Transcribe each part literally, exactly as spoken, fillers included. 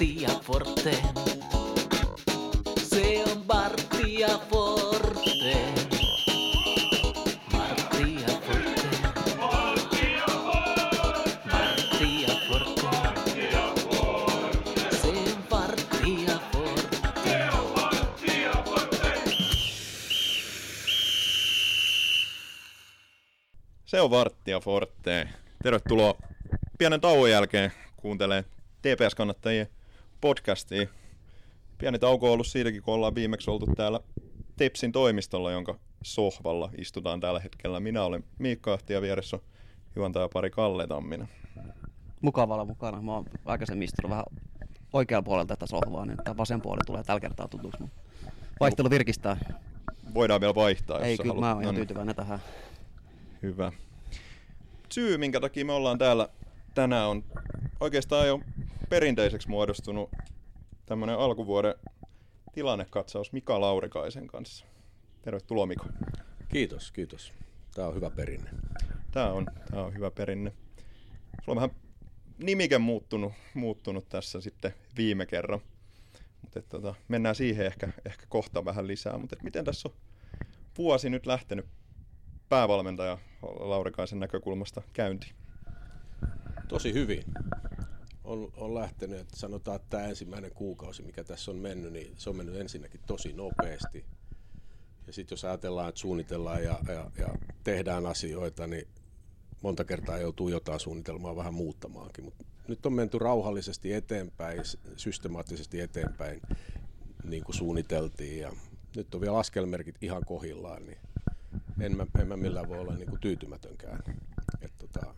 Martti ja Forte. Se on Martti ja Forte. Martti ja Forte. Martti ja Forte. Martti ja Forte. Se on Martti ja Forte. Se on Martti ja Forte. Se on Martti ja Forte. Tervetuloa pienen tauon jälkeen kuuntelemaan T P S-kannattajien podcastia. Pieni tauko on ollut siitäkin, kun ollaan viimeksi oltu täällä Tepsin toimistolla, jonka sohvalla istutaan tällä hetkellä. Minä olen Miikka Ahti ja vieressä on juontaja pari Kalle Tamminen. Mukavalla mukana. Mä oon aikaisemmin istunut vähän oikealla puolella tätä sohvaa, niin tämä vasen puoli tulee tällä kertaa tutuksi. Vaihtelu virkistää. Voidaan vielä vaihtaa, jos Ei, sä kyllä haluat. mä oon ihan No niin. tyytyväinen tähän. Hyvä. Syy, minkä takia me ollaan täällä tänään, on oikeastaan jo perinteiseksi muodostunut tämmönen alkuvuoden tilannekatsaus Mika Laurikaisen kanssa. Tervetuloa, Mika. Kiitos, kiitos. Tämä on hyvä perinne. Tää on, tää on hyvä perinne. Sulla on vähän nimike muuttunut, muuttunut tässä sitten viime kerran. Mutta tota, mennään siihen ehkä, ehkä kohta vähän lisää. Mutta miten tässä on vuosi nyt lähtenyt päävalmentaja Laurikaisen näkökulmasta käyntiin? Tosi hyvin. On, on lähtenyt, että sanotaan, että tämä ensimmäinen kuukausi, mikä tässä on mennyt, niin se on mennyt ensinnäkin tosi nopeasti. Ja sitten jos ajatellaan, että suunnitellaan ja, ja, ja tehdään asioita, niin monta kertaa joutuu jotain suunnitelmaa vähän muuttamaankin. Mutta nyt on menty rauhallisesti eteenpäin, systemaattisesti eteenpäin, niin kuin suunniteltiin. Ja nyt on vielä askelmerkit ihan kohillaan, niin en mä, en mä millään voi olla niin kuin tyytymätönkään. Et tota,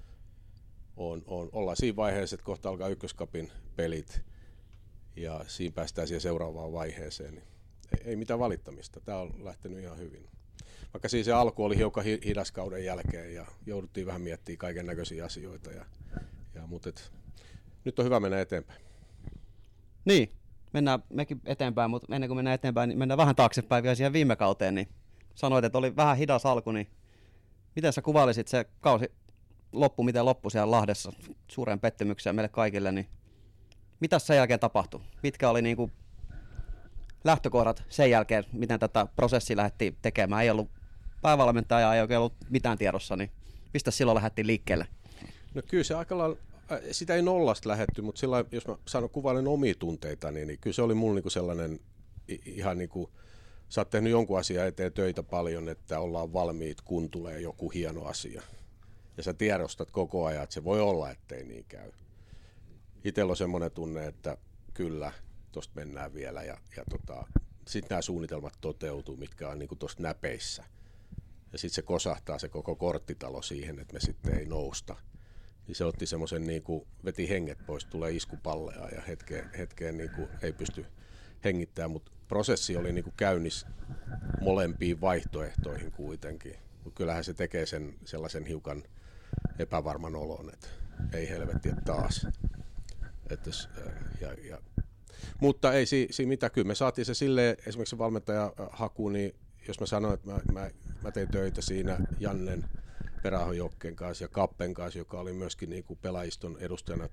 on, on, ollaan siinä vaiheessa, että kohta alkaa ykköskapin pelit ja siinä päästään siihen seuraavaan vaiheeseen. Niin ei, ei mitään valittamista. Tämä on lähtenyt ihan hyvin. Vaikka siis se alku oli hiukan hidas kauden jälkeen ja jouduttiin vähän miettimään kaiken näköisiä asioita. Ja, ja, mutta et, nyt on hyvä mennä eteenpäin. Niin, mennään mekin eteenpäin, mutta ennen kuin mennään eteenpäin, niin mennään vähän taaksepäin vielä siihen viime kauteen. Niin sanoit, että oli vähän hidas alku, niin miten sä kuvailisit se kausi loppu, miten loppu siellä Lahdessa, suuren pettymyksen meille kaikille, niin mitä sen jälkeen tapahtui? Mitkä oli niinku lähtökohdat sen jälkeen, miten tätä prosessia lähdettiin tekemään? Ei ollut päävalmentajaa, ei oikein ollut mitään tiedossa, niin mistä silloin lähdettiin liikkeelle? No kyllä se aika lailla, sitä ei nollasta lähdetty, mutta sillä jos mä sanon kuvailen omia tunteita, niin, niin kyllä se oli mulla niinku sellainen ihan niin kuin sä oot tehnyt jonkun asian eteen töitä paljon, että ollaan valmiit, kun tulee joku hieno asia. Ja sä tiedostat koko ajan, että se voi olla, ettei niin käy. Itsellä on semmoinen tunne, että kyllä, tosta mennään vielä. Ja, ja tota, sitten nämä suunnitelmat toteutuu, mitkä on niinku tosta näpeissä. Ja sitten se kosahtaa se koko korttitalo siihen, että me sitten ei nousta. Niin se otti semmoisen, niinku, veti henget pois, tulee iskupalleja ja hetkeen, hetkeen niinku ei pysty hengittämään, mutta prosessi oli niinku käynnissä molempiin vaihtoehtoihin kuitenkin. Mut kyllähän se tekee sen sellaisen hiukan epävarman olon, että ei helvetti, että taas. Et jos, ja, ja. Mutta ei siinä si mitään, kyllä me saatiin se silleen, esimerkiksi se valmentajahaku, niin jos mä sanoin, että mä, mä, mä tein töitä siinä Jannen Perähojokken kanssa ja Kappen kanssa, joka oli myöskin niin kuin pelaajiston edustajana,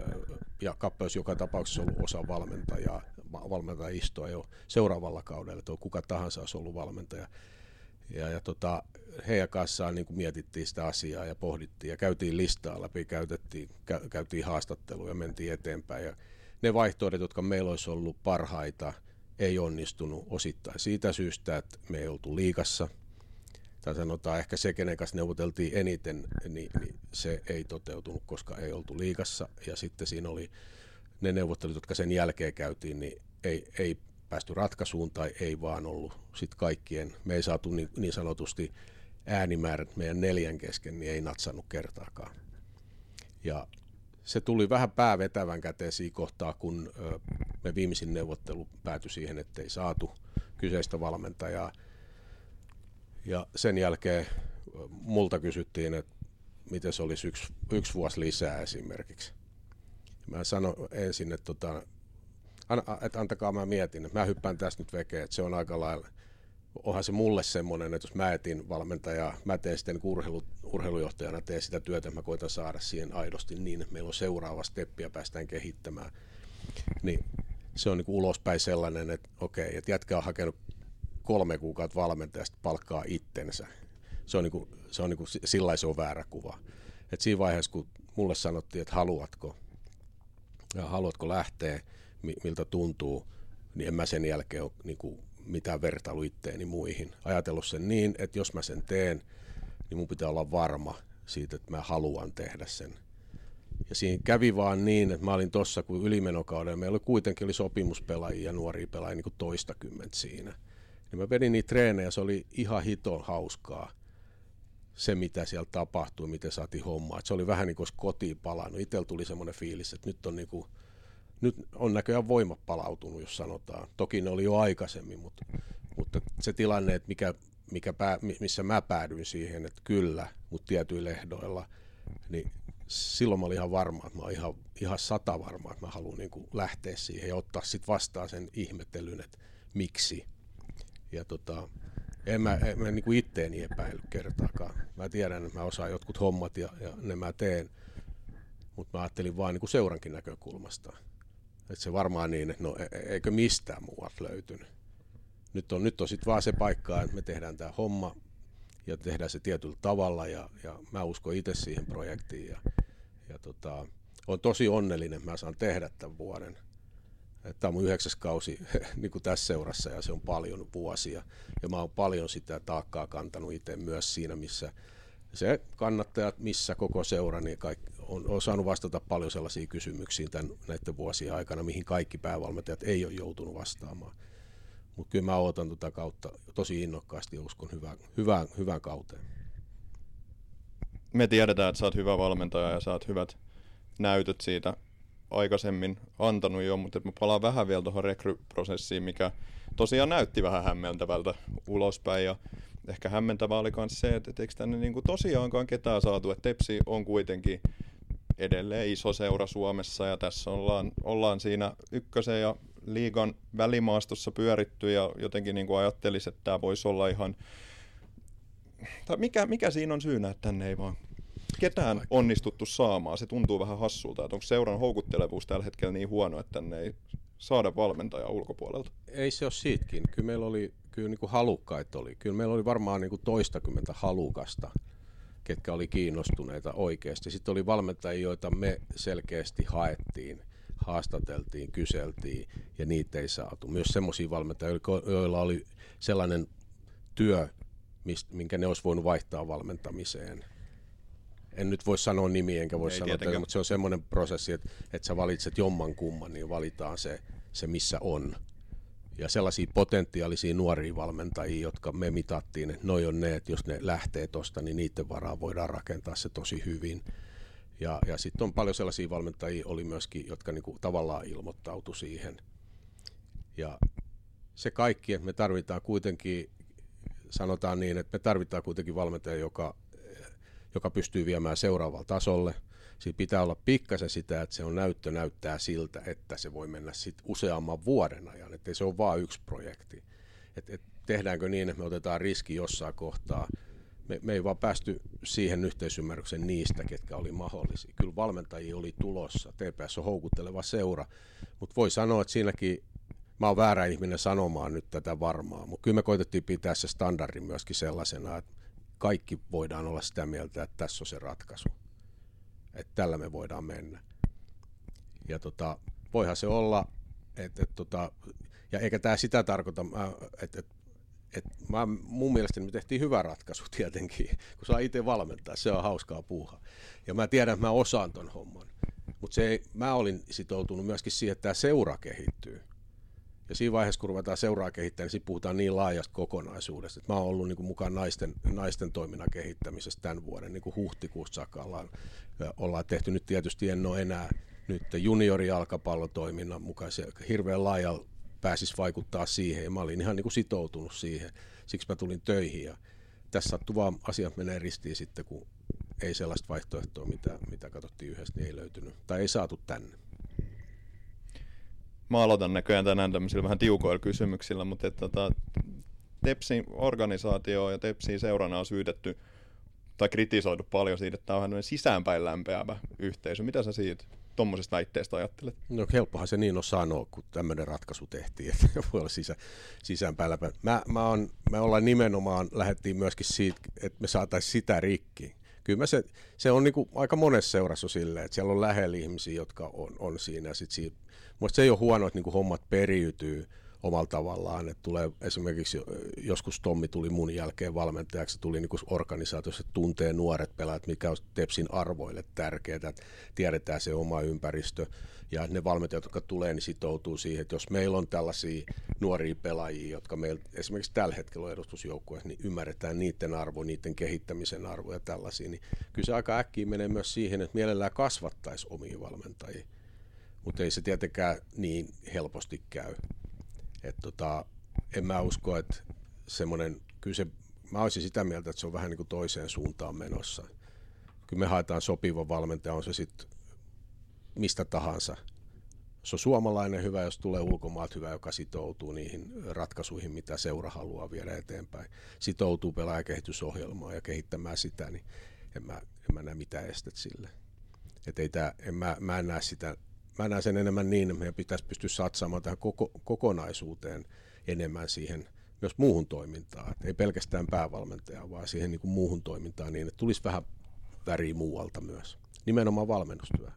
ja Kappe olisi joka tapauksessa ollut osa valmentajaa, valmentajistoa jo seuraavalla kaudella, että kuka tahansa olisi ollut valmentaja. Ja, ja tota, heidän kanssaan niin kuin mietittiin sitä asiaa ja pohdittiin ja käytiin listaa läpi, käytettiin, kä, käytiin haastatteluja ja mentiin eteenpäin. Ja ne vaihtoehdot, jotka meillä olisi ollut parhaita, ei onnistunut osittain siitä syystä, että me ei oltu liigassa. Tai sanotaan ehkä se, kenen kanssa neuvoteltiin eniten, niin, niin se ei toteutunut, koska ei oltu liigassa. Ja sitten siinä oli ne neuvottelut, jotka sen jälkeen käytiin, niin ei, ei päästy ratkaisuun tai ei vaan ollut sit kaikkien. Me ei saatu niin, niin sanotusti äänimäärät meidän neljän kesken, niin ei natsannut kertaakaan. Ja se tuli vähän päävetävän käteen siinä kohtaa, kun ö, me viimeisin neuvottelu päätyi siihen, että ei saatu kyseistä valmentajaa. Ja sen jälkeen multa kysyttiin, että miten se olisi yksi, yksi vuosi lisää esimerkiksi. Mä sanoin ensin, että, tota, an, että antakaa mä mietin, että mä hyppään tästä nyt vekeen, että se on aika lailla, onhan se mulle semmoinen, että jos mä etin valmentajaa, mä teen sitten urheilu, urheilujohtajana, teen sitä työtä, että mä koitan saada siihen aidosti niin, että meillä on seuraava steppi ja päästään kehittämään. niin se on niin kuin ulospäin sellainen, että okei, että jätkä on hakenut kolme kuukautta valmentajasta palkkaa itsensä. Se on, niin kuin, se on niin kuin, sillä se on väärä kuva. Et siinä vaiheessa, kun mulle sanottiin, että haluatko, ja haluatko lähteä, miltä tuntuu, niin en mä sen jälkeen ole niin kuin mitään vertailu itteeni muihin. Ajatellut sen niin, että jos mä sen teen, niin mun pitää olla varma siitä, että mä haluan tehdä sen. Ja siinä kävi vaan niin, että mä olin tossa, kun ylimenokaudella meillä oli kuitenkin oli sopimuspelaajia ja nuoria pelaajia niin kuin toistakymmentä siinä. Niin mä vedin niitä treenejä, se oli ihan hiton hauskaa. Se, mitä siellä tapahtui, miten saatiin hommaa. Et se oli vähän niin kuin olisi kotiin palannut. Itsellä tuli semmoinen fiilis, että nyt on, niin kuin, nyt on näköjään voimat palautunut, jos sanotaan. Toki ne oli jo aikaisemmin, mutta, mutta se tilanne, että mikä, mikä pää, missä mä päädyin siihen, että kyllä, mutta tietyillä ehdoilla, niin silloin mä olin ihan varma, että mä olin ihan, ihan sata varma, että mä haluan niin kuin lähteä siihen ja ottaa sitten vastaan sen ihmettelyn, että miksi. Ja tota, en mä, en mä niin kuin itteeni epäily kertaakaan. Mä tiedän, että mä osaan jotkut hommat ja, ja ne mä teen, mutta mä ajattelin vaan niin kuin seurankin näkökulmasta. Että se varmaan niin, että no eikö mistään muualta löytynyt. Nyt on, nyt on sitten vaan se paikka, että me tehdään tämä homma ja tehdään se tietyllä tavalla ja, ja mä uskon itse siihen projektiin. Ja, ja tota, on tosi onnellinen, että mä saan tehdä tämän vuoden. Tämä on mun yhdeksäs kausi niin kuin tässä seurassa ja se on paljon vuosia. Ja mä oon paljon sitä taakkaa kantanut itse myös siinä, missä se kannattajat, missä koko seura, niin kaikki, on, on saanut vastata paljon sellaisia kysymyksiä tämän, näiden vuosien aikana, mihin kaikki päävalmentajat ei ole joutunut vastaamaan. Mutta kyllä mä odotan tuota kautta tosi innokkaasti ja uskon hyvään, hyvään, hyvään kauteen. Me tiedetään, että sä oot hyvä valmentaja ja sä oot hyvät näytöt siitä aikaisemmin antanut jo, mutta mä palaan vähän vielä tuohon rekryprosessiin, mikä tosiaan näytti vähän hämmentävältä ulospäin ja ehkä hämmentävää oli myös se, että eikö tänne niinku tosiaankaan ketään saatu, että Tepsi on kuitenkin edelleen iso seura Suomessa ja tässä ollaan, ollaan siinä ykkösen ja liigan välimaastossa pyöritty ja jotenkin niinku ajattelisi, että tämä voisi olla ihan, tai mikä, mikä siinä on syynä, että tänne ei vaan ketään onnistuttu saamaan. Se tuntuu vähän hassulta, että onko seuran houkuttelevuus tällä hetkellä niin huono, että tänne ei saada valmentajaa ulkopuolelta? Ei se ole siitäkin. Kyllä meillä oli kyllä niin kuin halukkaita oli. Kyllä meillä oli varmaan niin kuin toistakymmentä halukasta, ketkä oli kiinnostuneita oikeasti. Sitten oli valmentajia, joita me selkeästi haettiin, haastateltiin, kyseltiin ja niitä ei saatu. Myös semmoisia valmentajia, joilla oli sellainen työ, minkä ne olisi voinut vaihtaa valmentamiseen. En nyt voi sanoa nimiä, enkä voi ei sanoa, että, mutta se on semmoinen prosessi, että, että sä valitset jomman kumman, niin valitaan se, se missä on. Ja sellaisia potentiaalisia nuoria valmentajia, jotka me mitattiin, että noi on ne, että jos ne lähtee tosta, niin niiden varaan voidaan rakentaa se tosi hyvin. Ja, ja sitten on paljon sellaisia valmentajia, oli myöskin, jotka niinku tavallaan ilmoittautu siihen. Ja se kaikki, että me tarvitaan kuitenkin, sanotaan niin, että me tarvitaan kuitenkin valmentaja, joka joka pystyy viemään seuraavalle tasolle. Siitä pitää olla pikkasen sitä, että se on näyttö näyttää siltä, että se voi mennä sit useamman vuoden ajan, ettei se ole vain yksi projekti. Et, et tehdäänkö niin, että me otetaan riski jossain kohtaa. Me, me ei vaan päästy siihen yhteisymmärryksen niistä, ketkä oli mahdollisia. Kyllä valmentajia oli tulossa, T P S on houkutteleva seura, mutta voi sanoa, että siinäkin mä oon väärä ihminen sanomaan nyt tätä varmaa, mutta kyllä me koitettiin pitää se standardi myöskin sellaisena, että kaikki voidaan olla sitä mieltä, että tässä on se ratkaisu, että tällä me voidaan mennä. Ja tota, voihan se olla, että, että tota, ja eikä tämä sitä tarkoita, että, että, että mä, mun mielestäni me tehtiin hyvä ratkaisu tietenkin, kun saa itse valmentaa, se on hauskaa puuhaa. Ja mä tiedän, että mä osaan ton homman, mutta se, mä olin sitoutunut myöskin siihen, että tämä seura kehittyy. Ja siinä vaiheessa, kun ruvetaan seuraa kehittämään, niin siinä puhutaan niin laajasta kokonaisuudesta. Että mä oon ollut niin kuin mukaan naisten, naisten toiminnan kehittämisessä tämän vuoden, niin kuin huhtikuusta saakka ollaan, ollaan tehty. Nyt tietysti en ole enää nyt juniori-jalkapallotoiminnan mukaan. Se hirveän laajalla pääsisi vaikuttaa siihen, ja mä olin ihan niin kuin sitoutunut siihen. Siksi mä tulin töihin, ja tässä sattuu vaan asiat menee ristiin sitten, kun ei sellaista vaihtoehtoa, mitä, mitä katsottiin yhdessä, niin ei löytynyt, tai ei saatu tänne. Mä aloitan näköjään tänään tämmöisillä vähän tiukoilla kysymyksillä, mutta että, tota, Tepsin organisaatio ja Tepsin seurana on syytetty tai kritisoitu paljon siitä, että tämä on vähän sisäänpäin lämpeävä yhteisö. Mitä sä siitä tuommoisesta väitteestä ajattelet? No helppohan se niin on sanoa, kun tämmöinen ratkaisu tehtiin, että voi olla sisä, sisäänpäällä. Mä, mä on, me ollaan nimenomaan, lähdettiin myöskin siitä, että me saataisiin sitä rikki. Kyllä se, se on niinku aika monessa seurassa silleen, että siellä on lähellä ihmisiä, jotka on, on siinä. Sit siinä. Musta se ei ole huono, että niinku hommat periytyy omalla tavallaan, että tulee esimerkiksi joskus Tommi tuli mun jälkeen valmentajaksi, tuli niinku organisaatiossa, että tuntee nuoret pelaajat, mikä on Tepsin arvoille tärkeää, että tiedetään se oma ympäristö ja ne valmentajat, jotka tulee, niin sitoutuu siihen, että jos meillä on tällaisia nuoria pelaajia, jotka meillä esimerkiksi tällä hetkellä on edustusjoukkueessa, niin ymmärretään niiden arvo, niiden kehittämisen arvo ja tällaisia, niin kyllä se aika äkkiä menee myös siihen, että mielellään kasvattaisi omia valmentajia, mutta ei se tietenkään niin helposti käy. Et tota, en mä usko, että semmoinen, kyllä se, mä olisin sitä mieltä, että se on vähän niin kuin toiseen suuntaan menossa. Kyllä me haetaan sopiva valmentaja, on se sitten mistä tahansa. Se on suomalainen hyvä, jos tulee ulkomaat hyvä, joka sitoutuu niihin ratkaisuihin, mitä seura haluaa viedä eteenpäin. Sitoutuu pelaajakehitysohjelmaan ja kehittämään sitä, niin en mä, en mä näe mitään estet sille. Et ei tää, en mä, mä en näe sitä. Mä näen sen enemmän niin, että meidän pitäisi pystyä satsaamaan tähän koko, kokonaisuuteen enemmän siihen myös muuhun toimintaan. Et ei pelkästään päävalmentajaa, vaan siihen niin kuin muuhun toimintaan niin, että tulisi vähän väriä muualta myös. Nimenomaan valmennustyö.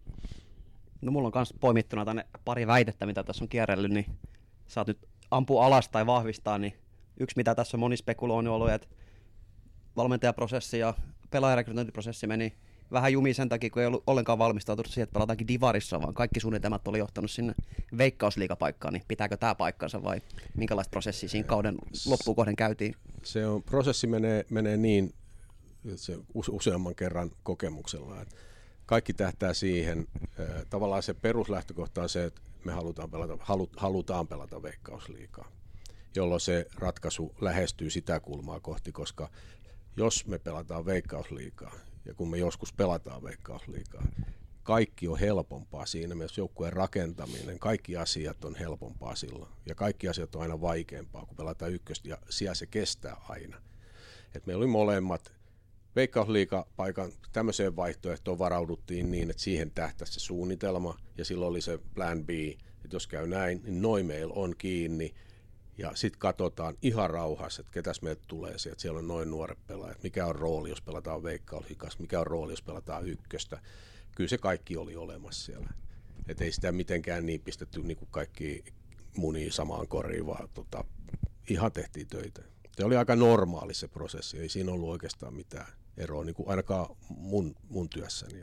No mulla on myös poimittuna tänne pari väitettä, mitä tässä on kierrellyt, niin saat nyt ampua alas tai vahvistaa, niin yksi mitä tässä on moni spekuloinut on ollut, että valmentajaprosessi ja pelaajarekrytointiprosessi meni vähän jumiin sen takia, kun ei ollut ollenkaan valmistautunut siihen, että pelataankin divarissa, vaan kaikki suunnitelmat oli johtanut sinne veikkausliigapaikkaan, niin pitääkö tämä paikkansa vai minkälaista prosessia siinä kauden loppuun kohden käytiin? Se on, prosessi menee, menee niin se useamman kerran kokemuksella, että kaikki tähtää siihen, tavallaan se peruslähtökohta on se, että me halutaan pelata, halu, halutaan pelata veikkausliigaa, jolloin se ratkaisu lähestyy sitä kulmaa kohti, koska jos me pelataan veikkausliigaa, ja kun me joskus pelataan veikkausliigaa, kaikki on helpompaa siinä mielessä, joukkueen rakentaminen, kaikki asiat on helpompaa silloin. Ja kaikki asiat on aina vaikeampaa, kun pelataan ykköstä, ja siellä se kestää aina. Et meillä oli molemmat veikkausliigapaikan tämmöiseen vaihtoehtoon varauduttiin niin, että siihen tähtäisi se suunnitelma, ja silloin oli se plan B, että jos käy näin, niin noin meillä on kiinni, ja sitten katsotaan ihan rauhassa, että ketäs meiltä tulee sieltä. Siellä on noin nuoret pelaajat. Mikä on rooli, jos pelataan veikkausliigassa? Mikä on rooli, jos pelataan ykköstä? Kyllä se kaikki oli olemassa siellä. Et ei sitä mitenkään niin pistetty niin kuin kaikki munia samaan koriin, vaan tota, ihan tehtiin töitä. Se oli aika normaali se prosessi. Ei siinä ollut oikeastaan mitään eroa, niin kuin ainakaan mun, mun työssäni.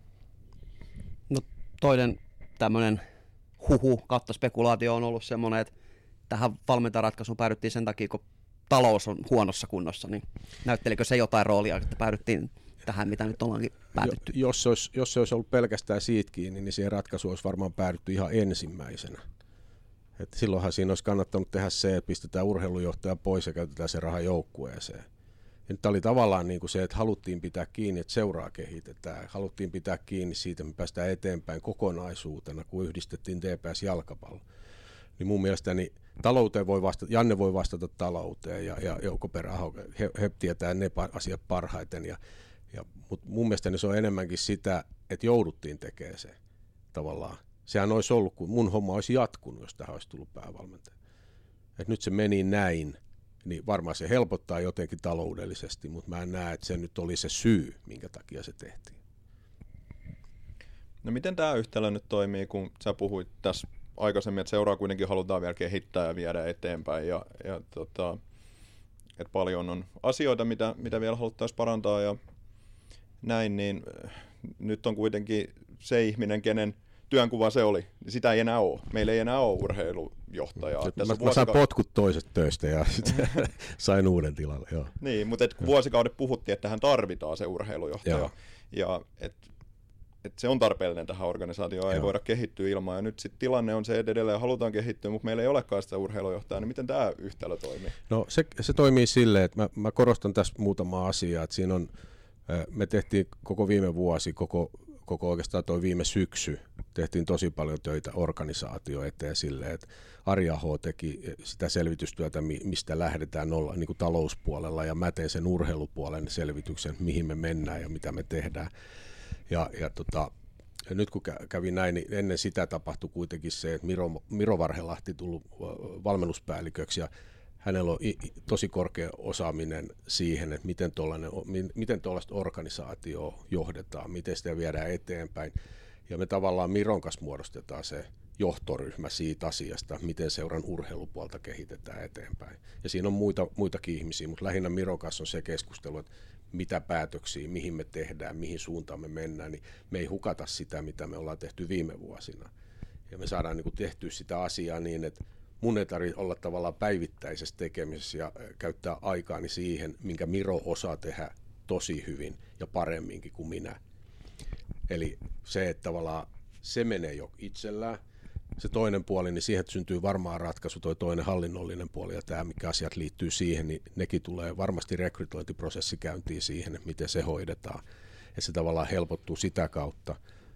No toinen tämmöinen huhu kautta spekulaatio on ollut semmoinen, että tähän valmentajaratkaisuun päädyttiin sen takia, kun talous on huonossa kunnossa, niin näyttelikö se jotain roolia, että päädyttiin tähän, mitä nyt ollaankin päädytty? Jo, jos, se olisi, jos se olisi ollut pelkästään siitä kiinni, niin siihen ratkaisuun olisi varmaan päädytty ihan ensimmäisenä. Et silloinhan siinä olisi kannattanut tehdä se, että pistetään urheilujohtaja pois ja käytetään se raha joukkueeseen. Tämä oli tavallaan niin kuin se, että haluttiin pitää kiinni, että seuraa kehitetään. Haluttiin pitää kiinni siitä, että me päästään eteenpäin kokonaisuutena, kun yhdistettiin T P S-jalkapallo. Niin mun mielestäni talouteen voi vastata, Janne voi vastata talouteen ja, ja Jouko Perä-Aho, he, he tietää ne asiat parhaiten. Ja, ja, mutta mun mielestäni se on enemmänkin sitä, että jouduttiin tekemään se tavallaan. Sehän olisi ollut, kun mun homma olisi jatkunut, jos tähän olisi tullut päävalmentaja. Et nyt se meni näin, niin varmaan se helpottaa jotenkin taloudellisesti, mutta mä en näe, että se nyt oli se syy, minkä takia se tehtiin. No miten tämä yhtälö nyt toimii, kun sä puhuit tässä aikaisemmin, että seuraa kuitenkin halutaan vielä kehittää ja viedä eteenpäin ja, ja tota, että paljon on asioita, mitä, mitä vielä haluttaisiin parantaa ja näin, niin nyt on kuitenkin se ihminen, kenen työnkuva se oli, niin sitä ei enää ole. Meillä ei enää ole urheilujohtajaa. Mä, Tässä mä vuosika... sain potkut toisesta töistä ja sain uuden tilalle. Joo. Niin, mutta et vuosikaudet puhuttiin, että tähän tarvitaan se urheilujohtaja. Joo. Ja että et se on tarpeellinen tähän organisaatioon, ei Joo. voida kehittyä ilman. Ja nyt sitten tilanne on se, että edelleen halutaan kehittyä, mutta meillä ei olekaan sitä urheilujohtajaa. Niin miten tämä yhtälö toimii? No se, se toimii silleen, että mä, mä korostan tässä muutamaa asiaa. Että siinä on, me tehtiin koko viime vuosi, koko, koko oikeastaan toi viime syksy, tehtiin tosi paljon töitä organisaatio eteen silleen, että Ari Aho teki sitä selvitystyötä, mistä lähdetään olla niin kuin talouspuolella, ja mä tein sen urheilupuolen selvityksen, mihin me mennään ja mitä me tehdään. Ja, ja tota, Ja nyt kun kävi näin, niin ennen sitä tapahtui kuitenkin se, että Miro, Miro Varhelahti tullut valmennuspäälliköksi ja hänellä on tosi korkea osaaminen siihen, että miten miten tuollaista organisaatioa johdetaan, miten sitä viedään eteenpäin. Ja me tavallaan Miron kanssa muodostetaan se johtoryhmä siitä asiasta, miten seuran urheilupuolta kehitetään eteenpäin. Ja siinä on muita, muitakin ihmisiä, mutta lähinnä Miron kanssa on se keskustelu, että mitä päätöksiä, mihin me tehdään, mihin suuntaan me mennään, niin me ei hukata sitä, mitä me ollaan tehty viime vuosina. Ja me saadaan niin kuin tehtyä sitä asiaa niin, että mun ei tarvitse olla tavallaan päivittäisessä tekemisessä ja käyttää aikaani siihen, minkä Miro osaa tehdä tosi hyvin ja paremminkin kuin minä. Eli se, että tavallaan se menee jo itsellään. Se toinen puoli, niin siihen syntyy varmaan ratkaisu, toi toinen hallinnollinen puoli ja tämä, mikä asiat liittyy siihen, niin nekin tulee varmasti rekrytointiprosessi käyntiin siihen, että miten se hoidetaan. Ja se tavallaan helpottuu sitä kautta.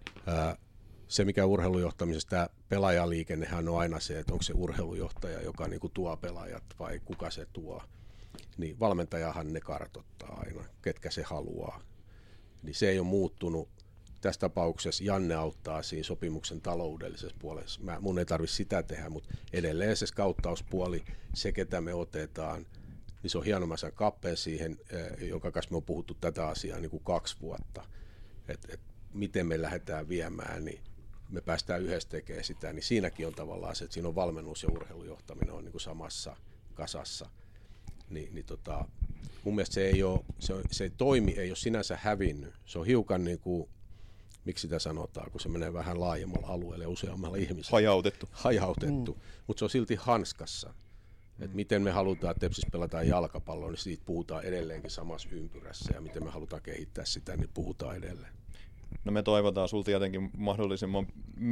Se, mikä urheilujohtamisessa, tämä pelaajaliikennehän on aina se, että onko se urheilujohtaja, joka niinku tuo pelaajat vai kuka se tuo. Niin valmentajahan ne kartoittaa aina, ketkä se haluaa. Niin se ei ole muuttunut. Tässä tapauksessa Janne auttaa siinä sopimuksen taloudellisessa puolessa. Mä, mun ei tarvitse sitä tehdä, mutta edelleen se skauttauspuoli, se ketä me otetaan, niin se on hieno, mä saan kappeen siihen, jonka kanssa me on puhuttu tätä asiaa niin kuin kaksi vuotta. Että et, miten me lähdetään viemään, niin me päästään yhdessä tekemään sitä, niin siinäkin on tavallaan se, että siinä on valmennus ja urheilujohtaminen on niin kuin samassa kasassa. Ni, niin tota, mun mielestä se ei ole, se, on, se ei toimi, ei ole sinänsä hävinnyt. Se on hiukan niin kuin, miksi sitä sanotaan, kun se menee vähän laajemmalla alueelle ja useammalla ihmisellä. Hajautettu. Hajautettu, mm. mutta se on silti hanskassa. Mm. Et miten me halutaan, että Tepsissä pelataan jalkapalloa, niin siitä puhutaan edelleenkin samassa ympyrässä. Ja miten me halutaan kehittää sitä, niin puhutaan edelleen. No me toivotaan sulta tietenkin mahdollisimman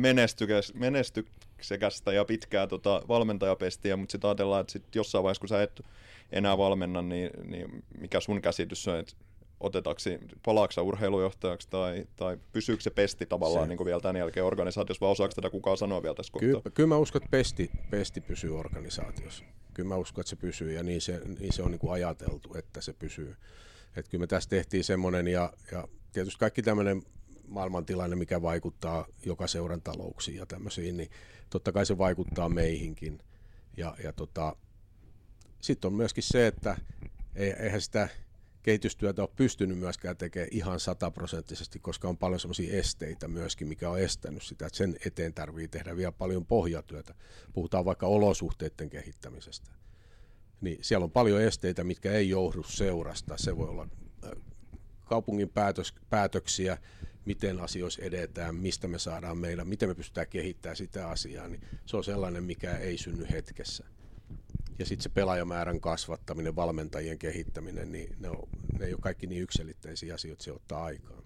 menestyksekästä ja pitkää tota valmentajapestiä, mutta sitten ajatellaan, että sit jossain vaiheessa, kun sä et enää valmenna, niin, niin mikä sun käsitys on, että otetaanko, palaako sä urheilujohtajaksi tai, tai pysyykö se pesti tavallaan niin kuin vielä tämän jälkeen organisaatiossa, vai osaako tätä kukaan sanoa vielä tässä kohtaa? Kyllä, kyllä mä uskon, että pesti, pesti pysyy organisaatiossa. Kyllä mä uskon, että se pysyy ja niin se, niin se on niin kuin ajateltu, että se pysyy. Että kyllä me tässä tehtiin semmoinen ja, ja tietysti kaikki tämmöinen maailmantilanne, mikä vaikuttaa joka seuran talouksiin ja tämmöisiin, niin totta kai se vaikuttaa meihinkin. Ja, ja tota, sitten on myöskin se, että eihän sitä kehitystyötä ole pystynyt myöskään tekemään ihan sataprosenttisesti, koska on paljon sellaisia esteitä myöskin, mikä on estänyt sitä, että sen eteen tarvii tehdä vielä paljon pohjatyötä. Puhutaan vaikka olosuhteiden kehittämisestä. Niin siellä on paljon esteitä, mitkä ei johdu seurasta. Se voi olla kaupungin päätös, päätöksiä, miten asioissa edetään, mistä me saadaan meillä, miten me pystytään kehittämään sitä asiaa, niin se on sellainen, mikä ei synny hetkessä. Ja sitten se pelaajamäärän kasvattaminen, valmentajien kehittäminen, niin ne, on, ne ei ole kaikki niin yksilitteisiä asioita, se ottaa aikaa.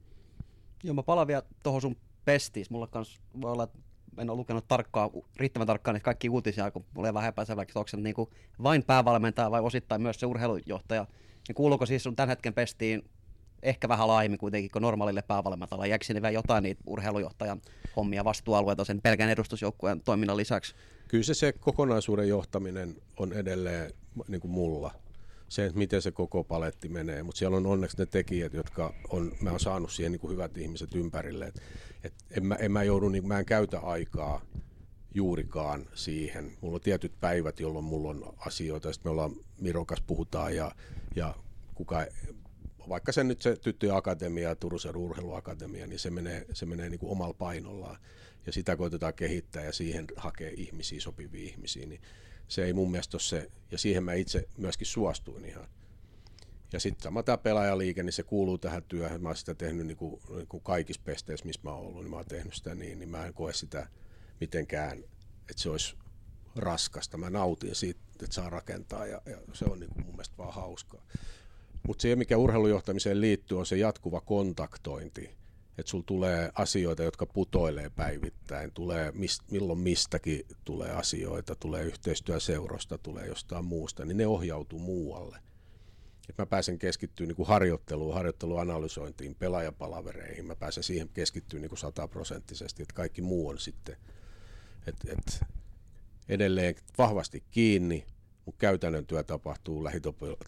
Joo, mä palaan vielä tuohon sun pestiin. Mulla kans voi olla, että en ole lukenut tarkkaan, riittävän tarkkaan niitä kaikkia uutisia, kun mulla ei vähän epäselväksi, onko se niinku vain päävalmentaja vai osittain myös se urheilujohtaja. Niin kuuluuko siis sun tämän hetken pestiin ehkä vähän laajemmin kuitenkin kuin normaalille päävalmentajalle? Jääkö sinne vielä jotain niitä urheilujohtajan hommia, vastuualueita sen pelkän edustusjoukkueen toiminnan lisäksi? Kyllä se, se kokonaisuuden johtaminen on edelleen niin kuin mulla. Se, että miten se koko paletti menee, mutta siellä on onneksi ne tekijät, jotka on, mä oon saanut siihen niin kuin hyvät ihmiset ympärille. Et, et en, mä, en mä joudu, niin, mä en käytä aikaa juurikaan siihen. Mulla on tietyt päivät, jolloin mulla on asioita, sitten me ollaan Miron kanssa puhutaan ja, ja kuka, vaikka se nyt se Tyttöjen akatemia ja Turun urheiluakatemia, niin se menee, se menee niin kuin omalla painollaan ja sitä koitetaan kehittää ja siihen hakee ihmisiä, sopivia ihmisiä, niin se ei mun mielestä ole se, ja siihen mä itse myöskin suostuin ihan. Ja sitten sama tämä pelaajaliike, niin se kuuluu tähän työhön. Mä oon sitä tehnyt niin kuin, niin kuin kaikissa pesteissä, missä mä oon ollut, niin mä oon tehnyt sitä niin, niin mä en koe sitä mitenkään, että se olisi raskasta. Mä nautin siitä, että saa rakentaa, ja, ja se on niin kuin mun mielestä vaan hauskaa. Mutta se, mikä urheilujohtamiseen liittyy, on se jatkuva kontaktointi. Että sulla tulee asioita, jotka putoilee päivittäin, tulee mist, milloin mistäkin tulee asioita, tulee yhteistyöseurosta, tulee jostain muusta, niin ne ohjautuu muualle. Et mä pääsen keskittymään niin harjoitteluun, harjoitteluanalysointiin, pelaajapalavereihin, mä pääsen siihen keskittymään niin sataprosenttisesti, että kaikki muu on sitten et, et edelleen vahvasti kiinni, mutta käytännön työ tapahtuu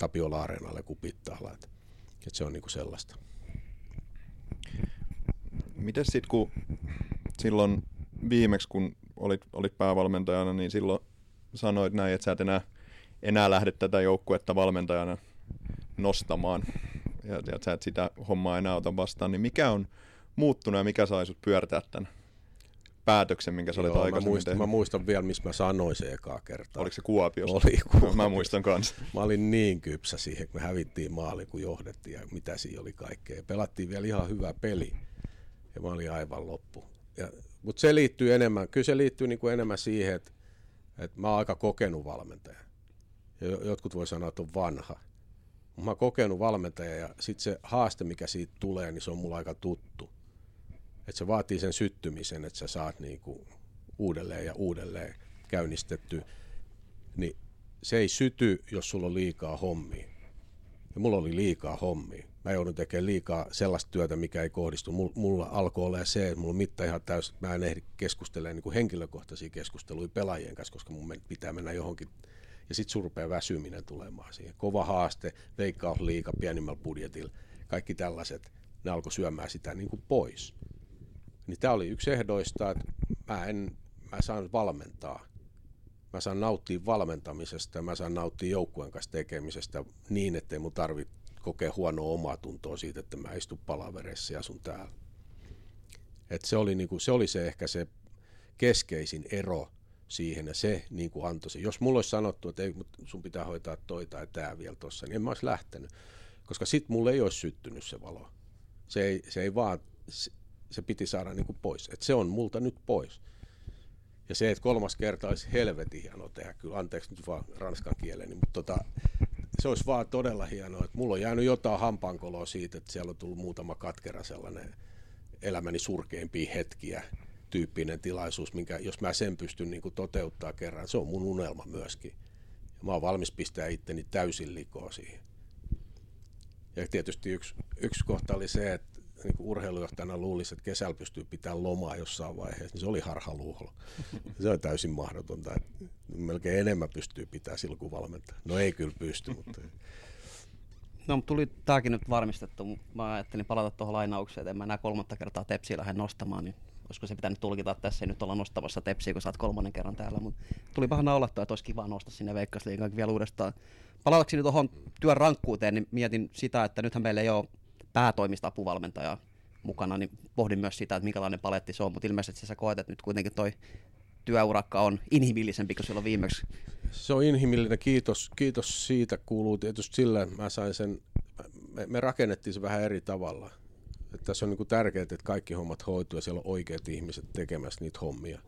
Lähi-Tapiola-areenalle kuin Pittaalla, että et se on niin kuin sellaista. Miten sitten kun silloin viimeksi kun olit, olit päävalmentajana, niin silloin sanoit näin, että sä et enää, enää lähde tätä joukkuetta valmentajana nostamaan ja, ja sä et sitä hommaa enää ota vastaan, niin mikä on muuttunut ja mikä sai sut pyörtää tämän päätöksen, minkä sä olet Joo, aikaisemmin mä muistan, tehnyt? mä muistan vielä, missä mä sanoin se ekaa kertaa. Oliko se Kuopiossa? Oli Kuopiossa. Mä muistan kanssa. Mä olin niin kypsä siihen, kun me hävittiin maali, kun johdettiin ja mitä siinä oli kaikkea. Pelattiin vielä ihan hyvä peli ja mä olin aivan loppu. Mutta se liittyy enemmän, kyllä se liittyy niinku enemmän siihen, että, että mä oon aika kokenut valmentaja. Ja jotkut voi sanoa, että on vanha. Mutta mä oon kokenut valmentaja ja sitten se haaste, mikä siitä tulee, niin se on mulla aika tuttu. Että se vaatii sen syttymisen, että sä saat niinku uudelleen ja uudelleen käynnistetty. Niin se ei syty, jos sulla on liikaa hommia. Ja mulla oli liikaa hommia. Mä joudun tekemään liikaa sellaista työtä, mikä ei kohdistu. Mulla alkoi olla se, että mulla on mitta ihan täysin, mä en ehdi keskustelemaan niin kuin henkilökohtaisia keskusteluja pelaajien kanssa, koska mun pitää mennä johonkin. Ja sit sun rupeaa väsyminen tulemaan siihen. Kova haaste, veikkausliiga pienimmällä budjetilla, kaikki tällaiset, ne alkoi syömään sitä niin kuin pois. Niin tää oli yksi ehdoista, että mä en, mä saan valmentaa. Mä saan nauttia valmentamisesta ja mä saan nauttia joukkueen kanssa tekemisestä niin, ettei mun tarvitse kokea huonoa omaa tuntoa siitä, että mä istun palavereissa ja asun täällä. Et se, oli niinku, se oli se ehkä se keskeisin ero siihen ja se niinku antoi se. Jos mulla olisi sanottu, että ei, sun pitää hoitaa toi tai tää vielä tossa, niin en mä olisi lähtenyt. Koska sit mulle ei olisi syttynyt se valo. Se ei, se ei vaan, se, se piti saada niinku pois. Et se on multa nyt pois. Ja se, että kolmas kerta olisi helvetin hienoa tehdä, kyllä anteeksi nyt vaan ranskan kieleni, mutta tota, se olisi vaan todella hienoa, että mulla on jäänyt jotain hampaankoloa siitä, että siellä on tullut muutama katkera sellainen elämäni surkeimpia hetkiä tyyppinen tilaisuus, minkä jos mä sen pystyn niin kuin toteuttaa kerran, se on mun unelma myöskin. Ja mä oon valmis pistää itteni täysin likoon siihen. Ja tietysti yksi, yksi kohta oli se, että niin kuin urheilujohtajana luulisi, että kesällä pystyy pitämään lomaa jossain vaiheessa, niin se oli harhaluulo. Se on täysin mahdotonta. Melkein enemmän pystyy pitämään silloin kuin valmentaa. No ei kyllä pysty, mutta... No, mutta tuli tämäkin nyt varmistettu. Mä ajattelin palata tuohon lainaukseen, että en mä enää kolmatta kertaa Tepsiä lähden nostamaan, niin olisiko se pitänyt tulkita, että tässä ei nyt olla nostamassa Tepsiä, kun sä oot kolmannen kerran täällä. Mutta tuli vähän naulattua, että olisi kiva nostaa sinne Veikkausliigaan vielä uudestaan. Palatakseni tuohon työn rankkuuteen, niin mietin sitä, että nythän meillä ei ole päätoimista apuvalmentajaa mukana, niin pohdin myös sitä, että minkälainen paletti se on, mutta ilmeisesti sä koet, että nyt kuitenkin toi työurakka on inhimillisempi kuin silloin viimeksi. Se on inhimillinen, kiitos, kiitos siitä kuuluu tietysti sillä, että mä sain sen, me, me rakennettiin se vähän eri tavalla. Että tässä on niin kuin tärkeää, että kaikki hommat hoituu ja siellä on oikeat ihmiset tekemässä niitä hommia.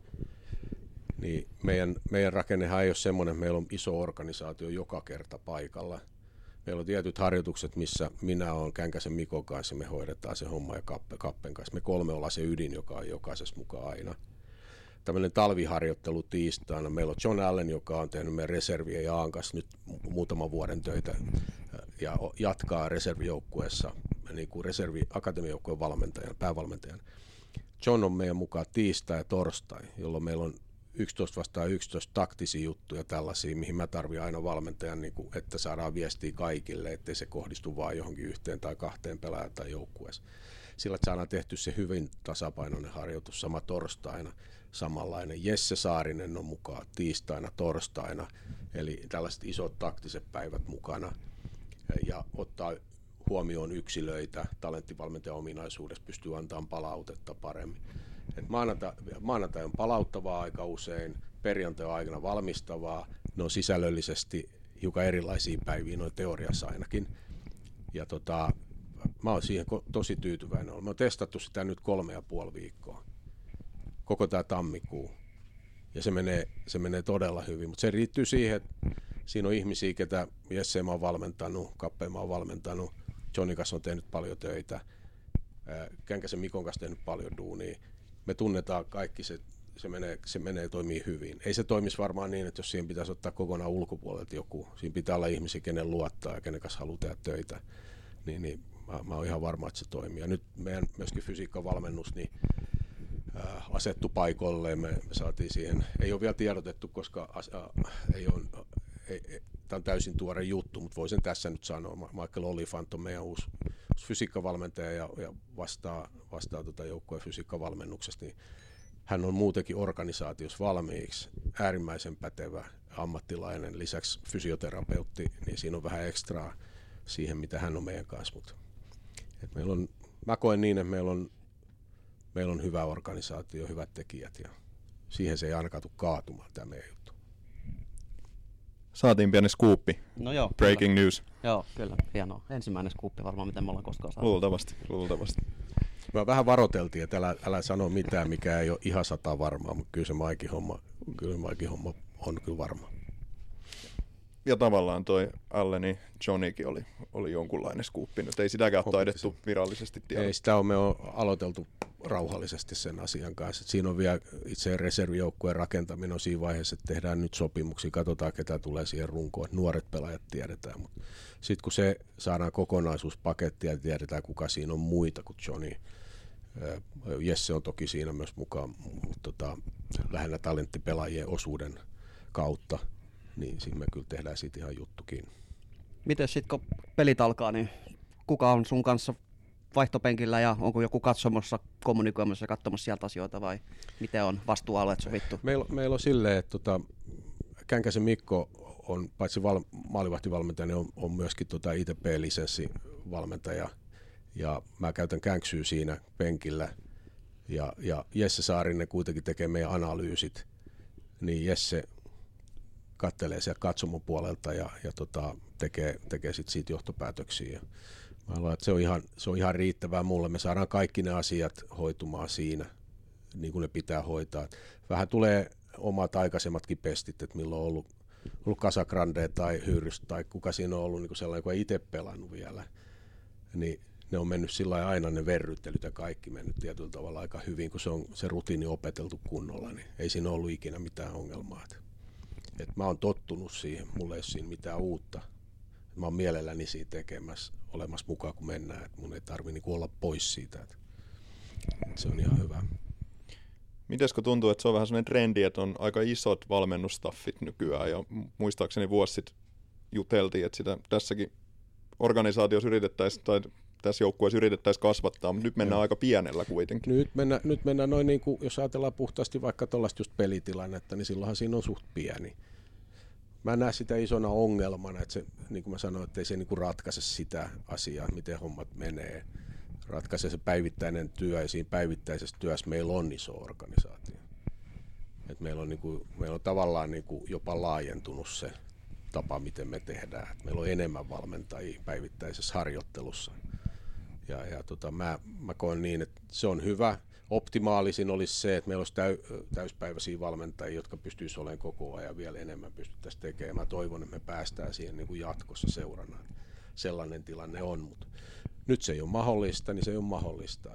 Niin meidän, meidän rakennehan ei ole semmoinen, että meillä on iso organisaatio joka kerta paikalla. Meillä on tietyt harjoitukset, missä minä olen Känkäsen Mikon kanssa, me hoidetaan se homma ja Kappe, Kappen kanssa. Me kolme ollaan se ydin, joka on jokaisessa mukaan aina. Tällainen talviharjoittelu tiistaina. Meillä on John Allen, joka on tehnyt meidän reservien ja Aan kanssa nyt muutaman vuoden töitä ja jatkaa reservijoukkueessa, niin kuin reservi-akatemiajoukkueen valmentajan, päävalmentajan. John on meidän mukaan tiistai ja torstai, jolloin meillä on yksitoista vastaan yksitoista taktisia juttuja tällaisia, mihin mä tarvitsen aina valmentajan, niin kuin, että saadaan viestiä kaikille, ettei se kohdistu vaan johonkin yhteen tai kahteen pelaajan tai joukkueeseen. Sillä että saadaan tehty se hyvin tasapainoinen harjoitus sama torstaina, samanlainen. Jesse Saarinen on mukaan tiistaina, torstaina, eli tällaiset isot taktiset päivät mukana ja ottaa huomioon yksilöitä, talenttivalmentajan ominaisuudessa pystyy antamaan palautetta paremmin. Et maanantai, maanantai on palauttavaa aika usein, perjantai on aikana valmistavaa, ne on sisällöllisesti hiukan erilaisia päiviä, noin teoriassa ainakin. Ja tota, mä oon siihen tosi tyytyväinen ollut. Mä oon testattu sitä nyt kolme ja puoli viikkoa, koko tää tammikuu. Ja se menee, se menee todella hyvin, mutta se riittyy siihen, että siinä on ihmisiä, ketä Jesse mä oon valmentanut, Kappe mä oon valmentanut, Johnny kanssa on tehnyt paljon töitä, Känkäsen Mikon kanssa tehnyt paljon duunia. Me tunnetaan kaikki, se, se, menee, se menee toimii hyvin. Ei se toimisi varmaan niin, että jos siihen pitäisi ottaa kokonaan ulkopuolelta joku, siinä pitää olla ihmisiä, kenen luottaa ja kenen kanssa haluaa tehdä töitä, niin, niin mä, mä oon ihan varma, että se toimii. Ja nyt meidän myöskin fysiikkavalmennus niin, ää, asettu paikoilleen, me, me saatiin siihen, ei ole vielä tiedotettu, koska as, ää, ei ole, ei, ei, tämä on täysin tuore juttu, mutta voisin tässä nyt sanoa, Michael Oliphant on meidän uusi fysiikkavalmentaja ja, ja vastaa, vastaa tota joukkueen fysiikkavalmennuksesta, niin hän on muutenkin organisaatiossa valmiiksi äärimmäisen pätevä ammattilainen, lisäksi fysioterapeutti, niin siinä on vähän ekstraa siihen, mitä hän on meidän kanssa. Mutta, et meillä on, mä koen niin, että meillä on, meillä on hyvä organisaatio, hyvät tekijät ja siihen se ei ainakaan tule kaatumaan tämä meidän juttu. Saatiin pieni skuuppi. No joo, Breaking kyllä. news. Joo, kyllä. Hienoa. Ensimmäinen skuuppi varmaan, mitä me ollaan koskaan saatu. Luultavasti, luultavasti. Me vähän varoteltiin, että älä, älä sano mitään, mikä ei ole ihan sata varmaa, mutta kyllä se Maikin homma, kyllä Maikin homma on kyllä varma. Ja tavallaan toi Alleni Johnnykin oli, oli jonkunlainen skuuppi. Nyt ei sitäkään Hoppi taidettu se. virallisesti tiedä. Ei sitä ole, me on aloiteltu rauhallisesti sen asian kanssa. Et siinä on vielä itse reservijoukkueen rakentaminen on siinä vaiheessa, että tehdään nyt sopimuksia, katsotaan ketä tulee siihen runkoon, että nuoret pelaajat tiedetään. Sitten kun se saadaan kokonaisuuspakettia ja tiedetään kuka siinä on muita kuin Johnny. Jesse on toki siinä myös mukaan, mutta tota, lähinnä talenttipelaajien osuuden kautta, niin siinä me kyllä tehdään siitä ihan juttukin. Miten sitten kun pelit alkaa, niin kuka on sun kanssa vaihtopenkillä ja onko joku katsomassa, kommunikoimassa ja katsomassa sieltä asioita vai miten on vastuualueet sovittu? Meillä, meillä on silleen, että tota, Känkäsen Mikko on paitsi val, maalivahtivalmentaja, niin on, on myöskin tota I T P-lisenssivalmentaja ja mä käytän Känksyä siinä penkillä ja, ja Jesse Saarinen kuitenkin tekee meidän analyysit, niin Jesse kattelee sieltä katsomon puolelta ja, ja tota, tekee, tekee sit siitä johtopäätöksiä. Mä haluan, että se on, ihan, se on ihan riittävää mulle. Me saadaan kaikki ne asiat hoitumaan siinä, niin kuin ne pitää hoitaa. Vähän tulee omat aikaisemmatkin pestit, että milloin on ollut, ollut Casagrande tai Hyrys tai kuka siinä on ollut niin kuin sellainen, joka itse pelannut vielä. Niin ne on mennyt sillä lailla aina ne verryttelyt ja kaikki mennyt tietyllä tavalla aika hyvin, kun se on se rutiini opeteltu kunnolla, niin ei siinä ollut ikinä mitään ongelmaa. Et mä oon tottunut siihen, mulla ei ole siinä mitään uutta. Mä oon mielelläni siinä tekemässä, olemassa mukaan kun mennään, että mun ei tarvitse niinku olla pois siitä. Et, et se on ihan hyvä. Mites kun tuntuu, että se on vähän sellainen trendi, että on aika isot valmennusstaffit nykyään ja muistaakseni vuosi sitten juteltiin, että sitä tässäkin organisaatiossa yritettäisiin tai tässä joukkueessa yritettäisiin kasvattaa, mutta nyt mennään Joo. aika pienellä kuitenkin. Nyt mennään, nyt mennään noin niin kuin, jos ajatellaan puhtaasti vaikka tuollaista just pelitilannetta, niin silloinhan siinä on suht pieni. Mä näen sitä isona ongelmana, että se, niin kuin mä sanoin, että ei se niin kuin ratkaise sitä asiaa, miten hommat menee. Ratkaisee se päivittäinen työ ja siinä päivittäisessä työssä meillä on iso organisaatio. Et meillä, on niin kuin, meillä on tavallaan niin kuin jopa laajentunut se tapa, miten me tehdään. Et meillä on enemmän valmentajia päivittäisessä harjoittelussa. Ja, ja tota, mä, mä koen niin, että se on hyvä. Optimaalisin olisi se, että meillä olisi täy, täyspäiväisiä valmentajia, jotka pystyisivät olemaan koko ajan vielä enemmän pystyttäisiin tekemään. Mä toivon, että me päästään siihen niin kuin jatkossa seurana. Sellainen tilanne on, mutta nyt se ei ole mahdollista, niin se ei ole mahdollista.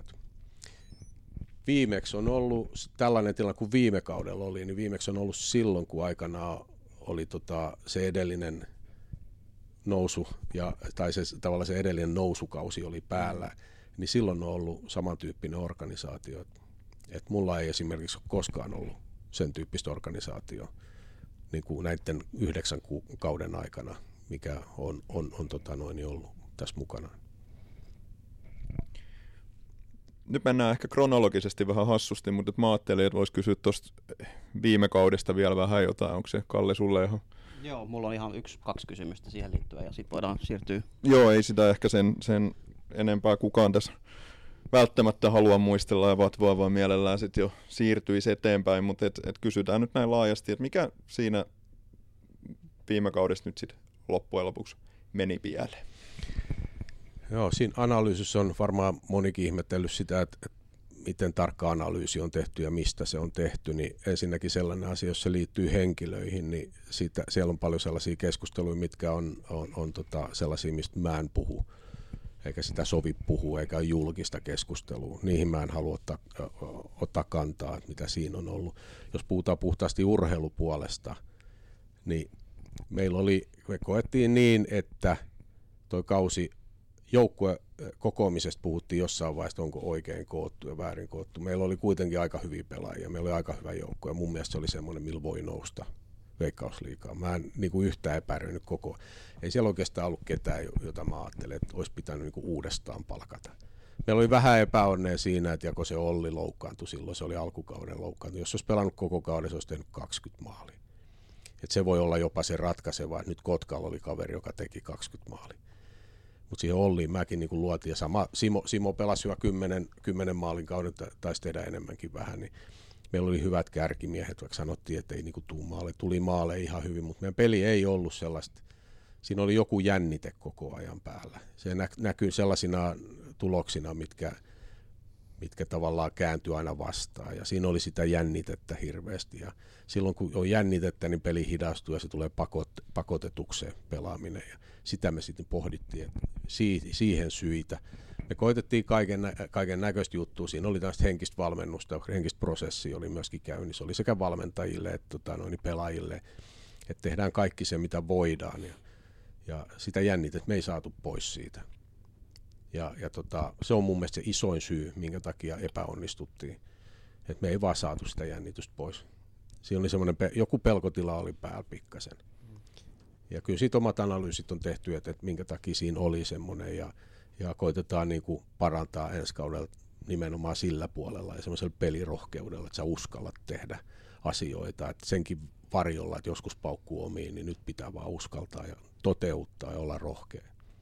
Viimeksi on ollut tällainen tilanne, kun viime kaudella oli, niin viimeksi on ollut silloin, kun aikanaan oli tota, se edellinen nousu, ja, tai se, tavallaan se edellinen nousukausi oli päällä, niin silloin on ollut samantyyppinen organisaatio. Et mulla ei esimerkiksi ole koskaan ollut sen tyyppistä organisaatio niin kuin näiden yhdeksän kauden aikana, mikä on, on, on tota noin ollut tässä mukana. Nyt mennään ehkä kronologisesti vähän hassusti, mutta mä ajattelin, että voisi kysyä tuosta viime kaudesta vielä vähän jotain. Onko se, Kalle, sulle ihan? Joo, mulla on ihan yksi, kaksi kysymystä siihen liittyen ja sitten voidaan siirtyä. Joo, ei sitä ehkä sen, sen enempää kukaan tässä välttämättä halua muistella ja vatvoa, vaan mielellään sitten jo siirtyisi eteenpäin, mutta et, et kysytään nyt näin laajasti, että mikä siinä viime kaudesta nyt sitten loppujen lopuksi meni pieleen? Joo, siinä analyysissä on varmaan monikin ihmetellyt sitä, että, että miten tarkka analyysi on tehty ja mistä se on tehty, niin ensinnäkin sellainen asia, jos se liittyy henkilöihin, niin siitä, siellä on paljon sellaisia keskusteluja, mitkä on, on, on tota sellaisia, mistä mä en puhu, eikä sitä sovi puhua, eikä ole julkista keskustelua. Niihin mä en halua ottaa, ottaa kantaa, että mitä siinä on ollut. Jos puhutaan puhtaasti urheilupuolesta, niin meillä oli, me koettiin niin, että toi kausi joukkue kokoamisesta puhuttiin jossain vaiheessa, onko oikein koottu ja väärin koottu. Meillä oli kuitenkin aika hyviä pelaajia, meillä oli aika hyvä joukkue ja mun mielestä se oli semmoinen, millä voi nousta Veikkausliigaa. Mä en niin kuin yhtään epäröinyt koko. Ei siellä oikeastaan ollut ketään, jota mä ajattelin, että olisi pitänyt niin kuin uudestaan palkata. Meillä oli vähän epäonnea siinä, että joko se Olli loukkaantui silloin, se oli alkukauden loukkaantui. Jos olisi pelannut koko kauden, se olisi tehnyt kaksikymmentä maalia. Et se voi olla jopa se ratkaiseva, että nyt Kotkalla oli kaveri, joka teki kaksikymmentä maalia. Mutta siihen Olliin mäkin niin kuin luotiin, ja sama Simo, Simo pelasi hyvä kymmenen, kymmenen maalin kauden, taisi tehdä enemmänkin vähän, niin meillä oli hyvät kärkimiehet, vaikka sanottiin, että ei niin kuin tuu maale. Tuli maale ihan hyvin, mutta meidän peli ei ollut sellaista. Siinä oli joku jännite koko ajan päällä. Se nä- näkyy sellaisina tuloksina, mitkä, mitkä tavallaan kääntyi aina vastaan. Ja siinä oli sitä jännitettä hirveästi. Ja silloin kun on jännitettä, niin peli hidastuu ja se tulee pakot- pakotetuksi se pelaaminen. Ja sitä me sitten pohdittiin, että si- siihen syitä. Me koitettiin kaiken, nä- kaiken näköistä juttua. Siinä oli tällaista henkistä valmennusta, henkistä prosessia oli myöskin käynnissä. Oli sekä valmentajille että tota, noin, pelaajille, että tehdään kaikki se, mitä voidaan. Ja, ja sitä jännitettä me ei saatu pois siitä. Ja, ja tota, se on mun mielestä se isoin syy, minkä takia epäonnistuttiin. Että me ei vaan saatu sitä jännitystä pois. Siinä oli semmoinen, pe- joku pelkotila oli päällä pikkasen. Ja kyllä siitä omat analyysit on tehty, että, että minkä takia siinä oli semmoinen. Ja, ja koitetaan niin kuin parantaa ensi kaudella nimenomaan sillä puolella ja semmoisella pelirohkeudella, että sä uskallat tehdä asioita. Että senkin varjolla, että joskus paukkuu omiin, niin nyt pitää vaan uskaltaa ja toteuttaa ja olla rohkea.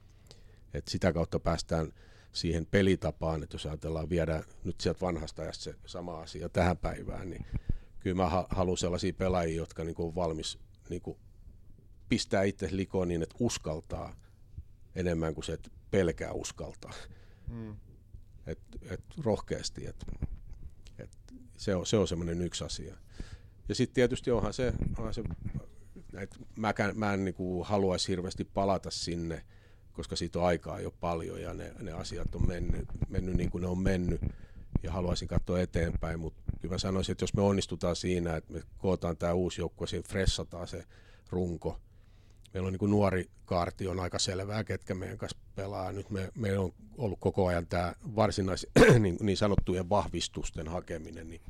Et sitä kautta päästään siihen pelitapaan, että jos ajatellaan viedä nyt sieltä vanhasta ajasta se sama asia tähän päivään, niin kyllä mä haluan sellaisia pelaajia, jotka niinku on valmis niinku pistää itse likoon niin, että uskaltaa enemmän kuin se, että pelkää uskaltaa. Mm. Et, et rohkeasti. Et, et se on, se on semmoinen yksi asia. Ja sitten tietysti onhan se, onhan se että mäkään, mä en niinku haluaisi hirveästi palata sinne, koska siitä on aikaa jo paljon ja ne, ne asiat on mennyt, mennyt niin kuin ne on mennyt ja haluaisin katsoa eteenpäin, mutta kyllä mä sanoisin, että jos me onnistutaan siinä, että me kootaan tämä uusi joukkue, siinä fressataan se runko. Meillä on niin kuin nuori kaarti, on aika selvää, ketkä meidän kanssa pelaa. Nyt me, meillä on ollut koko ajan tämä varsinais niin, niin sanottujen vahvistusten hakeminen, niin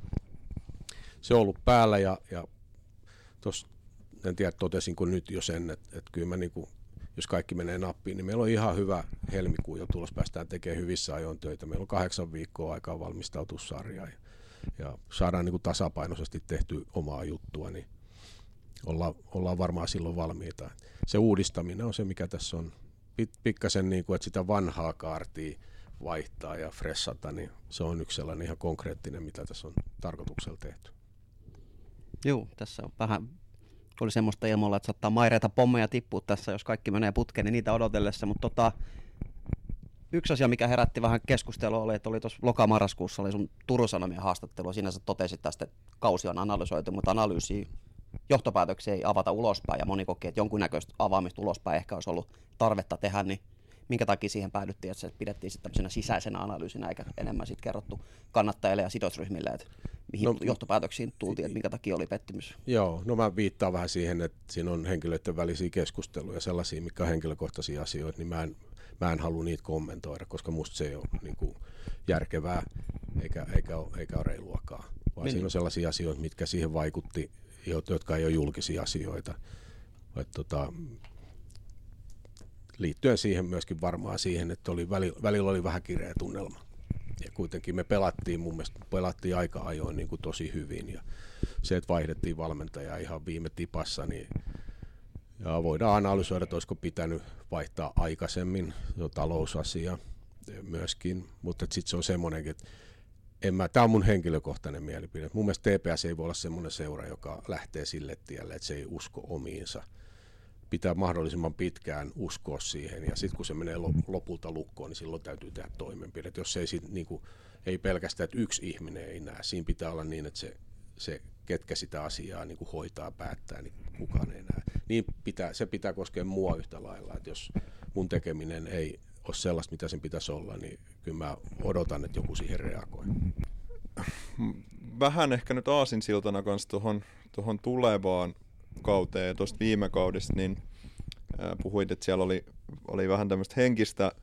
se on ollut päällä ja, ja tuossa en tiedä totesinko nyt jo sen, että, että kyllä mä niin kuin jos kaikki menee nappiin, niin meillä on ihan hyvä helmikuu jo tulossa, päästään tekemään hyvissä ajoin töitä. Meillä on kahdeksan viikkoa aikaa valmistautua sarjaan ja, ja saadaan niin kuin tasapainoisesti tehty omaa juttua, niin olla, ollaan varmaan silloin valmiita. Se uudistaminen on se, mikä tässä on. Pikkasen niin kuin, että sitä vanhaa kaartia vaihtaa ja fressata, niin se on yksi sellainen ihan konkreettinen, mitä tässä on tarkoituksella tehty. Joo, tässä on vähän... Oli semmoista ilmoilla, että saattaa maireita pommeja tippua tässä, jos kaikki menee putkeen, niin niitä odotellessa. Mutta tota, yksi asia, mikä herätti vähän keskustelua, oli, että oli tuossa lokamarraskuussa oli sun Turun Sanomien haastattelu. Siinä sä totesit tästä, että kausi on analysoitu, mutta analyysiä, johtopäätöksiä ei avata ulospäin. Ja moni koki, että jonkunnäköistä avaamista ulospäin ehkä olisi ollut tarvetta tehdä, niin minkä takia siihen päädyttiin, että se pidettiin sitten tämmöisenä sisäisenä analyysinä, eikä enemmän sitten kerrottu kannattajille ja sidosryhmille, että mihin no, johtopäätöksiin tultiin, että minkä takia oli pettymys. Joo, no mä viittaan vähän siihen, että siinä on henkilöiden välisiä keskusteluja, sellaisia, mikä on henkilökohtaisia asioita, niin mä en, mä en halua niitä kommentoida, koska musta se ei ole niin kuin järkevää, eikä, eikä, ole, eikä ole reiluakaan. Vaan siinä on sellaisia asioita, mitkä siihen vaikutti, jotka ei ole julkisia asioita. Et, tota, liittyen siihen myöskin varmaan siihen, että oli, välillä oli vähän kireä tunnelma. Ja kuitenkin me pelattiin, mun mielestä pelattiin aika ajoin niin kuin tosi hyvin. Ja se, että vaihdettiin valmentajaa ihan viime tipassa, niin ja voidaan analysoida, että olisiko pitänyt vaihtaa aikaisemmin, se on talousasia myöskin. Mutta sitten se on semmoinenkin, että tämä on mun henkilökohtainen mielipide. Mun mielestä T P S ei voi olla semmoinen seura, joka lähtee sille tielle, että se ei usko omiinsa. Pitää mahdollisimman pitkään uskoa siihen, ja sitten kun se menee lopulta lukkoon, niin silloin täytyy tehdä toimenpiteet. Jos ei, sit, niin kuin, ei pelkästään, että yksi ihminen ei näe, siinä pitää olla niin, että se, se ketkä sitä asiaa niin kuin hoitaa, päättää, niin kukaan ei näe. Niin pitää, se pitää koskea mua yhtä lailla, että jos mun tekeminen ei ole sellaista, mitä sen pitäisi olla, niin kyllä mä odotan, että joku siihen reagoi. Vähän ehkä nyt aasinsiltana kanssa tuohon, tuohon tulevaan kauteen tuosta viime kaudesta, niin ää, puhuit, että siellä oli, oli vähän tämmöistä henkistä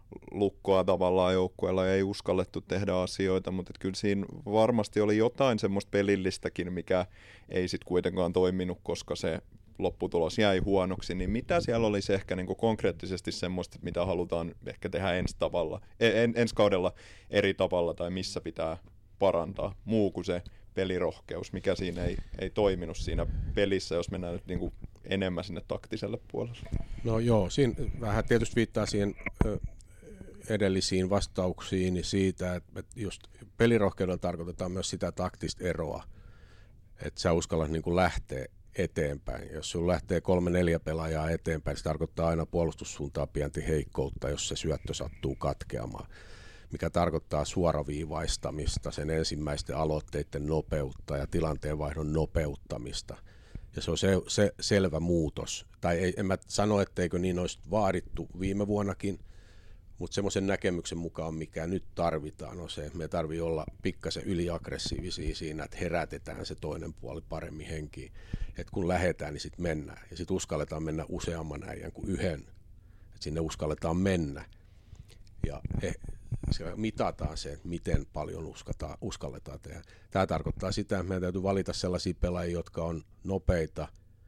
lukkoa tavallaan joukkueella ja ei uskallettu tehdä asioita, mutta kyllä siinä varmasti oli jotain semmoista pelillistäkin, mikä ei sitten kuitenkaan toiminut, koska se lopputulos jäi huonoksi, niin mitä siellä olisi ehkä niin kuin konkreettisesti semmoista, mitä halutaan ehkä tehdä ensi, tavalla, en, ensi kaudella eri tavalla tai missä pitää parantaa, muu kuin se pelirohkeus, mikä siinä ei, ei toiminut siinä pelissä, jos mennään nyt niin kuin enemmän sinne taktiselle puolelle. No joo, siinä vähän tietysti viittaa siihen ö, edellisiin vastauksiin siitä, että just pelirohkeudella tarkoitetaan myös sitä taktista eroa, että sä uskallat niin kuin lähteä eteenpäin. Jos sun lähtee kolme neljä pelaajaa eteenpäin, se tarkoittaa aina puolustussuuntaa pientä heikkoutta, jos se syöttö sattuu katkeamaan, mikä tarkoittaa suoraviivaistamista, sen ensimmäisten aloitteiden nopeutta ja tilanteenvaihdon nopeuttamista. Ja se on se, se selvä muutos. Tai ei, en mä sano, etteikö niin olisi vaadittu viime vuonnakin, mutta semmoisen näkemyksen mukaan, mikä nyt tarvitaan, on se, että me tarvii olla pikkasen yliaggressiivisia siinä, että herätetään se toinen puoli paremmin henkiin. Että kun lähdetään, niin sitten mennään. Ja sitten uskalletaan mennä useamman äijän kuin yhden. Että sinne uskalletaan mennä. Ja eh, siellä mitataan se, että miten paljon uskataan, uskalletaan tehdä. Tämä tarkoittaa sitä, että meidän täytyy valita sellaisia pelaajia, jotka on nopeita,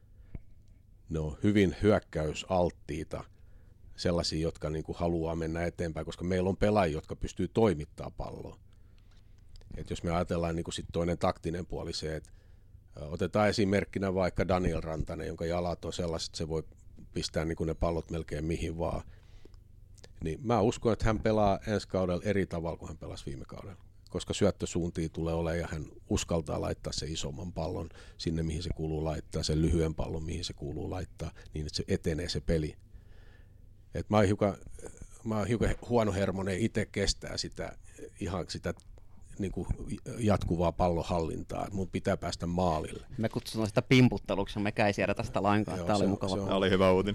ne on hyvin hyökkäysalttiita, sellaisia, jotka niin kuin haluaa mennä eteenpäin, koska meillä on pelaajia, jotka pystyy toimittamaan palloa. Et jos me ajatellaan niin kuin sit toinen taktinen puoli se, että otetaan esimerkkinä vaikka Daniel Rantanen, jonka jalat on sellaiset, että se voi pistää niin kuin ne pallot melkein mihin vaan. Niin mä uskon, että hän pelaa ensi kaudella eri tavalla kuin hän pelasi viime kaudella, koska syöttösuuntia tulee olemaan ja hän uskaltaa laittaa se isomman pallon sinne, mihin se kuuluu laittaa, sen lyhyen pallon, mihin se kuuluu laittaa, niin että se etenee se peli. Et mä oon hiukan, mä oon hiukan huonohermonen, itse kestää sitä, ihan sitä niin kuin jatkuvaa pallonhallintaa, että mun pitää päästä maalille. Me kutsutaan sitä pimputteluksi, me ei siedä tästä lainkaan. Joo, Tämä oli on, mukava. Tämä oli hyvä uutinen.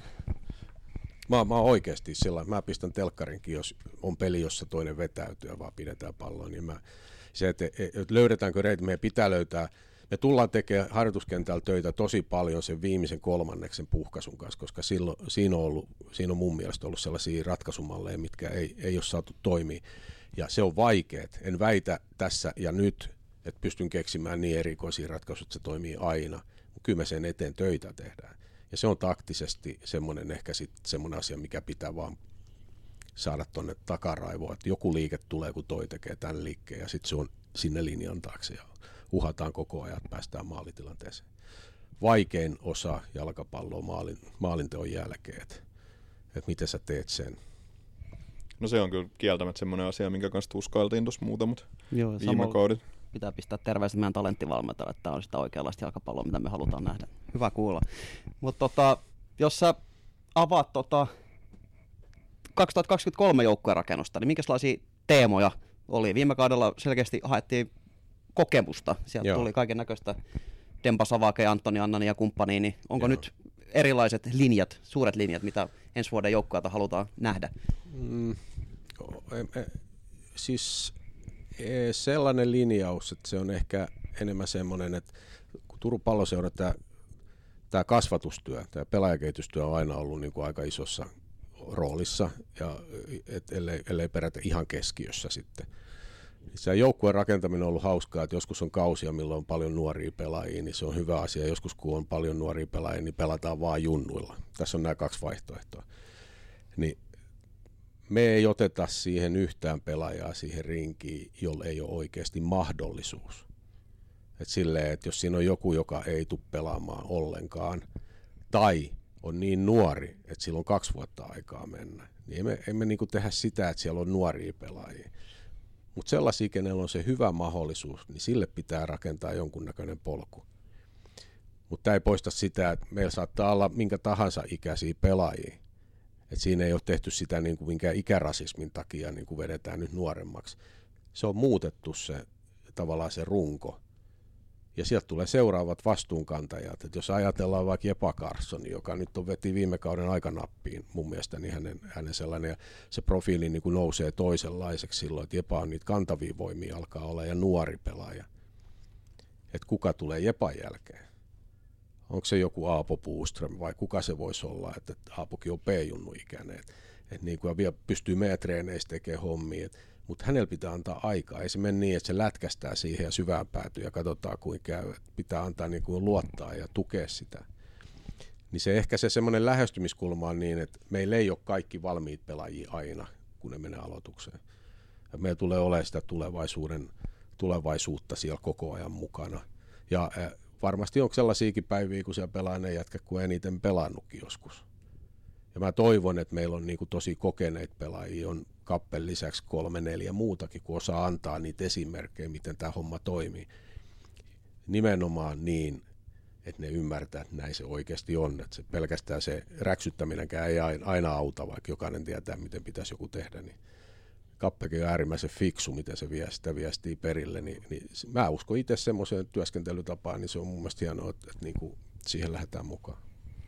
Mä, mä oon oikeasti sillä, mä pistän telkkarinkin, jos on peli, jossa toinen vetäytyy ja vaan pidetään palloa, niin mä, se, että, että löydetäänkö reitit, meidän pitää löytää, me tullaan tekemään harjoituskentällä töitä tosi paljon sen viimeisen kolmanneksen puhkaisun kanssa, koska silloin, siinä, on ollut, siinä on mun mielestä ollut sellaisia ratkaisumalleja, mitkä ei, ei ole saatu toimia, ja se on vaikeet. En väitä tässä ja nyt, että pystyn keksimään niin erikoisia ratkaisuja, että se toimii aina, mutta kyllä me sen eteen töitä tehdään. Ja se on taktisesti semmoinen ehkä sitten semmoinen asia, mikä pitää vaan saada tuonne takaraivoon, että joku liike tulee, kun toi tekee tämän liikkeen, ja sitten se on sinne linjan taakse, ja uhataan koko ajan, että päästään maalitilanteeseen. Vaikein osa jalkapalloa maalin, maalinteon jälkeen, että, että miten sä teet sen. No se on kyllä kieltämättä semmoinen asia, minkä kanssa tuskailtiin tuossa muutamat Joo, viime kaudet. Pitää pistää terveiset meidän talenttivalmentajalle, että tämä on sitä oikeanlaista jalkapalloa, mitä me halutaan nähdä. Hyvä kuulla. Mutta tota, jos sä avaat tota kaksituhattakaksikymmentäkolme joukkueen rakennusta, niin minkälaisia teemoja oli? Viime kaudella selkeästi haettiin kokemusta. Sieltä Joo. tuli kaiken näköistä Demba Savake, Antoni Annani ja kumppani. Niin onko Joo. nyt erilaiset linjat, suuret linjat, mitä ensi vuoden joukkueelta halutaan nähdä? Mm, e, e, siis e, sellainen linjaus, että se on ehkä enemmän semmoinen, että kun Turun Palloseura tämä, tämä kasvatustyö, tämä pelaajakehitystyö on aina ollut niin kuin aika isossa roolissa, ja et, ellei, ellei perätä ihan keskiössä sitten. Se joukkueen rakentaminen on ollut hauskaa, että joskus on kausia, milloin on paljon nuoria pelaajia, niin se on hyvä asia. Joskus kun on paljon nuoria pelaajia, niin pelataan vaan junnuilla. Tässä on nämä kaksi vaihtoehtoa. Niin me ei oteta siihen yhtään pelaajaa siihen rinkiin, jolla ei ole oikeasti mahdollisuus. Et silleen, että jos siinä on joku, joka ei tule pelaamaan ollenkaan, tai on niin nuori, että sillä on kaksi vuotta aikaa mennä, niin emme, emme niinku tehdä sitä, että siellä on nuoria pelaajia. Mutta sellaisia, kenellä on se hyvä mahdollisuus, niin sille pitää rakentaa jonkunnäköinen polku. Mutta tämä ei poista sitä, että meillä saattaa olla minkä tahansa ikäisiä pelaajia. Et siinä ei ole tehty sitä niin kuin minkä ikärasismin takia niin kuin vedetään nyt nuoremmaksi. Se on muutettu se tavallaan se runko. Ja sieltä tulee seuraavat vastuunkantajat. Et jos ajatellaan vaikka Jepa Carson, joka nyt on veti viime kauden aikanappiin mun mielestä, niin hänen, hänen sellainen, ja se profiili niin kuin nousee toisenlaiseksi silloin, että Jepa on niitä kantavia voimia alkaa olla ja nuori pelaaja. Että kuka tulee Jepan jälkeen? Onko se joku Aapo Puuström vai kuka se voisi olla, että Aapokin on P-junnu ikäinen. Et niin kuin, ja vielä pystyy meidän treeneissä tekemään hommia. Mutta hänellä pitää antaa aikaa. Ei se mene niin, että se lätkästää siihen ja syvään päätyy ja katsotaan kuinka käy. Et pitää antaa niin kuin luottaa ja tukea sitä. Niin se ehkä se semmoinen lähestymiskulma on niin, että meillä ei ole kaikki valmiit pelaajia aina, kun ne menee aloitukseen. Ja meillä tulee olemaan sitä tulevaisuuden, tulevaisuutta siellä koko ajan mukana. Ja äh, varmasti on sellaisiakin päiviä, kun siellä pelaa ne jätkä, kun eniten pelannutkin joskus. Ja mä toivon, että meillä on niin kuin tosi kokeneita pelaajia, on Kappen lisäksi kolme, neljä muutakin, kun osaa antaa niitä esimerkkejä, miten tämä homma toimii. Nimenomaan niin, että ne ymmärtää, että näin se oikeasti on. Että se pelkästään se räksyttäminenkään ei aina auta, vaikka jokainen tietää, miten pitäisi joku tehdä. Niin Kappekin on äärimmäisen fiksu, miten se vie sitä viestiä perille. Niin, niin mä uskon itse semmoiseen työskentelytapaan, niin se on mun mielestä hienoa, että, että niin kuin siihen lähdetään mukaan.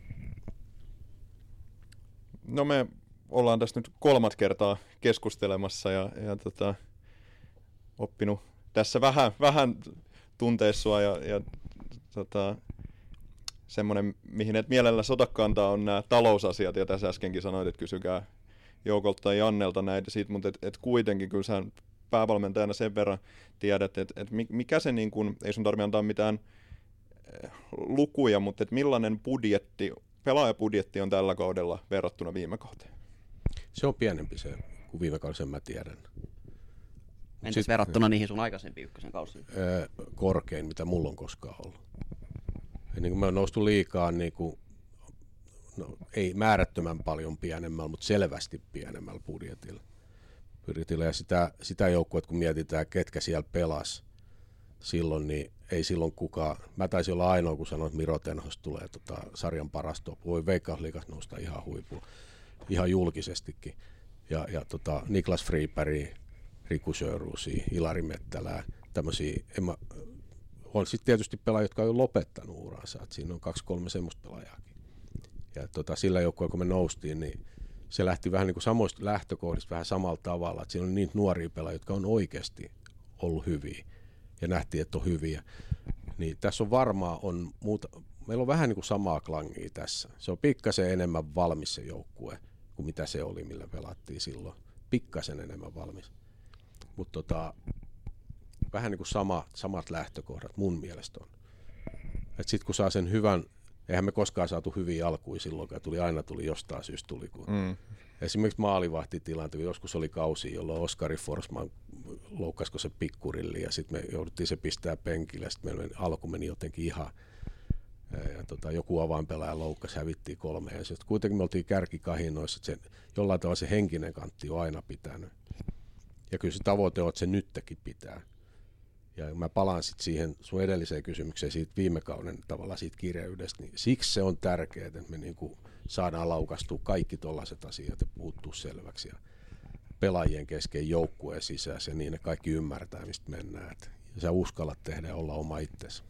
No me ollaan tässä nyt kolmat kertaa keskustelemassa ja, ja tota, oppinut tässä vähän, vähän tunteissua ja, ja tota, semmoinen, mihin et mielellä sota kantaa, on nämä talousasiat, ja tässä äskenkin sanoit, että kysykää Joukolta tai Jannelta näitä siitä, mutta et, et kuitenkin kyllä sä päävalmentajana sen verran tiedät, että et mikä se, niin kun, ei sun tarvitse antaa mitään lukuja, mutta et millainen budjetti, pelaajabudjetti on tällä kaudella verrattuna viime kauteen? Se on pienempi se, kuin viime kaudella, sen mä tiedän. Entäs Sit, verrattuna niihin sun aikaisempiin ykkösen kausiin? Korkein, mitä mulla on koskaan ollut. Ja niin kuin me on noustu liikaa, niin kuin, no, ei määrättömän paljon pienemmällä, mutta selvästi pienemmällä budjetilla. budjetilla. Ja sitä, sitä joukkuetta, kun mietitään, ketkä siellä pelas silloin, niin ei silloin kukaan. Mä taisin olla ainoa, kun sanoin, että Miro Tenhos tulee tota, sarjan paras top. Voi Veikkausliigassa nousta ihan huipulla, ihan julkisestikin. Ja, ja tota, Niklas Friberg, Riku Sjöruusi, Ilari Mettälää, tämmöisiä. On sitten tietysti pelaajia, jotka on jo lopettanut uransa. Et siinä on kaksi, kolme semmoista pelaajaakin. Ja tota, sillä joukkueella, kun me noustiin, niin se lähti vähän niin kuin samoista lähtökohdista vähän samalla tavalla. Et siinä on niitä nuoria pelaajia, jotka on oikeasti ollut hyviä. Ja nähtiin, että on hyviä. Niin tässä on varmaan on muuta. Meillä on vähän niin kuin samaa klangia tässä. Se on pikkasen enemmän valmis se joukkue kuin mitä se oli, millä pelattiin silloin. Pikkasen enemmän valmis. Mutta tota, vähän niin kuin sama, samat lähtökohdat mun mielestä on. Sitten kun saa sen hyvän, eihän me koskaan saatu hyviä alkuja silloin, tuli aina tuli jostain syystä tuli. Kun mm. Esimerkiksi maalivahtitilanne, joskus oli kausi, jolloin Oskari Forsman loukkasko se pikkurilli ja sitten me jouduttiin se pistää penkille ja sitten meillä alku meni jotenkin ihan ja, ja tota, joku avainpelaaja loukkasi, hävittiin kolme ja sitten kuitenkin me oltiin kärkikahinoissa, että se, jollain tavalla se henkinen kantti on aina pitänyt. Ja kyllä se tavoite on, että se nytkin pitää. Ja mä palaan sitten siihen sun edelliseen kysymykseen siitä viime kauden tavalla siitä kirjaydestä, niin siksi se on tärkeää, että me niinku saadaan laukastua kaikki tollaiset asiat ja puuttua selväksi ja pelaajien kesken joukkueen sisässä ja niin, että kaikki ymmärtää, mistä mennään. Et, ja sä uskallat tehdä ja olla oma itsesi.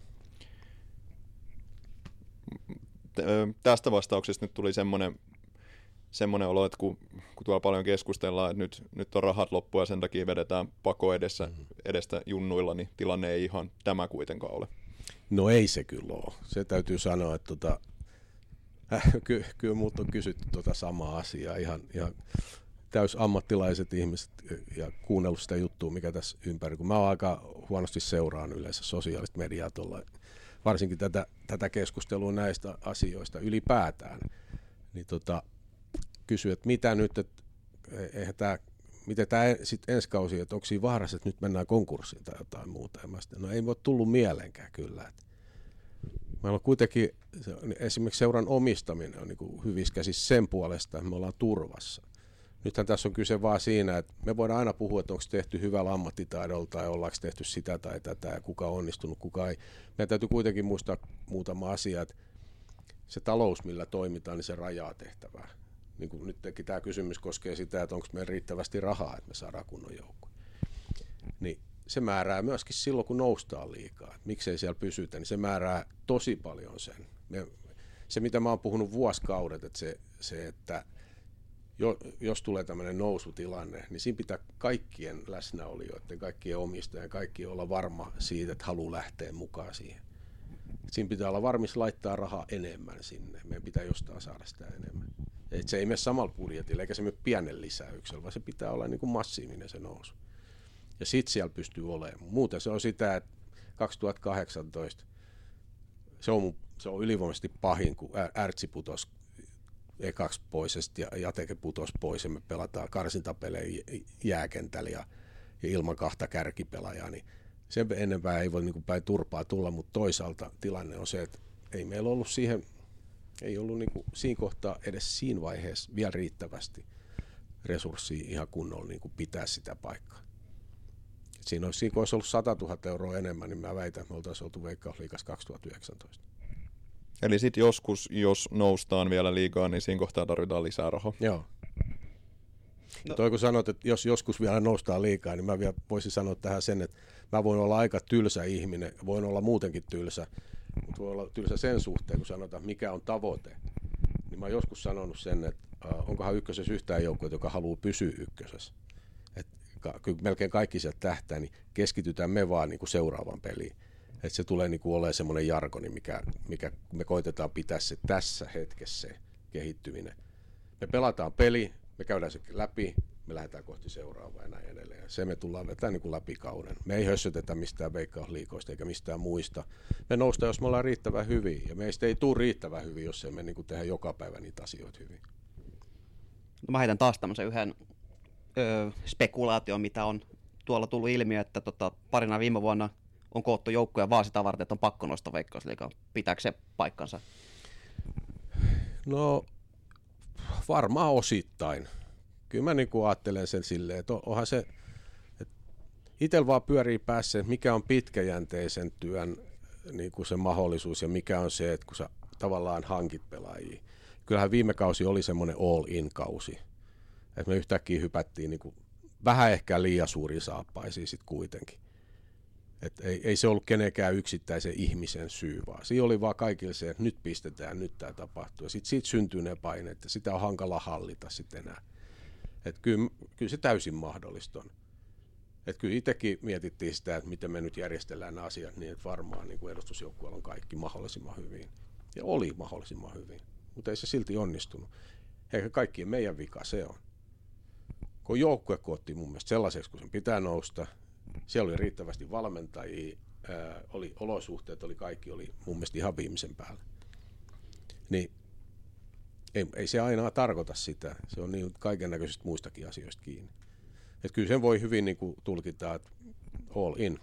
Tästä vastauksesta nyt tuli semmoinen semmoinen olo, että kun, kun tuolla paljon keskustellaan, että nyt, nyt on rahat loppu ja sen takia vedetään pako edessä, mm-hmm. edestä junnuilla, niin tilanne ei ihan tämä kuitenkaan ole. No ei se kyllä ole. Se täytyy sanoa, että tota, äh, ky, kyllä multa on kysytty tota samaa asiaa. Ihan, ihan täys ammattilaiset ihmiset ja kuunnellut sitä juttua, mikä tässä ympäri. Kun mä oon aika huonosti seuraan yleensä sosiaalista mediaa tuolla, varsinkin tätä, tätä keskustelua näistä asioista ylipäätään, niin tota, kysyä, että mitä nyt, että eihän tämä, miten tämä sitten ensi kausi, että onko siinä vaarassa, että nyt mennään konkurssiin tai jotain muuta. Ja mä sitten, no ei ole tullut mieleenkään kyllä. Että meillä on kuitenkin, esimerkiksi seuran omistaminen on niin kuin hyvissä käsissä sen puolesta, että me ollaan turvassa. Nythän tässä on kyse vaan siinä, että me voidaan aina puhua, että onko tehty hyvällä ammattitaidolla tai ollaanko tehty sitä tai tätä ja kuka on onnistunut, kuka ei. Meidän täytyy kuitenkin muistaa muutama asia, että se talous, millä toimitaan, niin se rajaa tehtävää. Niin kuin nytkin tämä kysymys koskee sitä, että onko meillä riittävästi rahaa, että me saadaan kunnon joukkoja. Niin se määrää myöskin silloin, kun noustaan liikaa. Miksei siellä pysytä, niin se määrää tosi paljon sen. Me, se, mitä mä oon puhunut vuosikaudet, että se, se että jo, jos tulee tämmöinen nousutilanne, niin siinä pitää kaikkien läsnäolijoiden, kaikkien omistajien, kaikkien olla varma siitä, että haluaa lähteä mukaan siihen. Siinä pitää olla varmis laittaa rahaa enemmän sinne. Meidän pitää jostain saada sitä enemmän. Et se ei mene samalla budjetilla, eikä se mene pienen lisäyksellä, vaan se pitää olla niin kuin massiivinen se nousu. Ja sit siellä pystyy olemaan. Muuten se on sitä, että kaksituhattakahdeksantoista se on, se on ylivoimaisesti pahin, kun Ärtsi putosi ekaksi pois ja Jateke putosi pois ja me pelataan karsintapelejä jääkentällä ja, ja ilman kahta kärkipelaajaa, niin sen enempää ei voi niin kuin päin turpaa tulla, mutta toisaalta tilanne on se, että ei meillä ollut siihen, ei ollut niin kuin siinä kohtaa edes siinä vaiheessa vielä riittävästi resurssia ihan kunnolla niin kuin pitää sitä paikkaa. Siinä olisi, siinä olisi ollut sata tuhatta euroa enemmän, niin mä väitän, että me oltaisiin oltu Veikkausliigassa kaksituhattayhdeksäntoista. Eli sitten joskus, jos noustaan vielä liigaa, niin siinä kohtaa tarvitaan lisää rahaa. Joo. No. Toi kun sanot, että jos joskus vielä noustaan liikaa, niin mä vielä voisin sanoa tähän sen, että mä voin olla aika tylsä ihminen, voin olla muutenkin tylsä, mutta voi olla tylsä sen suhteen, kun sanotaan, mikä on tavoite. Niin mä oon joskus sanonut sen, että äh, onkohan ykkösessä yhtään joukkueita, joka haluaa pysyä ykkösessä. Että kyllä melkein kaikki sieltä tähtää, niin keskitytään me vaan niin kuin seuraavan peliin. Että se tulee niin kuin olemaan semmoinen jargoni, mikä, mikä me koitetaan pitää se tässä hetkessä se kehittyminen. Me pelataan peli, me käydään se läpi, me lähdetään kohti seuraavaa ja näin edelleen. Se me tullaan vetämään niin kuin läpi kauden. Me ei hössötetä mistään Veikkausliigoista eikä mistään muista. Me noustaan, jos me ollaan riittävän hyviä. Ja meistä ei tule riittävän hyvin, jos ei me niin kuin tehdä joka päivä niitä asioita hyvin. No mä heitän taas tämmöisen yhden öö, spekulaation, mitä on tuolla tullut ilmi, että tota, parina viime vuonna on koottu joukkoja vaan sitä varten, että on pakko nostaa Veikkausliigaa. Pitääkö se paikkansa? No varmaan osittain. Kyllä mä niin kuin ajattelen sen silleen, että onhan se, että itsellä vaan pyörii päässä, että mikä on pitkäjänteisen työn niin kuin se mahdollisuus ja mikä on se, että kun sä tavallaan hankit pelaajia. Kyllähän viime kausi oli semmoinen all-in-kausi, että me yhtäkkiä hypättiin niin kuin vähän ehkä liian suuria saappaisia sitten kuitenkin. Et ei, ei se ollut kenenkään yksittäisen ihmisen syy, vaan siinä oli vaan kaikille se, että nyt pistetään, nyt tämä tapahtuu. Ja sitten siitä syntyy ne paineet, että sitä on hankala hallita sitten enää. Että kyllä, kyllä se täysin mahdollista on. Että kyllä itsekin mietittiin sitä, että miten me nyt järjestellään nämä asiat niin, että varmaan niin kuin edustusjoukkueella on kaikki mahdollisimman hyvin. Ja oli mahdollisimman hyvin, mutta ei se silti onnistunut. Eikä kaikkien meidän vika se on. Kun joukkue kootti mun mielestä sellaiseksi, kun sen pitää nousta, siellä oli riittävästi valmentajia, ää, oli olosuhteet, oli kaikki oli mun mielestä ihan viimeisen päällä. Niin ei, ei se aina tarkoita sitä. Se on niin kaiken näköisistä muistakin asioista kiinni. Et kyllä sen voi hyvin niin kuin tulkita, että all in.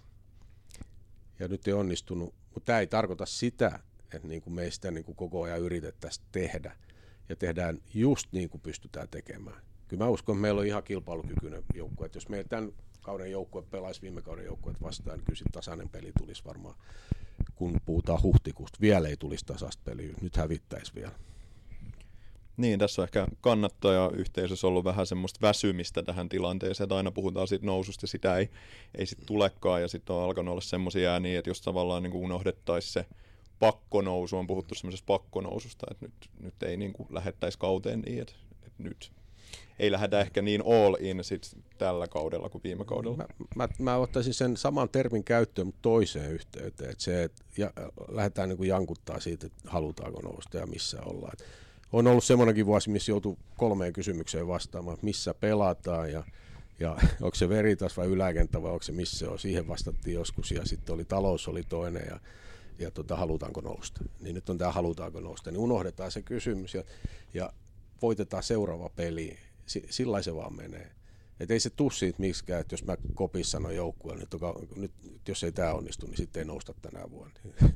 Ja nyt ei onnistunut, mutta tämä ei tarkoita sitä, että niin kuin me sitä niin kuin koko ajan yritettäisiin tehdä. Ja tehdään just niin kuin pystytään tekemään. Kyllä mä uskon, että meillä on ihan kilpailukykyinen joukkue. Että jos meillä tämän kauden joukkue pelaisi viime kauden joukkueet vastaan, niin kyllä sitten tasainen peli tulisi varmaan, kun puhutaan huhtikuusta. Vielä ei tulisi tasaista peliä, nyt hävittäisi vielä. Niin, tässä on ehkä kannattajayhteisössä ollut vähän semmoista väsymistä tähän tilanteeseen, että aina puhutaan siitä noususta ja sitä ei, ei sitten tulekaan. Ja sitten on alkanut olla semmoisia ääniä, että jos tavallaan niin kuin unohdettaisiin se pakkonousu, on puhuttu semmoisesta pakkonoususta, että nyt, nyt ei niin kuin lähettäisi kauteen niin, että, että nyt ei lähdetä ehkä niin all in sit tällä kaudella kuin viime kaudella. Mä, mä, mä ottaisin sen saman termin käyttöön, mutta toiseen yhteyteen. Että se, että ja, lähdetään niin kuin jankuttaa siitä, että halutaanko nousta ja missä ollaan. Et on ollut semmoinenkin vuosi, missä joutuu kolmeen kysymykseen vastaamaan, että missä pelataan ja, ja onko se Veritas vai yläkenttä vai onko se missä se on. Siihen vastattiin joskus ja sitten oli talous oli toinen ja, ja tota, halutaanko nousta. Niin nyt on tämä halutaanko nousta, niin unohdetaan se kysymys ja, ja voitetaan seuraava peli. Sillä se vaan menee. Et ei se tuu siitä miksikään, että jos mä kopissa sanon joukkueelle, nyt, nyt jos ei tämä onnistu, niin sitten ei nousta tänä vuonna.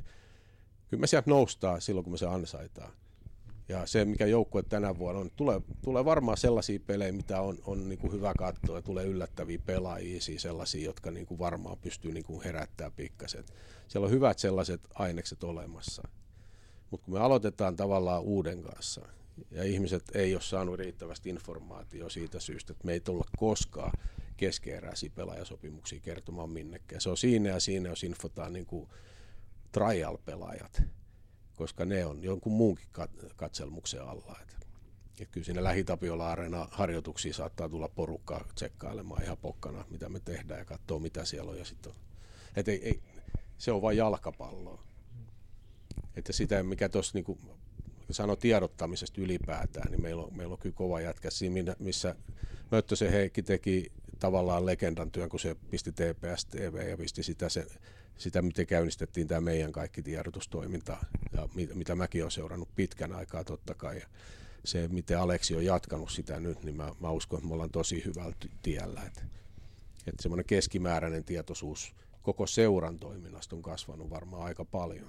Kyllä me sieltä noustaan silloin, kun me se ansaitaan. Ja se, mikä joukkue tänä vuonna on, tulee, tulee varmaan sellaisia pelejä, mitä on, on niin kuin hyvä katsoa, ja tulee yllättäviä pelaajia, sellaisia, jotka niin kuin varmaan pystyy niin kuin herättämään pikkaset. Siellä on hyvät sellaiset ainekset olemassa. Mutta kun me aloitetaan tavallaan uuden kanssa, ja ihmiset ei ole saanut riittävästi informaatiota siitä syystä, että me ei tulla koskaan keskeeräisiä pelaajasopimuksia kertomaan minnekään. Se on siinä ja siinä, jos infotaan niin kuin trial-pelaajat, koska ne on jonkun muunkin katselmuksen alla. Et, et kyllä siinä Lähi-Tapiola-areena harjoituksia saattaa tulla porukkaa tsekkailemaan ihan pokkana, mitä me tehdään ja katsoo, mitä siellä on. Ja sit on. Et ei, ei, se on vain jalkapalloa. Että sitä, mikä tuossa niinku sanoi tiedottamisesta ylipäätään, niin meillä on, meillä on kyllä kova jätkä siinä, missä Möttösen Heikki teki tavallaan legendan työn, kun se pisti T P S T V ja pisti sitä, se, sitä miten käynnistettiin tämä meidän kaikki tiedotustoiminta, ja mit, mitä mäkin olen seurannut pitkän aikaa totta kai. Ja se, miten Aleksi on jatkanut sitä nyt, niin mä, mä uskon, että me ollaan tosi hyvällä tiellä. Että, että semmoinen keskimääräinen tietoisuus koko seuran toiminnasta on kasvanut varmaan aika paljon.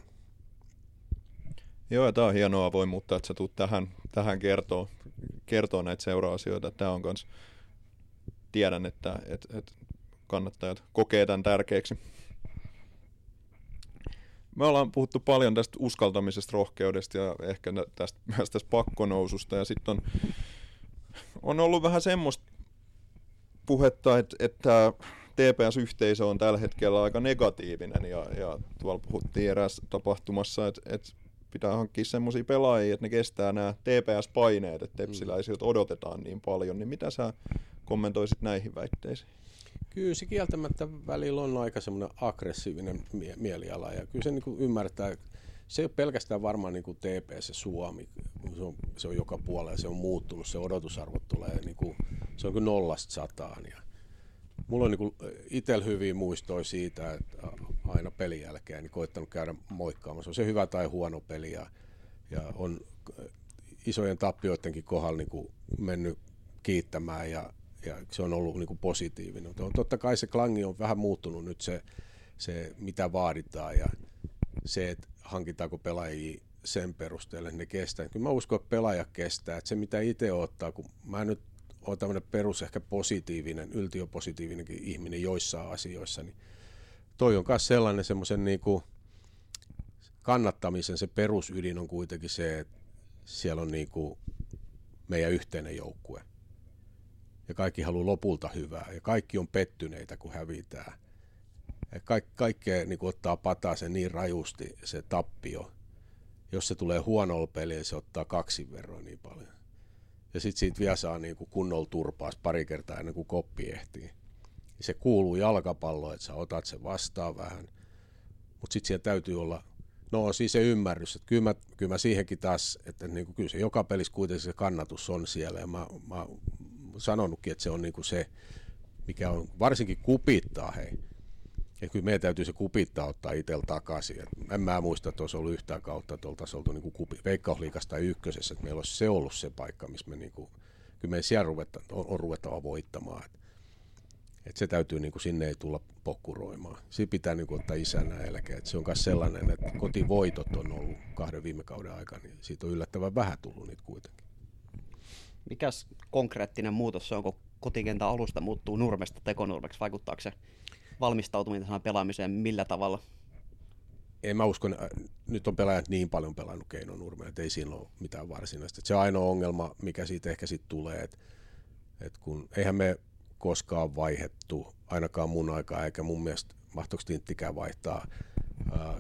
Joo, tämä on hienoa avoimuutta, että sä tulet tähän, tähän kertoo, kertoo näitä seura-asioita. Tämä on kans, tiedän, että et, et kannattajat kokee tämän tärkeäksi. Me ollaan puhuttu paljon tästä uskaltamisesta, rohkeudesta ja ehkä tästä, myös tästä pakkonoususta. Ja sitten on, on ollut vähän semmoista puhetta, että, että T P S-yhteisö on tällä hetkellä aika negatiivinen. Ja, ja tuolla puhuttiin eräässä tapahtumassa, että, että pitää hankkia semmoisia pelaajia, että ne kestää nämä T P S-paineet, että tepsiläisiltä odotetaan niin paljon. Niin mitä sä kommentoisit näihin väitteisiin? Kyllä se kieltämättä välillä on aika semmoinen aggressiivinen mie- mieliala ja kyllä se niin kuin ymmärtää, se ei ole pelkästään varmaan niin kuin T P S ja Suomi, se on, se on joka puolella, se on muuttunut, se odotusarvot tulee, niin kuin, se on kuin nollasta sataan. Ja mulla on niin kuin itsellä hyviä muistoja siitä, että aina pelin jälkeen niin koittanut käydä moikkaamassa, on se hyvä tai huono peli ja, ja on isojen tappioidenkin kohdalla niin kuin mennyt kiittämään ja Ja se on ollut niin kuin positiivinen. Totta kai se klangi on vähän muuttunut nyt se, se mitä vaaditaan ja se, että hankitaanko pelaajia sen perusteella, että ne kestää. Kyllä mä uskon, että pelaaja kestää. Että se mitä itse ottaa, kun mä nyt olen tämmöinen perus ehkä positiivinen, yltiöpositiivinenkin ihminen joissain asioissa, niin toi on myös sellainen semmoisen niin kuin kannattamisen se perusydin on kuitenkin se, että siellä on niin kuin meidän yhteinen joukkue. Ja kaikki haluaa lopulta hyvää, ja kaikki on pettyneitä, kun hävitään. Ja kaik, kaikkea niin ottaa patasen niin rajusti se tappio. Jos se tulee huonolla peliä, se ottaa kaksin verran niin paljon. Ja sitten siitä vielä saa niin kunnolla turpaas pari kertaa ennen kuin koppi ehtii. Ja se kuuluu jalkapalloon, että sä otat sen vastaan vähän. Mutta sitten siellä täytyy olla, no siis se ymmärrys, että kyllä mä, kyllä mä siihenkin taas, että niin kuin, kyllä se joka pelissä kuitenkin se kannatus on siellä. Ja mä, mä sanonutkin, että se on niinku se, mikä on varsinkin kupittaa, hei. Ja kyllä meidän täytyy se kupittaa ottaa itsellä takaisin. Et en mä muista, että olisi ollut yhtään kautta, että oltaisiin oltu niinku kupi, Veikkausliigassa tai ykkösessä, että meillä olisi se ollut se paikka, missä me niinku, kyllä me siellä ruveta, on, on ruvettava voittamaan. Et, et se täytyy, niinku, sinne ei tulla pokkuroimaan. Siinä pitää niinku ottaa isänä eläkeä. Et se on myös sellainen, että kotivoitot on ollut kahden viime kauden aikana, niin siitä on yllättävän vähän tullut niitä kuitenkin. Mikäs konkreettinen muutos se on, kun kotikentän alusta muuttuu nurmesta tekonurmeksi? Vaikuttaako se valmistautuminen tähän pelaamiseen millä tavalla? En mä usko, nyt on pelaajat niin paljon pelannut Keinonurmeen, että ei siinä ole mitään varsinaista. Se ainoa ongelma, mikä siitä ehkä sitten tulee, että, että kun eihän me koskaan vaihdettu, ainakaan mun aikaa, eikä mun mielestä mahtoiko Tinttikään vaihtaa, ää,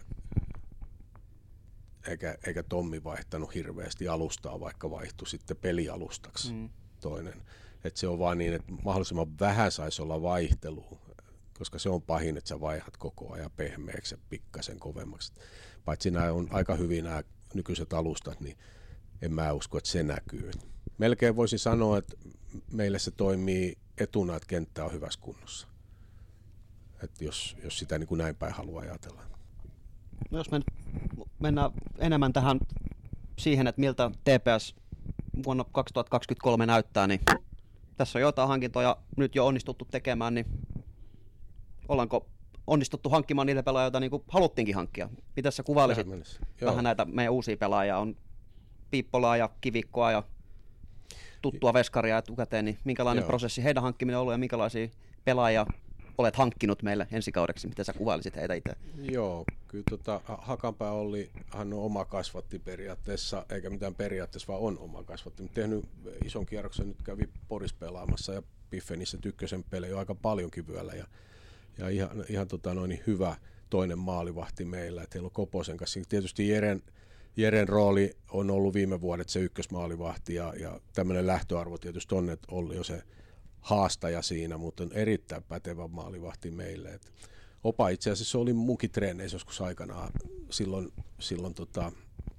Eikä, eikä Tommi vaihtanut hirveästi alustaa, vaikka vaihtui sitten pelialustaksi mm. toinen. Et se on vaan niin, että mahdollisimman vähän saisi olla vaihtelua, koska se on pahin, että sä vaihdat koko ajan pehmeäksi ja pikkasen kovemmaksi. Paitsi nämä on aika hyvin nämä nykyiset alustat, niin en mä usko, että se näkyy. Melkein voisin sanoa, että meille se toimii etuna, että kenttä on hyvässä kunnossa. Et jos, jos sitä niin kuin näin päin haluaa ajatella. No jos me mennään enemmän tähän siihen, että miltä T P S vuonna kaksituhattakaksikymmentäkolme näyttää, niin tässä on joitain hankintoja nyt jo onnistuttu tekemään, niin ollaanko onnistuttu hankkimaan niitä pelaajia, joita niin kuin haluttiinkin hankkia? Mitä sä kuvailisit vähän näitä meidän uusia pelaajia? On Piippolaa ja Kivikkoa ja tuttua veskaria etukäteen, niin minkälainen Joo. prosessi heidän hankkiminen on ollut ja minkälaisia pelaajia olet hankkinut meille ensikaudeksi? Miten sä kuvailisit heitä itse? Joo, kyllä tota, Hakanpää Olli, hän on oma kasvatti periaatteessa, eikä mitään periaatteessa, vaan on oma kasvatti. Tehnyt ison kierroksen, nyt kävi Poris pelaamassa ja Piffenissä Tykkösen pelejä aika paljon kyvyellä ja, ja ihan, ihan tota noin hyvä toinen maalivahti meillä. Et heillä on Koposen kanssa. Tietysti Jeren, Jeren rooli on ollut viime vuodet se ykkösmaalivahti ja, ja tämmöinen lähtöarvo tietysti on, että Olli on se haastaja siinä, mutta on erittäin pätevä maalivahti meille. Et Opa itse asiassa oli munkin treeneissä joskus aikanaan silloin, silloin tota,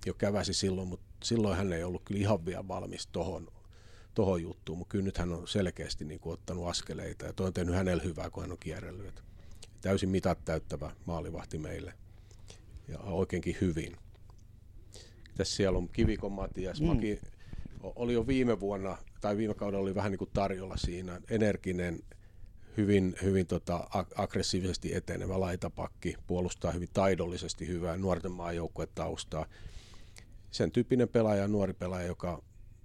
jo käväsi silloin, mutta silloin hän ei ollut kyllä ihan vielä valmis tohon, tohon juttuun, mutta kyllä nyt hän on selkeästi niin kuin ottanut askeleita ja toi on tehnyt hänelle hyvää, kun hän on kierrellyt. Täysin mitat täyttävä maalivahti meille ja oikeinkin hyvin. Tässä siellä on Kivikon Matias. Mm. Maki oli jo viime vuonna, tai viime kaudella oli vähän niin kuin tarjolla siinä, energinen, hyvin, hyvin tota, aggressiivisesti etenevä laitapakki, puolustaa hyvin taidollisesti hyvää nuorten maajoukkuetaustaa. Sen tyyppinen pelaaja, nuori pelaaja, joka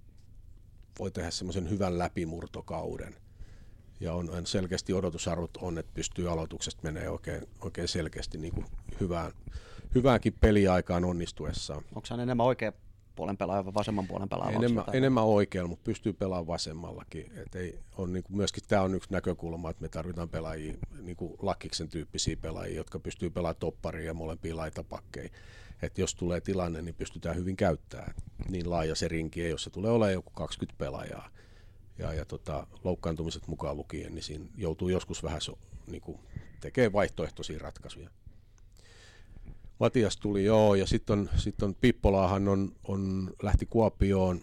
voi tehdä semmoisen hyvän läpimurtokauden. Ja on, on selkeästi odotusarvot on, että pystyy aloituksesta menee oikein, oikein selkeästi niin kuin hyvään, hyväänkin peliaikaan onnistuessaan. Onko hän enemmän oikea puolen pelaaja vai vasemman puolen pelaaja? Enemmän, enemmän oikealla, mutta pystyy pelaamaan vasemmallakin. Et ei, on niin kuin myöskin tämä on yksi näkökulma, että me tarvitaan pelaajia, niin kuin Lakkiksen tyyppisiä pelaajia, jotka pystyy pelaamaan topparia ja molempia laitapakkeja. Että jos tulee tilanne, niin pystytään hyvin käyttämään. Niin laaja se rinki ei, jos se tulee olemaan joku kaksikymmentä pelaajaa. Ja, ja tota, loukkaantumiset mukaan lukien, niin siinä joutuu joskus vähän so, niin kuin tekee vaihtoehtoisia ratkaisuja. Matias tuli joo, ja sitten on, sit on Pippolaahan on, on, lähti Kuopioon,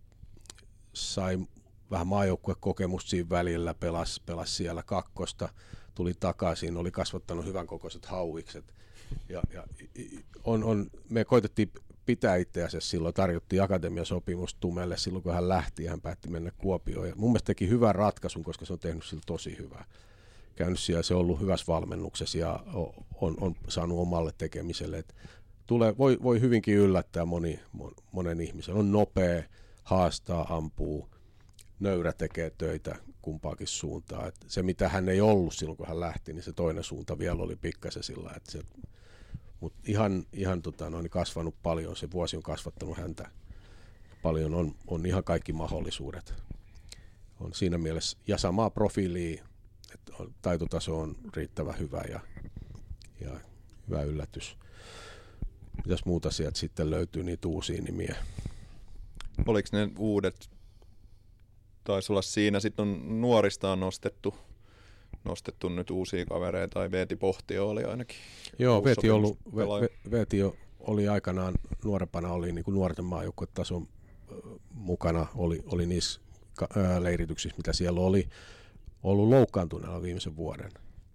sai vähän maajoukkuekokemusta siinä välillä, pelasi, pelasi siellä kakkosta, tuli takaisin, oli kasvattanut hyvän kokoiset hauikset. Ja, ja on, on, me koitettiin pitää itse asiassa silloin, tarjottiin akatemiasopimus Tumelle silloin, kun hän lähti ja hän päätti mennä Kuopioon. Ja mun mielestä teki hyvän ratkaisun, koska se on tehnyt sillä tosi hyvää. Käynyt siellä, se on ollut hyvässä valmennuksessa ja on, on saanut omalle tekemiselle. Et tulee, voi, voi hyvinkin yllättää moni, monen ihmisen. On nopea, haastaa, ampuu, nöyrä tekee töitä kumpaakin suuntaan. Et se, mitä hän ei ollut silloin, kun hän lähti, niin se toinen suunta vielä oli pikkasen sillä, että se mutta ihan, ihan tota, noin kasvanut paljon, se vuosi on kasvattanut häntä paljon, on, on ihan kaikki mahdollisuudet. On siinä mielessä, ja samaa profiilia, että taitotaso on riittävän hyvä ja, ja hyvä yllätys. Mitäs muut asiat sitten löytyy, niitä uusia nimiä? Oliko ne uudet, taisi olla siinä, sitten on nuorista on nostettu, nostettu nyt uusia kavereita, tai Veeti Pohtio oli ainakin. Joo, Veeti, ollut, Ve, Veeti oli aikanaan nuorempana, oli niin kuin nuorten maajoukkuetason mukana, oli, oli niissä leirityksissä, mitä siellä oli, ollut loukkaantuneella viimeisen vuoden.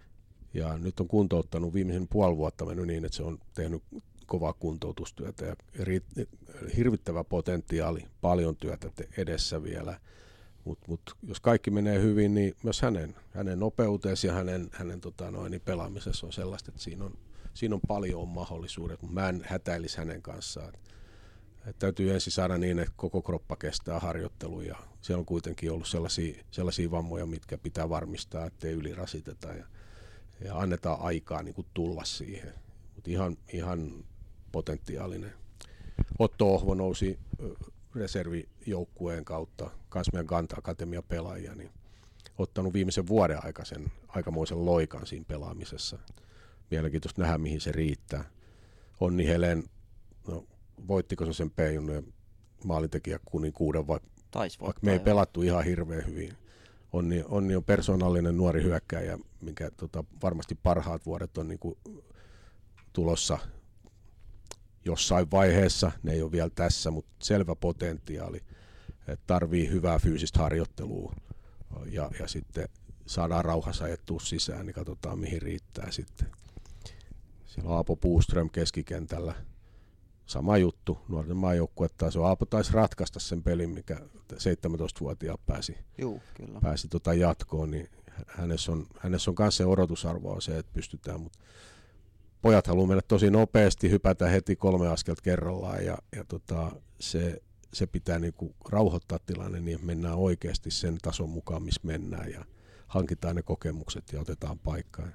Ja nyt on kuntouttanut viimeisen puoli vuotta mennyt niin, että se on tehnyt kovaa kuntoutustyötä ja hirvittävä potentiaali, paljon työtä edessä vielä. Mutta mut, jos kaikki menee hyvin, niin myös hänen, hänen nopeutensa ja hänen, hänen tota noin, pelaamisessa on sellaista, että siinä on, siinä on paljon mahdollisuudet, mutta mä en hätäilisi hänen kanssaan. Et, et täytyy ensin saada niin, että koko kroppa kestää harjoittelu ja siellä on kuitenkin ollut sellaisia, sellaisia vammoja, mitkä pitää varmistaa, ettei ylirasiteta ja, ja annetaan aikaa niin kuin tulla siihen. Mutta ihan, ihan potentiaalinen. Otto Ohvo nousi reservijoukkueen kautta, kans meidän Ganta-akatemian pelaajia, niin ottanut viimeisen vuoden aikaisen, aikamoisen loikan siinä pelaamisessa. Mielenkiintoista nähdä, mihin se riittää. Onni Helen, no, voittiko se sen P-junnujen maalintekijä kunin kuuden, vai, vaikka me ei pelattu ihan hirveän hyvin. Onni, Onni on persoonallinen nuori hyökkääjä, minkä tota, varmasti parhaat vuodet on niin kuin tulossa jossain vaiheessa, ne ei ole vielä tässä, mutta selvä potentiaali, että tarvii hyvää fyysistä harjoittelua ja, ja sitten saadaan rauhassa ajettua sisään, niin katsotaan mihin riittää sitten. Siellä on Aapo Puuström keskikentällä, sama juttu, nuorten maajoukkue taas on. Aapo taisi ratkaista sen pelin, mikä seitsemäntoistavuotiaat pääsi, Juu, kyllä. pääsi tota jatkoon, niin hänessä on, hänessä on myös se odotusarvoa se, että pystytään, mutta pojat haluaa mennä tosi nopeasti, hypätä heti kolme askelta kerrallaan ja, ja tota, se, se pitää niinku rauhoittaa tilanne niin, että mennään oikeasti sen tason mukaan, missä mennään ja hankitaan ne kokemukset ja otetaan paikkaa.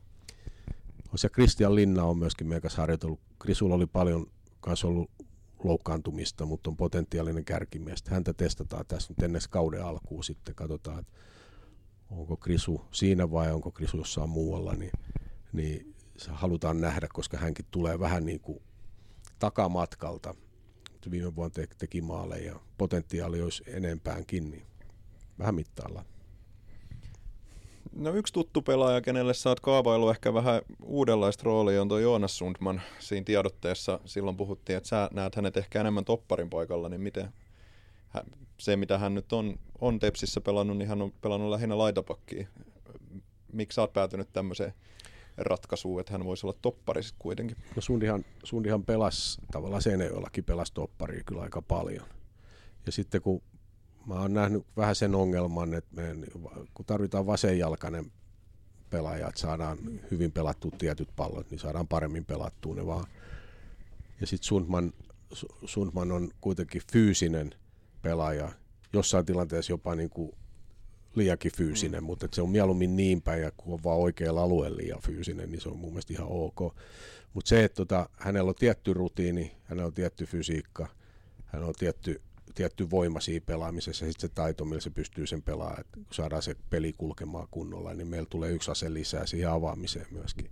Se Kristian Linna on myöskin meidän kanssa harjoitellut. Krisulla oli paljon kanssa ollut loukkaantumista, mutta on potentiaalinen kärkimies. Häntä testataan tässä nyt ennen kauden alkuun sitten. Katsotaan, että onko Krisu siinä vai onko Krisu jossain muualla, niin, niin halutaan nähdä, koska hänkin tulee vähän niin kuin takamatkalta. Viime vuonna te- teki maaleja ja potentiaali olisi enempäänkin, niin vähän mittaillaan. No yksi tuttu pelaaja, kenelle sä oot kaavaillut ehkä vähän uudenlaista roolia, on tuo Joonas Sundman. Siinä tiedotteessa silloin puhuttiin, että sä näet hänet ehkä enemmän topparin paikalla, niin miten se, mitä hän nyt on, on Tepsissä pelannut, niin hän on pelannut lähinnä laitapakkia. Miksi sä oot päätynyt tämmöiseen ratkaisuun, että hän voisi olla toppari sitten kuitenkin? No Sundihan, Sundihan pelasi, tavallaan Seinäjoellakin pelasi topparia kyllä aika paljon. Ja sitten kun mä oon nähnyt vähän sen ongelman, että me, kun tarvitaan vasenjalkainen pelaaja, että saadaan hyvin pelattua tietyt pallot, niin saadaan paremmin pelattua ne vaan. Ja sitten Sundman, Sundman on kuitenkin fyysinen pelaaja, jossain tilanteessa jopa niin kuin liiankin fyysinen, mm. mutta se on mieluummin niin päin, ja kun on vaan oikealla alueella liian fyysinen, niin se on mun mielestä ihan ok. Mutta se, että tota, hänellä on tietty rutiini, hänellä on tietty fysiikka, hänellä on tietty, tietty voima siinä pelaamisessa, ja sitten se taito, millä se pystyy sen pelaamaan, että kun saadaan se peli kulkemaan kunnolla, niin meillä tulee yksi ase lisää siihen avaamiseen myöskin.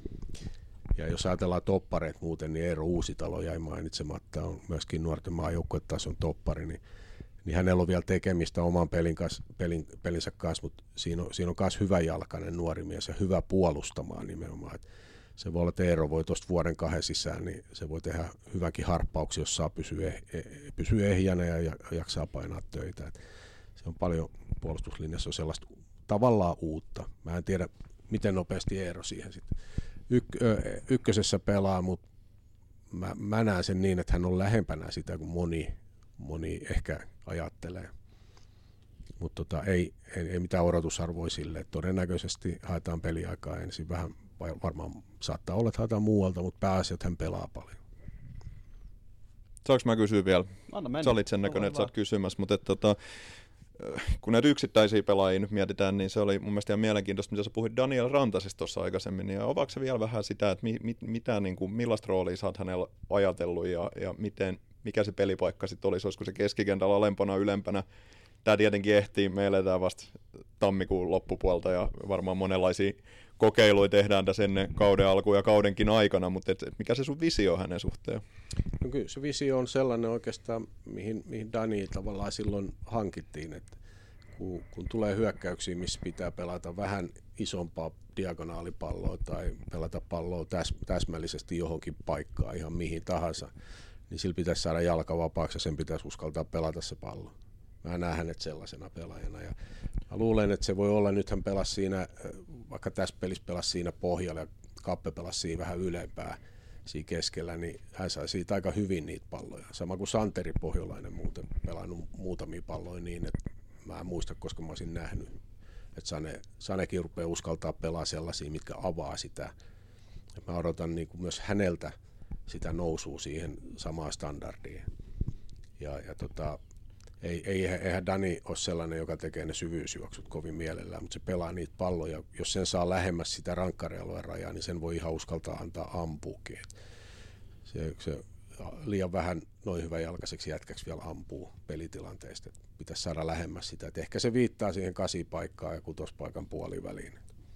Ja jos ajatellaan toppareita muuten, niin Eero Uusitalo jäi mainitsematta, on myöskin nuorten maajoukkuetason toppari, niin niin hänellä on vielä tekemistä oman pelin kas, pelin, pelinsä kanssa, mutta siinä on, siinä on myös hyvänjalkainen nuori mies ja hyvä puolustamaan nimenomaan. Et se voi olla, että Eero voi tuosta vuoden kahden sisään, niin se voi tehdä hyvänkin harppauksia, jos saa pysyä, eh, pysyä ehjänä ja jaksaa painaa töitä. Et se on paljon puolustuslinjassa on sellaista tavallaan uutta. Mä en tiedä, miten nopeasti Eero siihen sitten Yk- ö, ykkösessä pelaa, mutta mä, mä näen sen niin, että hän on lähempänä sitä kuin moni, moni ehkä ajattelee. Mutta tota, ei, ei, ei mitään odotusarvoa sille. Todennäköisesti haetaan peliaikaa ensin. Vähän varmaan saattaa olla, että haetaan muualta, mutta pääasiat hän pelaa paljon. Saanko mä kysyä vielä? Anna mennä. Sä olit sen näköinen, että sä oot kysymässä, mutta et, tota, kun näitä yksittäisiä pelaajia nyt mietitään, niin se oli mun mielestä ihan mielenkiintoista, mitä sä puhuit Daniel Rantasesta tuossa aikaisemmin. Ja avaako se vielä vähän sitä, että mi, mit, mitä, niin kuin, millaista roolia sä oot hänellä ajatellut ja, ja miten, mikä se pelipaikka sitten olisi, olisiko se keskikentällä alempana, ylempänä. Tämä tietenkin ehtii, me eletään vasta tammikuun loppupuolta ja varmaan monenlaisia kokeiluja tehdään tässä ennen kauden alkuun ja kaudenkin aikana, mutta et, et mikä se sun visio hänen suhteen? No kyllä se visio on sellainen oikeastaan, mihin, mihin Dani tavallaan silloin hankittiin, että kun, kun tulee hyökkäyksiä, missä pitää pelata vähän isompaa diagonaalipalloa tai pelata palloa täs, täsmällisesti johonkin paikkaan ihan mihin tahansa, niin sillä pitäisi saada jalka vapaaksi ja sen pitäisi uskaltaa pelata se pallo. Mä näen hänet sellaisena pelaajana ja mä luulen, että se voi olla, nyt hän pelasi siinä, vaikka tässä pelissä pelasi siinä pohjalla ja Kappe pelasi siinä vähän ylempää siinä keskellä, niin hän sai siitä aika hyvin niitä palloja. Sama kuin Santeri Pohjolainen muuten pelannut muutamia palloja niin, että mä en muista, koska mä olisin nähnyt, että Sane, Sanekin rupeaa uskaltaa pelaa sellaisia, mitkä avaa sitä. Ja mä odotan niin kuin myös häneltä sitä nousua siihen samaan standardiin. Ja, ja tota, Ei, ei, eihän Dani ole sellainen, joka tekee ne syvyysjuoksut kovin mielellään, mutta se pelaa niitä palloja. Jos sen saa lähemmäs sitä rankkarialueen rajaa, niin sen voi ihan uskaltaa antaa ampuukin. Se, se liian vähän noin hyväjalkaiseksi jätkäksi vielä ampuu pelitilanteesta. Et pitäisi saada lähemmäs sitä. Et ehkä se viittaa siihen kasipaikkaan ja kutospaikan puoliväliin.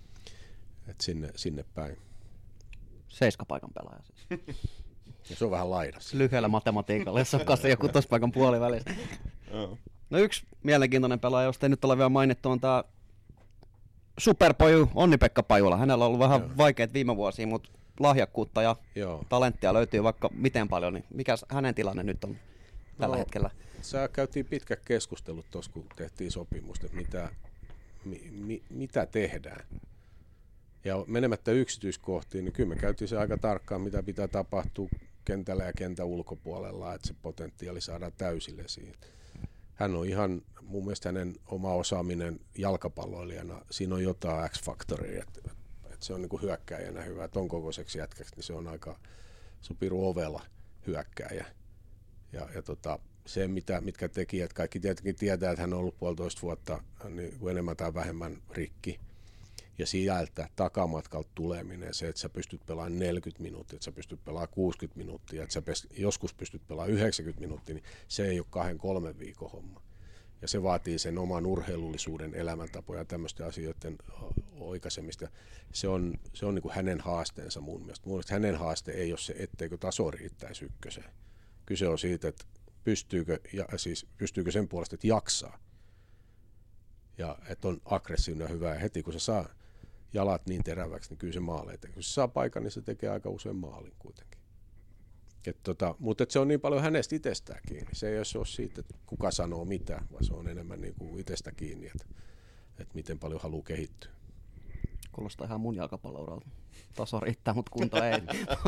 Et sinne, sinne päin. Seiskapaikan pelaaja siis. Ja se on vähän laidassa. Lyhyellä matematiikalla, jos on kasi ja kutospaikan puolivälissä. No yksi mielenkiintoinen pelaaja, josta ei nyt ole vielä mainittu, on tämä superpoju Onni-Pekka Pajula. Hänellä on ollut vähän Joo. vaikeat viime vuosia, mutta lahjakkuutta ja Joo. talenttia löytyy vaikka miten paljon. Niin mikä hänen tilanne nyt on tällä no, hetkellä? Sä käytiin pitkät keskustelut tuossa, kun tehtiin sopimusta, että mitä, mi, mi, mitä tehdään. Ja menemättä yksityiskohtiin, niin kyllä me käytiin se aika tarkkaan, mitä pitää tapahtua kentällä ja kentän ulkopuolella, että se potentiaali saadaan täysille siitä. Hän on ihan, mun mielestä hänen oma osaaminen jalkapalloilijana, siinä on jotain X-faktoria, että, että se on niin kuin hyökkääjänä hyvä, ton kokoiseksi jätkäksi, niin se on aika, se on piru ovela hyökkääjä. Ja, ja tota, se, mitä, mitkä tekijät, kaikki tietenkin tietää, että hän on ollut puolitoista vuotta niin enemmän tai vähemmän rikki. Ja sieltä takamatkalta tuleminen, se, että sä pystyt pelaamaan neljäkymmentä minuuttia, että sä pystyt pelaamaan kuusikymmentä minuuttia, että sä joskus pystyt pelaamaan yhdeksänkymmentä minuuttia, niin se ei ole kahden kolmen viikon homma. Ja se vaatii sen oman urheilullisuuden, elämäntapoja ja tämmöisten asioiden oikaisemista. Se on, se on niin kuin hänen haasteensa mun mielestä. Mun mielestä hänen haaste ei ole se, etteikö taso riittäisi ykköseen. Kyse on siitä, että pystyykö, ja siis pystyykö sen puolesta, että jaksaa. ja että on aggressiivinen ja hyvä. Ja heti kun se saa jalat niin teräväksi, niin kyllä se maalee. Kun se saa paikan, niin se tekee aika usein maalin kuitenkin. Et tota, mutta et se on niin paljon hänestä itsestään kiinni. Se ei ole siitä, että kuka sanoo mitä, vaan se on enemmän niin kuin itsestä kiinni, että, että miten paljon haluaa kehittyä. Kuulostaa ihan mun jalkapallouralta. Taso riittää, mutta kunto ei.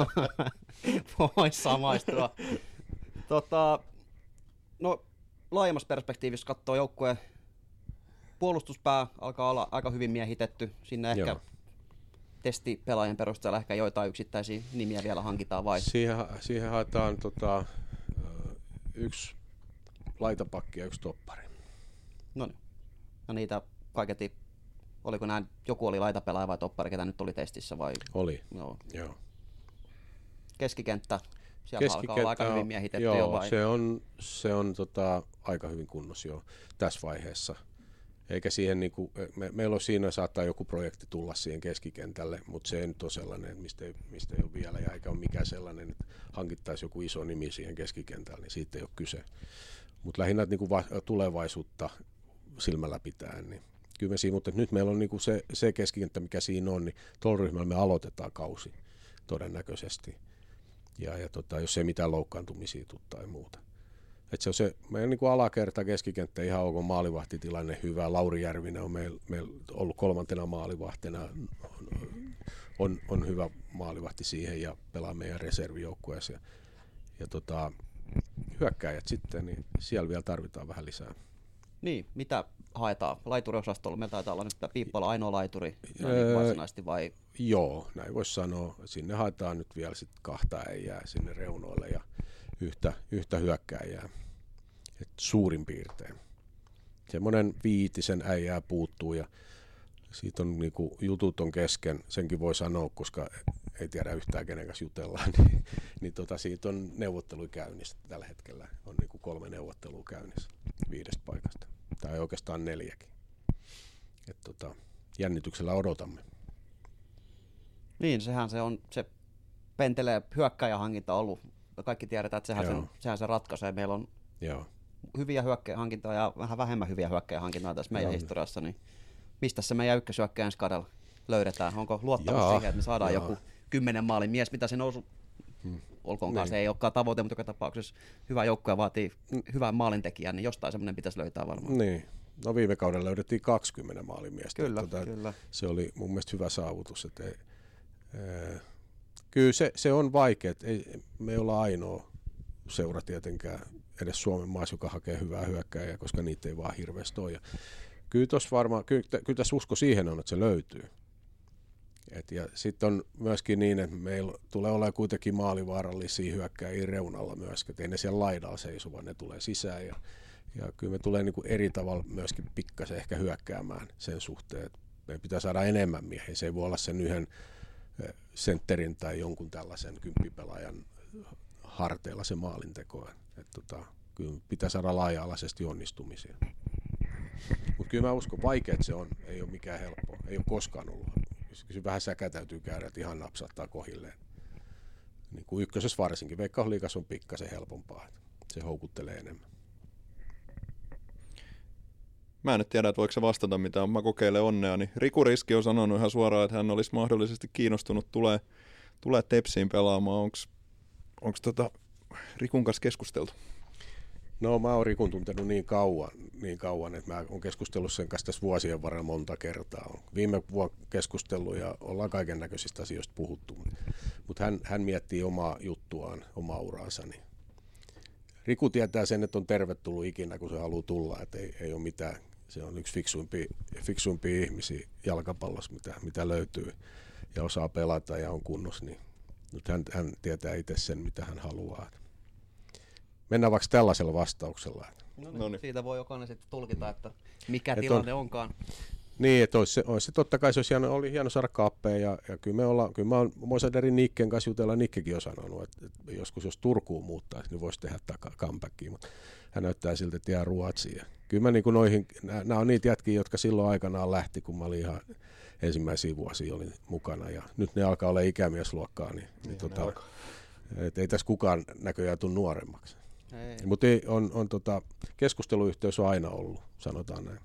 Voisi samaistua. Tota, no, laajemmassa perspektiivissä katsoo joukkueen puolustuspää alkaa olla aika hyvin miehitetty. Sinne ehkä Joo. testipelaajien perusteella ehkä joitain yksittäisiä nimiä vielä hankitaan vai? Siihen, siihen haetaan tota, yksi laitapakki ja yksi toppari. No niin. Ja niitä kaiketi, oliko näin, joku oli laitapelaaja vai toppari, ketä nyt oli testissä vai? Oli, Joo. joo. Keskikenttä, siellä alkaa olla aika hyvin miehitetty joo, jo vai? se on, se on tota, aika hyvin kunnossa jo tässä vaiheessa. Eikä siihen, niin kuin, me, meillä on siinä saattaa joku projekti tulla siihen keskikentälle, mutta se ei nyt ole sellainen, että mistä ei, mistä ei ole vielä, ja eikä ole mikään sellainen, että hankittaisiin joku iso nimi siihen keskikentälle, niin siitä ei ole kyse. Mutta lähinnä niin kuin va- tulevaisuutta silmällä pitäen, niin kyllä me siinä, mutta nyt meillä on niin kuin se, se keskikenttä, mikä siinä on, niin tuolla ryhmällä me aloitetaan kausi todennäköisesti, ja, ja tota, jos ei mitään loukkaantumisia tule tai muuta. Et se on se meidän niin kuin alakerta, keskikenttä, ihan ok, maalivahtitilanne hyvä. Lauri Järvinen on meillä meil ollut kolmantena maalivahtina, on, on, on hyvä maalivahti siihen ja pelaa meidän reservijoukkueessa. Ja, ja tota, hyökkääjät sitten, niin siellä vielä tarvitaan vähän lisää. Niin, mitä haetaan? Laituriosastolla meillä taitaa olla nyt Piippola ainoa laituri Öö, varsinaisesti vai? Joo, näin voisi sanoa. Sinne haetaan nyt vielä sit kahta äijää sinne reunoille ja yhtä, yhtä hyökkääjää. Et suurin piirtein. Semmoinen viitisen äijää puuttuu ja siitä on niinku, jutut on kesken, senkin voi sanoa, koska ei tiedä yhtään kenen kanssa jutellaan, niin, niin tota, siitä on neuvotteluja käynnissä tällä hetkellä. On niinku kolme neuvottelua käynnissä viidestä paikasta, tai oikeastaan neljäkin. Et tota, jännityksellä odotamme. Niin, sehän se on, se pentelee hyökkääjähankinta ollut. Kaikki tiedetään, että sehän, sen, sehän se ratkaisee. Meillä on Joo. hyviä hyökkääjähankintoja ja vähän vähemmän hyviä hyökkääjähankintoja tässä meidän Joo. historiassa. Niin mistä se meidän ykköshyökkääjä ensi kaudella löydetään? Onko luottamus Jaa, siihen, että me saadaan jaa. joku kymmenen maalin mies, mitä se nousu Hmm. olkoonkaan, Niin. se ei olekaan tavoite, mutta joka tapauksessa hyvä joukkue vaatii hyvän maalintekijän, niin jostain semmoinen pitäisi löytää varmaan. Niin. No viime kaudella löydettiin kaksikymmentä maalimiestä. Kyllä, tota, kyllä. Se oli mun mielestä hyvä saavutus. Että ei, ää, kyllä se, se on vaikea. Ei, me ei olla ainoa seura tietenkään edes Suomen maassa, joka hakee hyvää hyökkääjää, koska niitä ei vaan hirveästi ole. Ja kyllä, varmaan, kyllä, kyllä tässä usko siihen on, että se löytyy. Et ja sitten on myöskin niin, että meillä tulee olemaan kuitenkin maalivaarallisia hyökkääjiä reunalla myöskin, että ei ne siellä laidalla seiso, vaan ne tulee sisään. Ja, ja kyllä me tulee niinku eri tavalla myöskin pikkasen ehkä hyökkäämään sen suhteen, että meidän pitää saada enemmän miehiä. Se ei voi olla sen yhden sentterin tai jonkun tällaisen kymppipelaajan harteilla se maalinteko. Et tota, kyllä pitää saada laaja-alaisesti onnistumisia. Mutta kyllä mä uskon, vaikeet se on, ei ole mikään helppoa, ei ole koskaan ollut. Kyllä vähän säkä täytyy käydä, että ihan napsattaa kohilleen. Niin kuin ykkösessä varsinkin. Veikkausliigassa on pikkasen helpompaa. Se houkuttelee enemmän. Mä en nyt tiedä, että voiko se vastata mitään. Mä kokeilen onnea. Niin Riku Riski on sanonut ihan suoraan, että hän olisi mahdollisesti kiinnostunut tulee, tulee Tepsiin pelaamaan. Onko tota Rikun kanssa keskusteltu? No mä oon Rikun tuntenut niin kauan, niin kauan, että mä oon keskustellut sen kanssa tässä vuosien varrella monta kertaa. Viime vuonna keskustellut ja ollaan kaiken näköisistä asioista puhuttu, mutta hän, hän miettii omaa juttuaan, omaa uraansa. Niin Riku tietää sen, että on tervetullut ikinä, kun se haluaa tulla, että ei, ei ole mitään. Se on yksi fiksuimpia, fiksuimpia ihmisiä jalkapallossa, mitä, mitä löytyy ja osaa pelata ja on kunnossa. Niin nyt hän, hän tietää itse sen, mitä hän haluaa. Mennään vaikka tällaisella vastauksella. No niin, Noniin. siitä voi jokainen sitten tulkita, että mikä Et tilanne on, onkaan. Niin, että olisi se, olisi se totta kai se olisi hieno, oli hieno saada kaappeja ja, ja kyllä me ollaan, kyllä mä oon Moisaderin Nikken kanssa jutella, Nikkekin on sanonut, että, että joskus jos Turkuun muuttaa, niin voisi tehdä taka, comebackia, mutta hän näyttää siltä, että jää Ruotsiin. Ja kyllä mä niin kuin noihin, nämä on niitä jätkiä, jotka silloin aikanaan lähti, kun mä olin ihan ensimmäisiä vuosia olin mukana ja nyt ne alkaa olla ikämiesluokkaa, niin, niin tota, et ei tässä kukaan näköjään tule nuoremmaksi. Mutta on, on tota, keskusteluyhteys on aina ollut, sanotaan näin.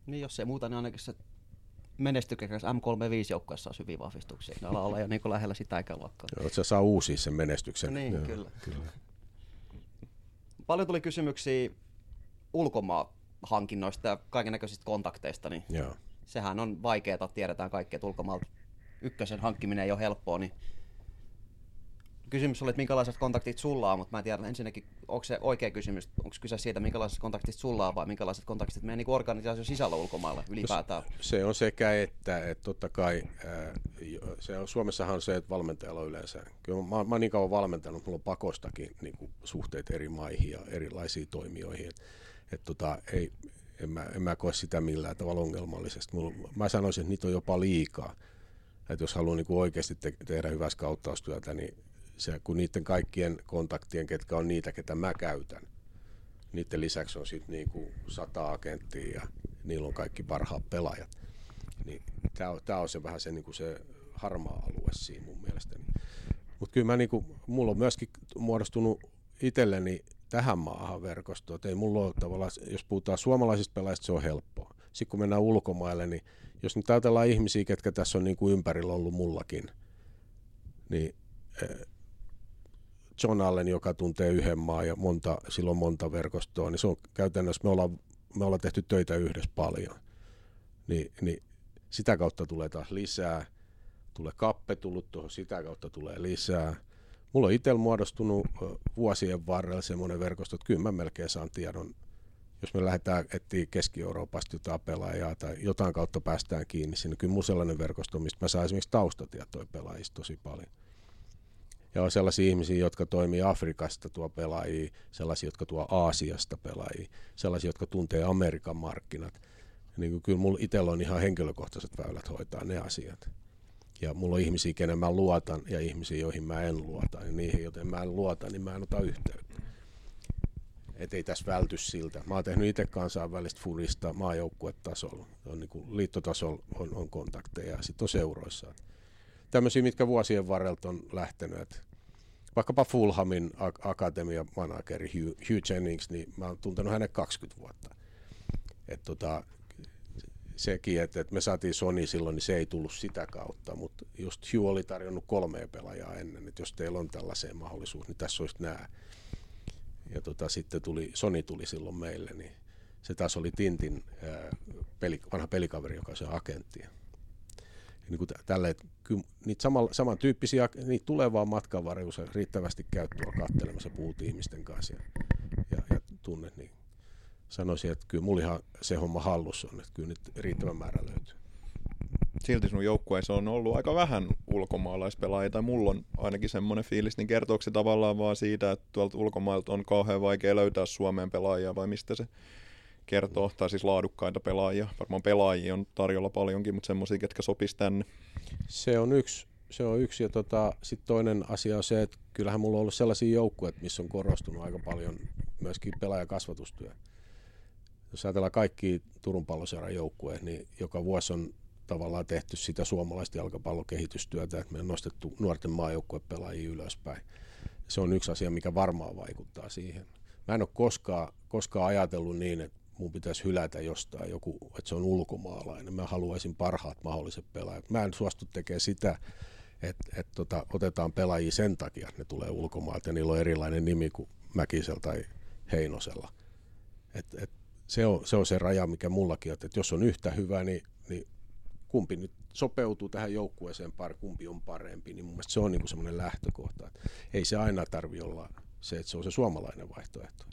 Niin jos ei muuta, niin ainakin se menestykäkäs M kolmekymmentäviisi-joukkueessa on hyviä vahvistuksia. Ne alkaa olla jo niin lähellä sitä ikäluokkaa. Joo, että se saa uusia sen menestyksen. Niin, Joo, kyllä. kyllä. Paljon tuli kysymyksiä ulkomaan-hankinnoista ja kaikennäköisistä kontakteista, niin Joo. sehän on vaikeaa, tiedetään kaikki, että ulkomaalta ykkösen hankkiminen ei ole helppoa, niin kysymys oli, että minkälaiset kontaktit sulla on, mutta mä en tiedä ensinnäkin, onko se oikea kysymys, onko kyse siitä, minkälaiset kontaktit sulla on vai minkälaiset kontaktit meidän niin organisaation sisällä ulkomailla ylipäätään? Se on sekä että, että totta kai, ää, se on, Suomessahan on se, että valmentajalla on yleensä, kyllä mä, mä oon niin kauan valmentanut, mulla on pakostakin niin kuin suhteet eri maihin ja erilaisiin toimijoihin, että et, tota, ei, en, mä, en mä koe sitä millään tavalla ongelmallisesti. Mulla, mä sanoisin, että niitä on jopa liikaa, että jos haluaa niin kuin oikeasti te- tehdä hyvää skauttaustyötä, niin se, kun niiden kaikkien kontaktien, ketkä on niitä, ketä mä käytän, niiden lisäksi on sitten niinku sata agenttia ja niillä on kaikki parhaat pelaajat. Niin tää on, tää on se vähän se, niinku se harmaa alue siinä mun mielestäni. Mutta kyllä mä niinku, mulla on myöskin muodostunut itselleni tähän maahan verkostoon. Ei mulla ole tavallaan, jos puhutaan suomalaisista pelaajista, se on helppoa. Sitten kun mennään ulkomaille, niin jos nyt ajatellaan ihmisiä, ketkä tässä on niinku ympärillä ollut mullakin, niin John Allen, joka tuntee yhden maan ja monta, silloin monta verkostoa, niin se on käytännössä, me ollaan, me ollaan tehty töitä yhdessä paljon. Ni, niin sitä kautta tulee taas lisää, tulee Kappe tullut tuohon, sitä kautta tulee lisää. Mulla on itsellä muodostunut vuosien varrella semmoinen verkosto, että kyllä mä melkein saan tiedon, jos me lähdetään etsiä Keski-Euroopasta jotain pelaajaa tai jotain kautta päästään kiinni sinne. Kyllä mulla sellainen verkosto, mistä mä saan esimerkiksi taustatietoja pelaajista tosi paljon. Ja on sellaisia ihmisiä, jotka toimii Afrikasta tuo pelaajia, sellaisia, jotka tuo Aasiasta pelaajia, sellaisia, jotka tuntee Amerikan markkinat. Niin kuin kyllä mulla itsellä on ihan henkilökohtaiset väylät hoitaa ne asiat. Ja mulla on ihmisiä, kenen mä luotan, ja ihmisiä, joihin mä en luota. Ja niihin, joten mä en luota, niin mä en ota yhteyttä. Et ei tässä välty siltä. Mä oon tehnyt itse kansainvälistä fudista maajoukkuetasolla. On niin kuin liittotasolla on, on kontakteja ja sitten on seuroissa. Tämmöisiä, mitkä vuosien varrelta on lähtenyt. Vaikkapa Fulhamin akatemian manageri Hugh, Hugh Jennings, niin mä oon tuntenut hänet kaksikymmentä vuotta. Et tota, sekin, että et me saatiin Sony silloin, niin se ei tullut sitä kautta, mutta just Hugh oli tarjonnut kolmea pelaajaa ennen, että jos teillä on tällaiseen mahdollisuus, niin tässä olisi nämä. Ja tota, sitten tuli, Sony tuli silloin meille, niin se taas oli Tintin ää, peli, vanha pelikaveri, joka on se agentti. Niin kuin tälle, niitä sama, samantyyppisiä, niitä tulee vaan matkan varrella, kun riittävästi käy tuolla katselemassa, puhut ihmisten kanssa ja, ja, ja tunnet, niin sanoisin, että kyllä mulla ihan se homma hallussa on, että kyllä nyt riittävän määrä löytyy. Silti sinun joukkueessa on ollut aika vähän ulkomaalaispelaajia, tai mulla on ainakin semmoinen fiilis, niin kertooko se tavallaan vaan siitä, että tuolta ulkomailta on kauhean vaikea löytää Suomeen pelaajia, vai mistä se kertoo, tai siis laadukkaita pelaajia. Varmaan pelaajia on tarjolla paljonkin, mutta semmoisia, ketkä sopisi tänne. Se on yksi, se on yksi ja tota, sitten toinen asia on se, että kyllähän mulla on ollut sellaisia joukkueita, missä on korostunut aika paljon myöskin pelaajakasvatustyö. Jos ajatellaan kaikki Turun Palloseuran joukkueet, niin joka vuosi on tavallaan tehty sitä suomalaista jalkapallokehitystyötä, että me on nostettu nuorten maajoukkuepelaajia ylöspäin. Se on yksi asia, mikä varmaan vaikuttaa siihen. Mä en ole koskaan, koskaan ajatellut niin, että mun pitäisi hylätä jostain joku, että se on ulkomaalainen. Mä haluaisin parhaat mahdolliset pelaajat. Mä en suostu tekemään sitä, että, että tota, otetaan pelaajia sen takia, että ne tulee ulkomailta ja niillä on erilainen nimi kuin Mäkisellä tai Heinosella. Et, et, se, on, se on se raja, mikä mullakin on, että jos on yhtä hyvä, niin, niin kumpi nyt sopeutuu tähän joukkueeseen, par, kumpi on parempi, niin mun mielestä se on niinku semmoinen lähtökohta. Että ei se aina tarvitse olla se, että se on se suomalainen vaihtoehto.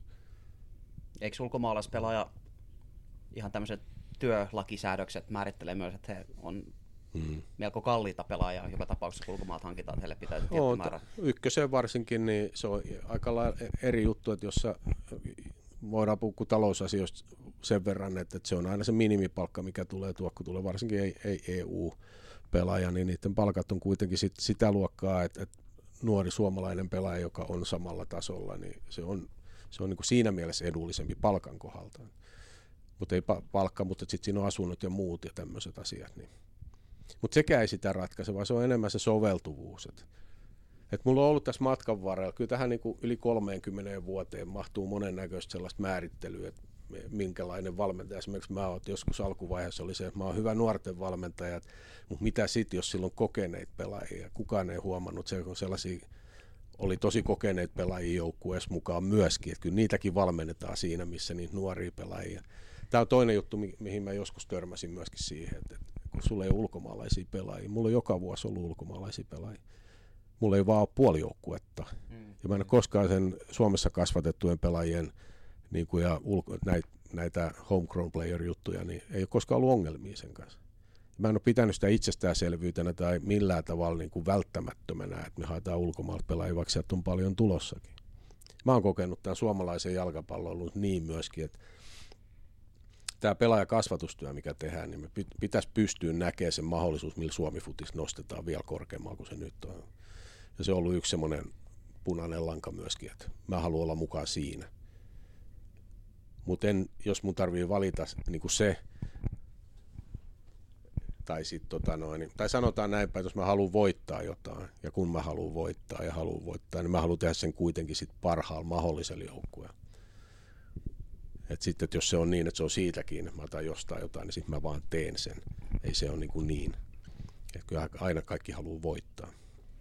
Eikö ulkomaalaispelaaja ihan tämmöiset työlakisäädökset määrittelee myös, että he on mm. melko kalliita pelaajia joka tapauksessa, kun ulkomaalta hankitaan, että heille pitää tietty on, määrä. Ykkösen varsinkin, niin se on aika eri juttu, että jos voidaan puhua talousasioista sen verran, että se on aina se minimipalkka, mikä tulee tuo, kun tulee varsinkin ei, ei E U-pelaaja, niin niiden palkat on kuitenkin sit sitä luokkaa, että, että nuori suomalainen pelaaja, joka on samalla tasolla, niin se on, se on niin kuin siinä mielessä edullisempi palkan kohdalta. Mutta ei palkka, mutta sitten siinä on asunnot ja muut ja tämmöiset asiat. Niin. Mutta sekään ei sitä ratkaise, vaan se on enemmän se soveltuvuus. Et, et mulla on ollut tässä matkan varrella, kyllä tähän niin kuin yli kolmeenkymmeneen vuoteen mahtuu monennäköistä sellaista määrittelyä, että minkälainen valmentaja. Esimerkiksi mä oon joskus alkuvaiheessa oli se, että mä oon hyvä nuorten valmentaja, mutta mitä sitten, jos silloin kokeneita pelaajia? Kukaan ei huomannut, se on sellaisia, oli tosi kokeneita pelaajia joukkueessa mukaan myöskin, että kyllä niitäkin valmennetaan siinä, missä niitä nuoria pelaajia. Tämä on toinen juttu, mi- mihin mä joskus törmäsin myöskin siihen, että kun sulla ei ole ulkomaalaisia pelaajia, mulla on joka vuosi ollut ulkomaalaisia pelaajia. Mulla ei vaan ole puolijoukkuetta. Mm. Ja mä en ole koskaan sen Suomessa kasvatettujen pelaajien niin kuin ja ulko, näitä, näitä homegrown player-juttuja, niin ei ole koskaan ollut ongelmia sen kanssa. Mä en ole pitänyt sitä itsestäänselvyytenä tai millään tavalla niin kuin välttämättömänä, että me haetaan ulkomailta pelaajia, vaikka sieltä on paljon tulossakin. Mä oon kokenut tämän suomalaisen jalkapallon niin myöskin, että tämä pelaajakasvatustyö, mikä tehdään, niin me pitäisi pystyä näkemään sen mahdollisuus, millä Suomi-futis nostetaan vielä korkeammalla kuin se nyt on. Ja se on ollut yksi semmoinen punainen lanka myöskin, että mä haluan olla mukaan siinä. Mutta jos mun tarvii valita niin kuin se, tai, sit, tota noin, tai sanotaan näinpä, että jos mä haluan voittaa jotain, ja kun mä haluan voittaa ja haluan voittaa, niin mä haluan tehdä sen kuitenkin sit parhaalla mahdollisella joukkueella. Et sitten, että jos se on niin, että se on siitäkin, että mä otan jostain jotain, niin sitten mä vaan teen sen. Ei se ole niin kuin niin. Et kyllä aina kaikki haluaa voittaa.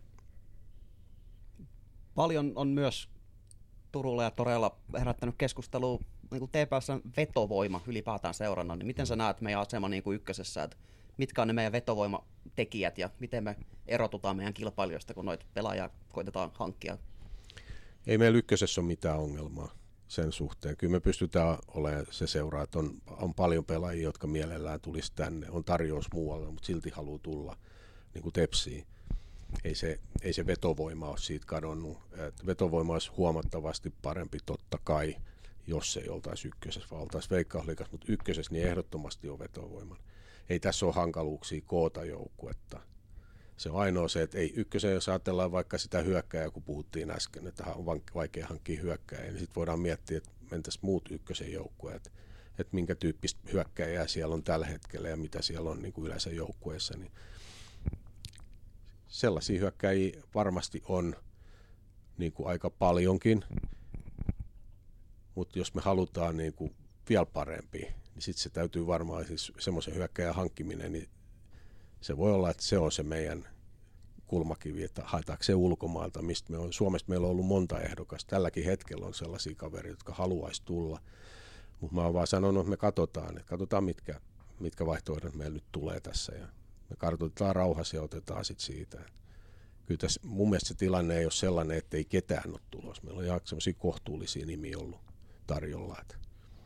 Paljon on myös Turulla ja Toreella herättänyt keskustelua niin kuin T P S:n vetovoima ylipäätään seurana. Niin miten sä näet meidän asema niin kuin ykkösessä, että mitkä on ne meidän vetovoimatekijät ja miten me erotutaan meidän kilpailijoista, kun noita pelaajia koitetaan hankkia? Ei meillä ykkösessä ole mitään ongelmaa sen suhteen. Kyllä me pystytään olemaan se seuraa, että on, on paljon pelaajia, jotka mielellään tulisi tänne. On tarjous muualle, mutta silti haluaa tulla niin kuin Tepsiin. Ei se, ei se vetovoima ole siitä kadonnut. Et vetovoima olisi huomattavasti parempi totta kai, jos ei oltaisi ykkösessä, vaan oltaisiin Veikkausliigassa, mutta ykkösessä niin ehdottomasti on vetovoiman. Ei tässä ole hankaluuksia koota joukkuetta. Se on ainoa se, että ei ykkösen, jos ajatellaan vaikka sitä hyökkääjää, kun puhuttiin äsken, että on vaikea hankkia hyökkääjää, niin sitten voidaan miettiä, että mentäisiin muut ykkösen joukkueet, että minkä tyyppistä hyökkääjää siellä on tällä hetkellä ja mitä siellä on niin kuin yleensä joukkueessa. Niin sellaisia hyökkääjiä varmasti on niin kuin aika paljonkin, mutta jos me halutaan niin kuin vielä parempi, niin sitten se täytyy varmaan, siis semmoisen hyökkääjän hankkiminen, niin se voi olla, että se on se meidän kulmakivi, että haetaanko se ulkomailta, mistä me on. Suomesta meillä on ollut monta ehdokasta. Tälläkin hetkellä on sellaisia kavereita, jotka haluaisi tulla. Mutta mä oon vaan sanonut, että me katsotaan, että katsotaan mitkä, mitkä vaihtoehdot meillä nyt tulee tässä. Ja me kartoitetaan rauhassa ja otetaan sitten siitä. Kyllä tässä mun mielestä se tilanne ei ole sellainen, että ei ketään ole tulossa. Meillä on ihan sellaisia kohtuullisia nimiä ollut tarjolla. Että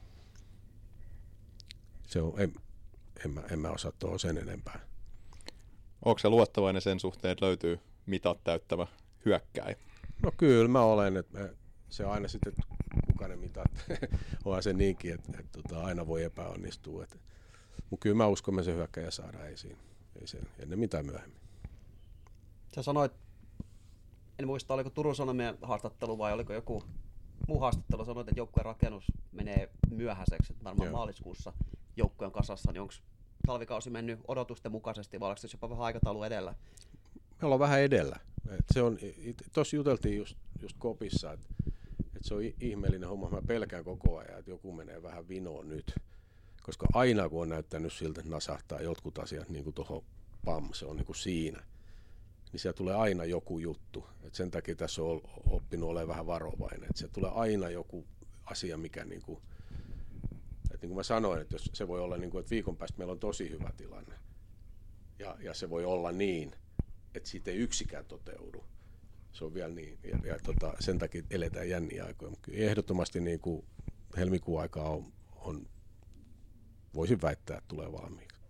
se on, en, en, mä, en mä osaa tuohon sen enempää. Onko se luottavainen sen suhteen, että löytyy mitat täyttävä hyökkääjä? No kyllä mä olen, että me, se on aina sitten, että kuka ne mitat, onhan se niinkin, että, että, että aina voi epäonnistua. Mutta kyllä mä uskon, että me se hyökkääjä saadaan, ei siinä, ei se ennen mitään myöhemmin. Sä sanoit, en muista oliko Turun Sanomien haastattelu vai oliko joku muu haastattelu, sanoit, että joukkueen rakennus menee myöhäiseksi, että varmaan Joo. maaliskuussa joukkueen kasassa, niin onko talvikausi mennyt odotusten mukaisesti, vai oliko jopa vähän aikataulu edellä? Me ollaan vähän edellä. Tuossa juteltiin just, just kopissa, että, että se on ihmeellinen homma. Mä pelkään koko ajan, että joku menee vähän vinoon nyt. Koska aina kun on näyttänyt siltä, että nasahtaa jotkut asiat niin kuin tuohon pam, se on niin kuin siinä, niin siellä tulee aina joku juttu. Et sen takia tässä on oppinut olemaan vähän varovainen. Että siellä tulee aina joku asia, mikä... Niin kuin, niin kuin mä sanoin, että jos se voi olla niin kuin, että viikon päästä meillä on tosi hyvä tilanne ja, ja se voi olla niin, että siitä ei yksikään toteudu. Se on vielä niin ja, ja tota, sen takia eletään jänniä aikoja. Mutta ehdottomasti niin kuin helmikuun aikaa on, on, voisin väittää, että tulee valmiiksi.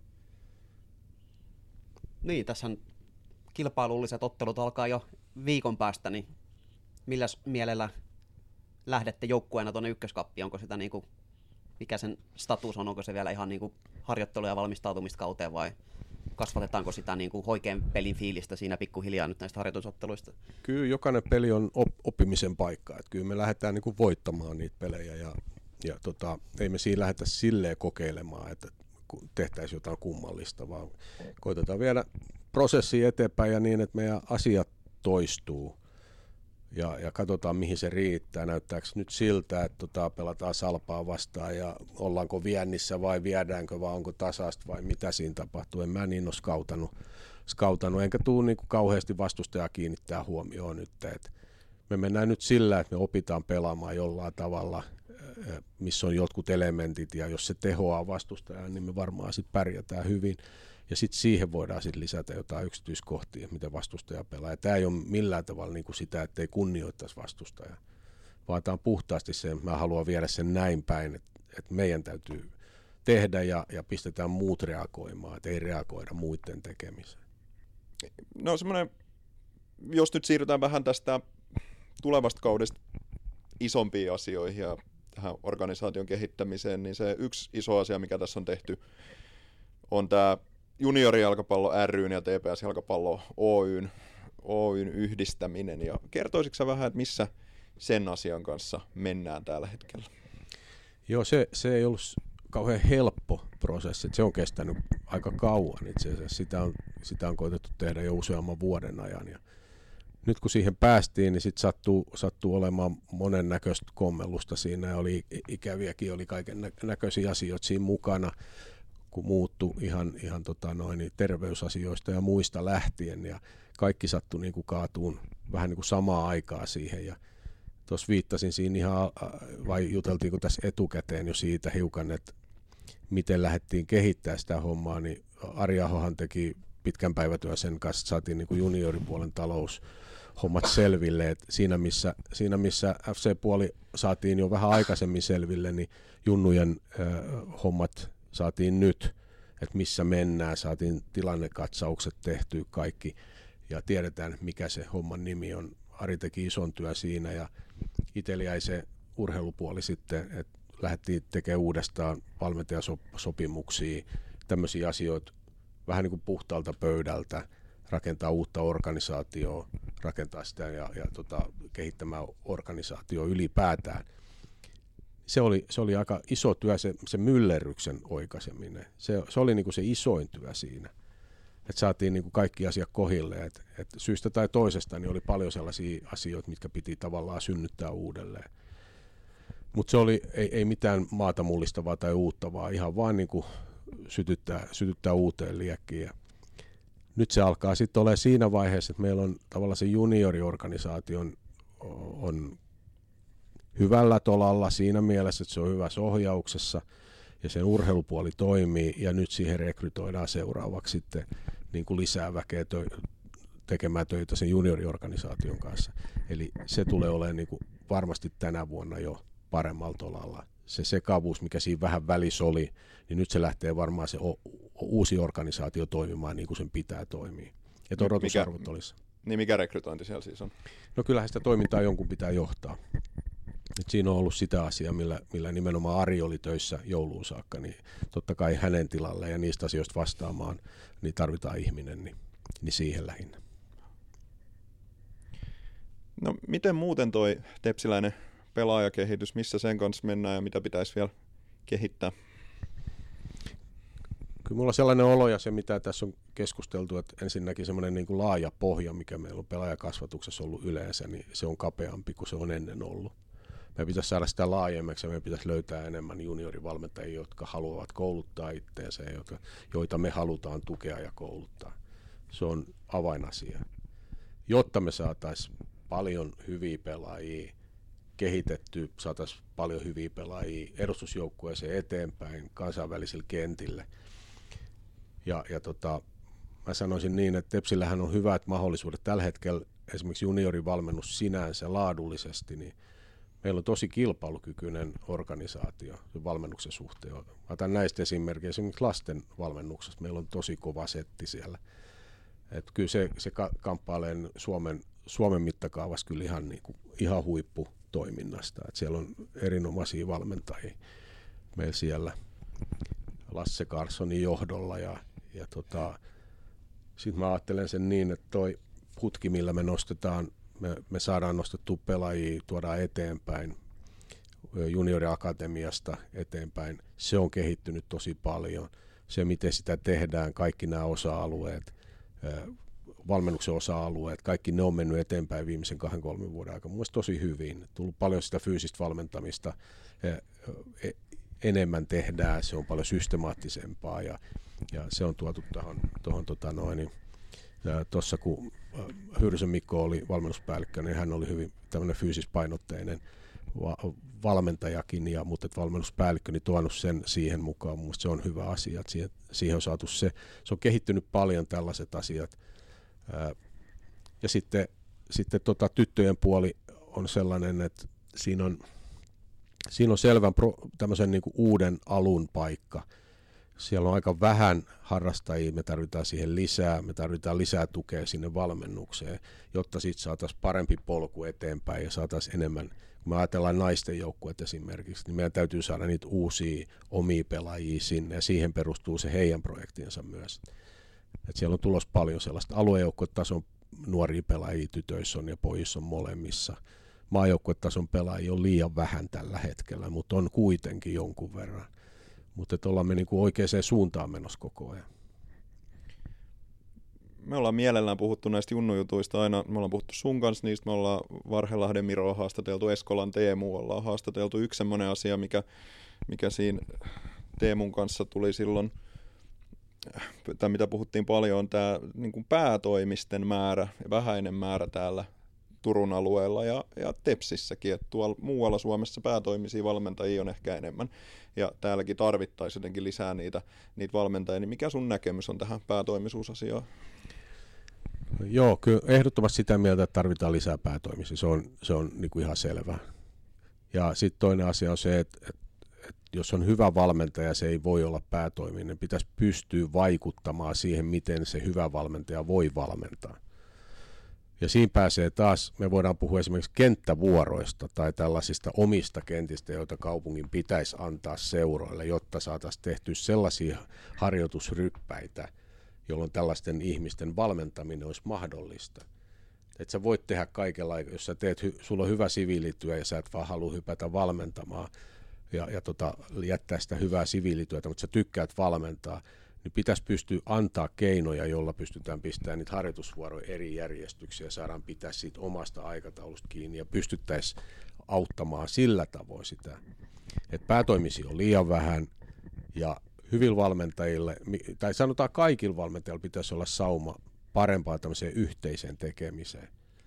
Niin, tässä kilpailulliset ottelut alkaa jo viikon päästä, niin milläs mielellä lähdette joukkueena tuonne ykköskappiin? Onko sitä niin kuin mikä sen status on, onko se vielä ihan niin kuin harjoittelu ja valmistautumista kauteen vai kasvatetaanko sitä niin kuin oikein pelin fiilistä siinä pikkuhiljaa nyt näistä harjoitusotteluista? Kyllä jokainen peli on op- oppimisen paikka, että kyllä me lähdetään niin kuin voittamaan niitä pelejä ja, ja tota, ei me siinä lähdetä silleen kokeilemaan, että tehtäisiin jotain kummallista, vaan koitetaan viedä prosessia eteenpäin ja niin, että meidän asiat toistuu ja, ja katsotaan mihin se riittää. Näyttääkö nyt siltä, että tota, pelataan Salpaa vastaan ja ollaanko viennissä vai viedäänkö vai onko tasasta vai mitä siinä tapahtuu. En mä niin ole skautanut, skautanut enkä tuu niin kuin kauheasti vastustajaa kiinnittää huomioon nyt. Et me mennään nyt sillä, että me opitaan pelaamaan jollain tavalla, missä on jotkut elementit ja jos se tehoaa vastustajaa, niin me varmaan sitten pärjätään hyvin. Ja sitten siihen voidaan sit lisätä jotain yksityiskohtia, miten vastustaja pelaa. Ja tämä ei ole millään tavalla niin kuin sitä, että ei kunnioittaisi vastustajaa, vaan tämä on puhtaasti se, mä haluan viedä sen näin päin, että, että meidän täytyy tehdä ja, ja pistetään muut reagoimaan, että ei reagoida muiden tekemiseen. No semmoinen, jos nyt siirrytään vähän tästä tulevasta kaudesta isompiin asioihin ja tähän organisaation kehittämiseen, niin se yksi iso asia, mikä tässä on tehty, on tämä juniorijalkapallo ry:n ja T P S-jalkapallo Oyn, Oyn yhdistäminen. Ja kertoisitko sä vähän, että missä sen asian kanssa mennään tällä hetkellä? Joo, se, se ei ollut kauhean helppo prosessi. Se on kestänyt aika kauan itse asiassa. Sitä on, sitä on koetettu tehdä jo useamman vuoden ajan. Ja nyt kun siihen päästiin, niin sitten sattuu, sattuu olemaan monen näköistä kommellusta siinä. Ja oli ikäviäkin, oli kaiken näköisiä asioita siinä mukana, kun muuttui ihan, ihan tota noin, terveysasioista ja muista lähtien. Ja kaikki sattui niin kuin kaatuun vähän niin kuin samaa aikaa siihen. Ja tuossa viittasin siinä ihan, vai juteltiinko tässä etukäteen jo siitä hiukan, että miten lähdettiin kehittämään sitä hommaa, niin Ari Ahohan teki pitkän päivätyön sen kanssa, että saatiin niin kuin junioripuolen taloushommat selville. Et siinä, missä, siinä missä F C-puoli saatiin jo vähän aikaisemmin selville, niin junnujen äh, hommat saatiin nyt, että missä mennään, saatiin tilannekatsaukset tehtyä kaikki ja tiedetään, mikä se homman nimi on. Ari teki ison työ siinä ja itsellä jäi se urheilupuoli sitten, että lähdettiin tekemään uudestaan valmentajasopimuksia, tämmöisiä asioita vähän niin kuin puhtaalta pöydältä, rakentaa uutta organisaatioa, rakentaa sitä ja, ja tota, kehittämään organisaatioa ylipäätään. Se oli, se oli aika iso työ, se, se myllerryksen oikaiseminen. Se, se oli niin kuin se isoin työ siinä, että saatiin niin kuin kaikki asiat kohille. Et, et syystä tai toisesta niin oli paljon sellaisia asioita, mitkä piti tavallaan synnyttää uudelleen. Mutta se oli, ei, ei mitään maata mullistavaa tai uutta, vaan ihan vaan niin kuin sytyttää, sytyttää uuteen liekkiin. Ja nyt se alkaa sitten olemaan siinä vaiheessa, että meillä on tavallaan se junioriorganisaatio on, on hyvällä tolalla siinä mielessä, että se on hyvässä ohjauksessa ja sen urheilupuoli toimii ja nyt siihen rekrytoidaan seuraavaksi sitten niin kuin lisää väkeä tö- tekemään töitä sen junioriorganisaation kanssa. Eli se tulee olemaan niin kuin varmasti tänä vuonna jo paremmalla tolalla. Se sekavuus, mikä siinä vähän välissä oli, niin nyt se lähtee varmaan se o- uusi organisaatio toimimaan niin kuin sen pitää toimia. Että odotusarvot olisi. Niin mikä rekrytointi siellä siis on? No kyllähän sitä toimintaa jonkun pitää johtaa. Et siinä on ollut sitä asiaa, millä, millä nimenomaan Ari oli töissä jouluun saakka, niin totta kai hänen tilalle ja niistä asioista vastaamaan, niin tarvitaan ihminen, niin, niin siihen lähinnä. No miten muuten toi tepsiläinen pelaajakehitys, missä sen kanssa mennään ja mitä pitäisi vielä kehittää? Kyllä mulla on sellainen olo ja se, mitä tässä on keskusteltu, että ensinnäkin semmoinen niin kuin laaja pohja, mikä meillä on pelaajakasvatuksessa ollut yleensä, niin se on kapeampi kuin se on ennen ollut. Me pitäisi saada sitä laajemmaksi ja me pitäisi löytää enemmän juniorivalmentajia, jotka haluavat kouluttaa itseensä ja joita me halutaan tukea ja kouluttaa. Se on avainasia. Jotta me saataisiin paljon hyviä pelaajia kehitetty, saataisiin paljon hyviä pelaajia edustusjoukkueeseen eteenpäin kansainvälisille kentille. Ja, ja tota, mä sanoisin niin, että Tepsillähän on hyvät mahdollisuudet tällä hetkellä, esimerkiksi juniorivalmennus sinänsä laadullisesti, niin meillä on tosi kilpailukykyinen organisaatio valmennuksen suhteen. Otan näistä esimerkkejä, esimerkiksi lasten valmennuksesta. Meillä on tosi kova setti siellä. Et kyllä se, se kamppailee Suomen, Suomen mittakaavassa kyllä ihan, niin kuin, ihan huipputoiminnasta. Et siellä on erinomaisia valmentajia meillä siellä Lasse Carsonin johdolla. Ja, ja tota, sitten mä ajattelen sen niin, että toi putki, millä me nostetaan Me, me saadaan nostettua pelaajia, tuodaan eteenpäin junioriakatemiasta eteenpäin. Se on kehittynyt tosi paljon. Se, miten sitä tehdään, kaikki nämä osa-alueet, valmennuksen osa-alueet, kaikki ne on mennyt eteenpäin viimeisen kahden kolmen vuoden aikana. Mielestäni tosi hyvin. Tullut paljon sitä fyysistä valmentamista, enemmän tehdään, se on paljon systemaattisempaa ja, ja se on tuotu tuohon, tuohon tota noin, niin, tuossa kun Hyrysön Mikko oli valmennuspäällikkö, niin hän oli hyvin tämmöinen fyysispainotteinen va- valmentajakin, ja, mutta valmennuspäällikkö niin tuonut sen siihen mukaan. Mun mielestä se on hyvä asia, että siihen, siihen on saatu se. Se on kehittynyt paljon tällaiset asiat. Ää, ja sitten, sitten tota, tyttöjen puoli on sellainen, että siinä on, siinä on selvän pro, tämmöisen niin kuin uuden alun paikka. Siellä on aika vähän harrastajia, me tarvitaan siihen lisää, me tarvitaan lisää tukea sinne valmennukseen, jotta sitten saataisiin parempi polku eteenpäin ja saataisiin enemmän. Kun me ajatellaan naisten joukkueet esimerkiksi, niin meidän täytyy saada niitä uusia omia pelaajia sinne, ja siihen perustuu se heidän projektinsa myös. Et siellä on tulos paljon sellaista. Aluejoukkuetason nuoria pelaajia tytöissä on ja pojissa on molemmissa. Maajoukkuetason pelaajia on liian vähän tällä hetkellä, mutta on kuitenkin jonkun verran. Mutta ollaan me niinku oikeaan suuntaan menossa koko ajan. Me ollaan mielellään puhuttu näistä junnujutuista aina. Me ollaan puhuttu sun kanssa niistä. Me ollaan Varhelahden Miroa haastateltu, Eskolan Teemu ollaan haastateltu. Yksi semmoinen asia, mikä, mikä siinä Teemun kanssa tuli silloin, tai mitä puhuttiin paljon, on tämä niin kuin päätoimisten määrä ja vähäinen määrä täällä Turun alueella ja, ja Tepsissäkin, että tuolla muualla Suomessa päätoimisia valmentajia on ehkä enemmän, ja täälläkin tarvittaisiin jotenkin lisää niitä, niitä valmentajia, niin mikä sun näkemys on tähän päätoimisuusasiaan? Joo, kyllä ehdottomasti sitä mieltä, että tarvitaan lisää päätoimisia, se on, se on niin kuin ihan selvä. Ja sitten toinen asia on se, että, että, että jos on hyvä valmentaja, se ei voi olla päätoiminen, pitäisi pystyä vaikuttamaan siihen, miten se hyvä valmentaja voi valmentaa. Ja siinä pääsee taas, me voidaan puhua esimerkiksi kenttävuoroista tai tällaisista omista kentistä, joita kaupungin pitäisi antaa seuroille, jotta saataisiin tehtyä sellaisia harjoitusryppäitä, jolloin tällaisten ihmisten valmentaminen olisi mahdollista. Että sä voit tehdä kaikella, jos sä teet, sulla on hyvä siviilityö ja sä et vaan halua hypätä valmentamaan ja, ja tota, jättää sitä hyvää siviilityötä, mutta sä tykkäät valmentaa, niin pitäisi pystyä antaa keinoja, jolla pystytään pistämään niitä harjoitusvuoroja eri järjestyksiä ja saadaan pitää siitä omasta aikataulusta kiinni ja pystyttäisiin auttamaan sillä tavoin sitä. Että päätoimisia on liian vähän ja hyvillä valmentajille, tai sanotaan kaikilla valmentajilla pitäisi olla sauma parempaa tämmöiseen yhteiseen tekemiseen.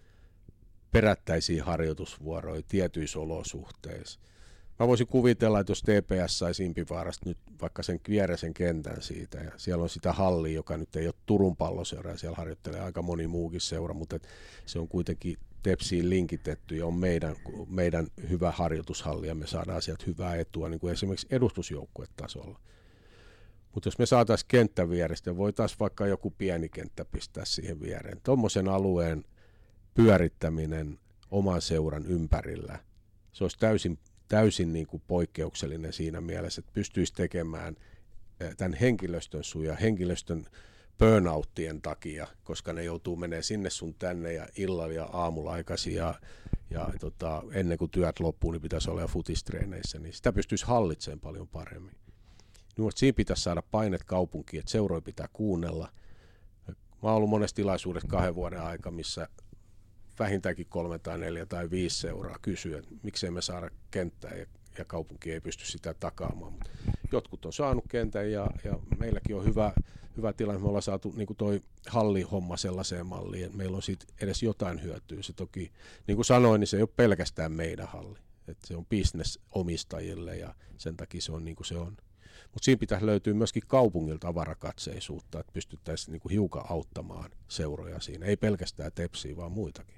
Perättäisiin harjoitusvuoroja tietyissä olosuhteissa. Mä voisin kuvitella, että jos T P S saisi Impivaarasta nyt vaikka sen vieresen kentän siitä, ja siellä on sitä hallia, joka nyt ei ole Turun Palloseura, ja siellä harjoittelee aika moni muukin seura, mutta se on kuitenkin Tepsiin linkitetty, ja on meidän, meidän hyvä harjoitushalli, ja me saadaan sieltä hyvää etua, niin kuin esimerkiksi edustusjoukkuetasolla. Mutta jos me saataisiin kenttä vierestä, voitaisiin vaikka joku pieni kenttä pistää siihen viereen. Tuommoisen alueen pyörittäminen oman seuran ympärillä, se olisi täysin täysin niin kuin poikkeuksellinen siinä mielessä, että pystyisi tekemään tämän henkilöstön suja, henkilöstön burnouttien takia, koska ne joutuu menemään sinne sun tänne ja illalla ja aamulla aikaisin ja, ja tota, ennen kuin työt loppuu, niin pitäisi olla futistreeneissä, niin sitä pystyisi hallitsemaan paljon paremmin. Niin, siinä pitäisi saada painet kaupunkiin, että seuroja pitää kuunnella. Mä oon ollut monessa tilaisuudessa kahden vuoden aika, missä vähintäänkin kolme tai neljä tai viisi seuraa kysyä, että miksei me saada kenttää ja, ja kaupunki ei pysty sitä takaamaan. Mut jotkut on saanut kentän ja, ja meilläkin on hyvä, hyvä tilanne. Me ollaan saatu niin kuin toi hallihomma sellaiseen malliin, että meillä on siitä edes jotain hyötyä. Se toki, niin kuin sanoin, niin se ei ole pelkästään meidän halli. Että se on business omistajille ja sen takia se on niin kuin se on. Mutta siinä pitäisi löytyä myöskin kaupungilta avarakatseisuutta, että pystyttäisiin niin kuin hiukan auttamaan seuroja siinä. Ei pelkästään Tepsiä, vaan muitakin.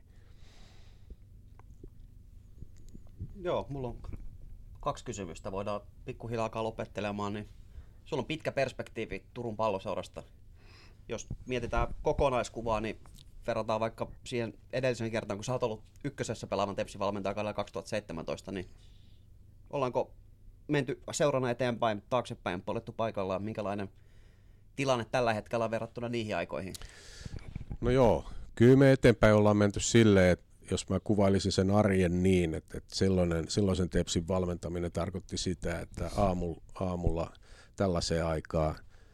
Joo, mulla on kaksi kysymystä. Voidaan pikkuhiljaa alkaa lopettelemaan. Niin sulla on pitkä perspektiivi Turun Palloseurasta. Jos mietitään kokonaiskuvaa, niin verrataan vaikka siihen edellisen kertaan, kun sä oot ollut ykkösessä pelaavan Tepsin valmentajakaudella kaksituhattaseitsemäntoista, niin ollaanko menty seurana eteenpäin, taaksepäin, poljettu paikallaan, minkälainen tilanne tällä hetkellä on verrattuna niihin aikoihin? No joo, kyllä me eteenpäin ollaan menty silleen, että jos mä kuvailisin sen arjen niin, että, että silloinen, silloisen Tepsin valmentaminen tarkoitti sitä, että aamulla, aamulla tällaiseen aikaan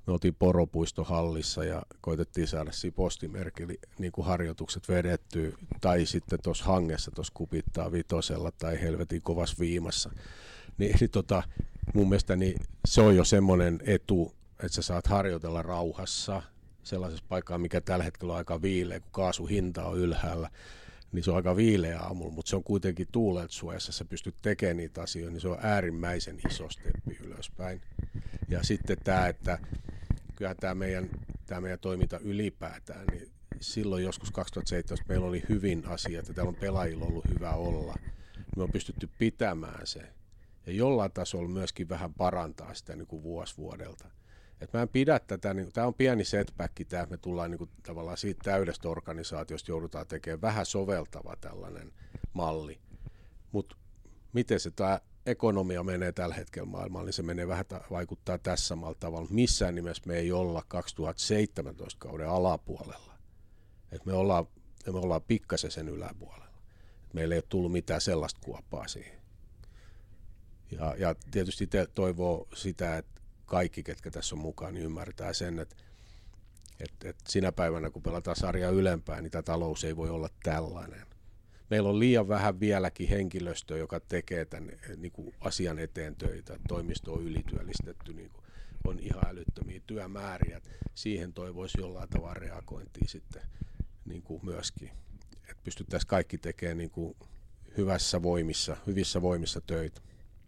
me oltiin Poropuistohallissa ja koitettiin saada siinä postimerkillä niin kuin harjoitukset vedettyä, tai sitten tuossa hangessa tuossa kupittaa vitosella tai helvetin kovassa viimassa. Niin, niin tota, mun mielestä niin se on jo semmoinen etu, että sä saat harjoitella rauhassa sellaisessa paikkaa, mikä tällä hetkellä on aika viileä, kun kaasuhinta on ylhäällä, niin se on aika viileä aamulla, mutta se on kuitenkin tuulet suojassa, sä pystyt tekemään niitä asioita, niin se on äärimmäisen iso steppi ylöspäin. Ja sitten tämä, että kyllähän tämä meidän, tämä meidän toiminta ylipäätään, niin silloin joskus kaksituhattaseitsemäntoista meillä oli hyvin asiat, ja täällä on pelaajilla ollut hyvä olla. Me on pystytty pitämään se, ja jollain tasolla myöskin vähän parantaa sitä niin kuin vuosi vuodelta. Et mä en pidä tätä, niin, tämä on pieni setback, tämä, me tullaan niin kuin, tavallaan siitä täydestä organisaatiosta, joudutaan tekemään vähän soveltava tällainen malli. Mutta miten se tämä ekonomia menee tällä hetkellä maailmalla, niin se menee vähän vaikuttaa tässä samalla tavalla. Missään nimessä me ei olla kaksituhattaseitsemäntoista kauden alapuolella. Et me ollaan, me ollaan pikkasen sen yläpuolella. Et meillä ei ole tullut mitään sellaista kuoppaa siihen. Ja, ja tietysti te toivoo sitä, että kaikki, ketkä tässä on mukaan, niin ymmärtää sen, että, että, että sinä päivänä, kun pelataan sarjaa ylempään, niin tämä talous ei voi olla tällainen. Meillä on liian vähän vieläkin henkilöstöä, joka tekee tämän niin kuin asian eteen töitä. Toimisto on ylityöllistetty, niin kuin on ihan älyttömiä työmääriä. Siihen toivoisi jollain tavalla reagointia sitten niin kuin myöskin. Että pystyttäisiin kaikki tekemään niin kuin hyvässä voimissa, hyvissä voimissa töitä.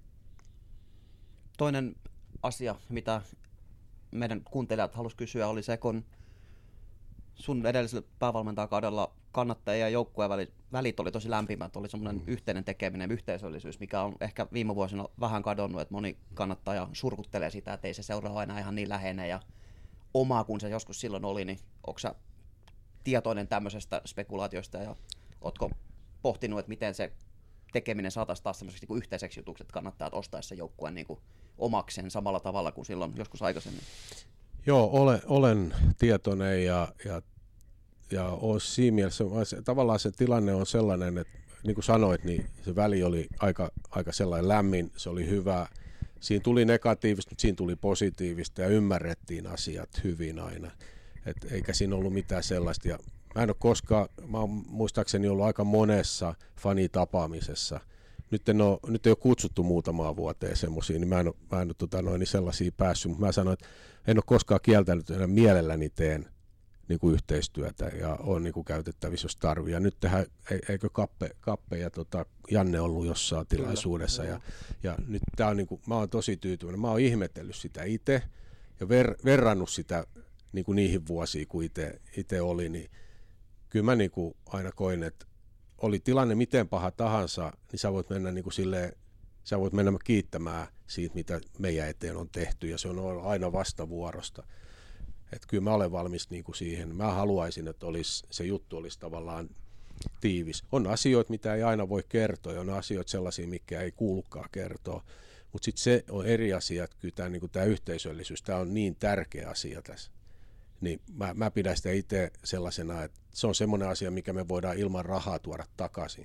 Toinen asia, mitä meidän kuuntelijat halusi kysyä, oli se, kun sun edellisellä päävalmentajakaudella kannattajien ja joukkueen välit, välit oli tosi lämpimät, oli semmoinen mm. yhteinen tekeminen, yhteisöllisyys, mikä on ehkä viime vuosina vähän kadonnut, että moni kannattaja surkuttelee sitä, että ei se seuraa aina ihan niin läheinen ja omaa kuin se joskus silloin oli, niin onko sä tietoinen tämmöisestä spekulaatiosta ja ootko pohtinut, että miten se tekeminen saataisiin taas semmoiseksi niin kuin yhteiseksi jutuksi, että kannattaa ostaa se joukkueen niin kuin omakseen samalla tavalla kuin silloin joskus aikaisemmin? Joo, olen, olen tietoinen ja, ja, ja olen siinä mielessä, tavallaan se tilanne on sellainen, että niin kuin sanoit, niin se väli oli aika, aika sellainen lämmin, se oli hyvä. Siinä tuli negatiivista, mutta siinä tuli positiivista ja ymmärrettiin asiat hyvin aina. Et eikä siinä ollut mitään sellaista. Ja mä en ole koskaan, mä oon muistaakseni ollut aika monessa fanitapaamisessa. Nyt, en ole, nyt ei ole kutsuttu muutamaan vuoteen semmoisia, niin mä en ole, mä en ole tota, noin, niin sellaisia päässyt, mutta mä sanoin, että en ole koskaan kieltänyt, että mielelläni teen niin kuin yhteistyötä ja on niin kuin käytettävissä, jos tarvii. Ja nyt tehdään, eikö Kappe, Kappe ja tota, Janne ollut jossain tilaisuudessa, ja, ja nyt tää on niin kuin, mä oon tosi tyytyväinen. Mä oon ihmetellyt sitä itse ja ver, verrannut sitä niin kuin niihin vuosiin, kun itse oli, niin kyllä mä niin kuin aina koin, että oli tilanne miten paha tahansa, niin sä voit mennä niin kuin silleen, sä voit mennä kiittämään siitä, mitä meidän eteen on tehty, ja se on aina vastavuorosta. Että kyllä mä olen valmis niin kuin siihen. Mä haluaisin, että olisi, se juttu olisi tavallaan tiivis. On asioita, mitä ei aina voi kertoa, ja on asioita sellaisia, mikä ei kuulukaan kertoa. Mutta sitten se on eri asia, että kyllä tämä, niin kuin tämä yhteisöllisyys, tämä on niin tärkeä asia tässä. Niin mä, mä pidän sitä itse sellaisena, että se on semmoinen asia, mikä me voidaan ilman rahaa tuoda takaisin.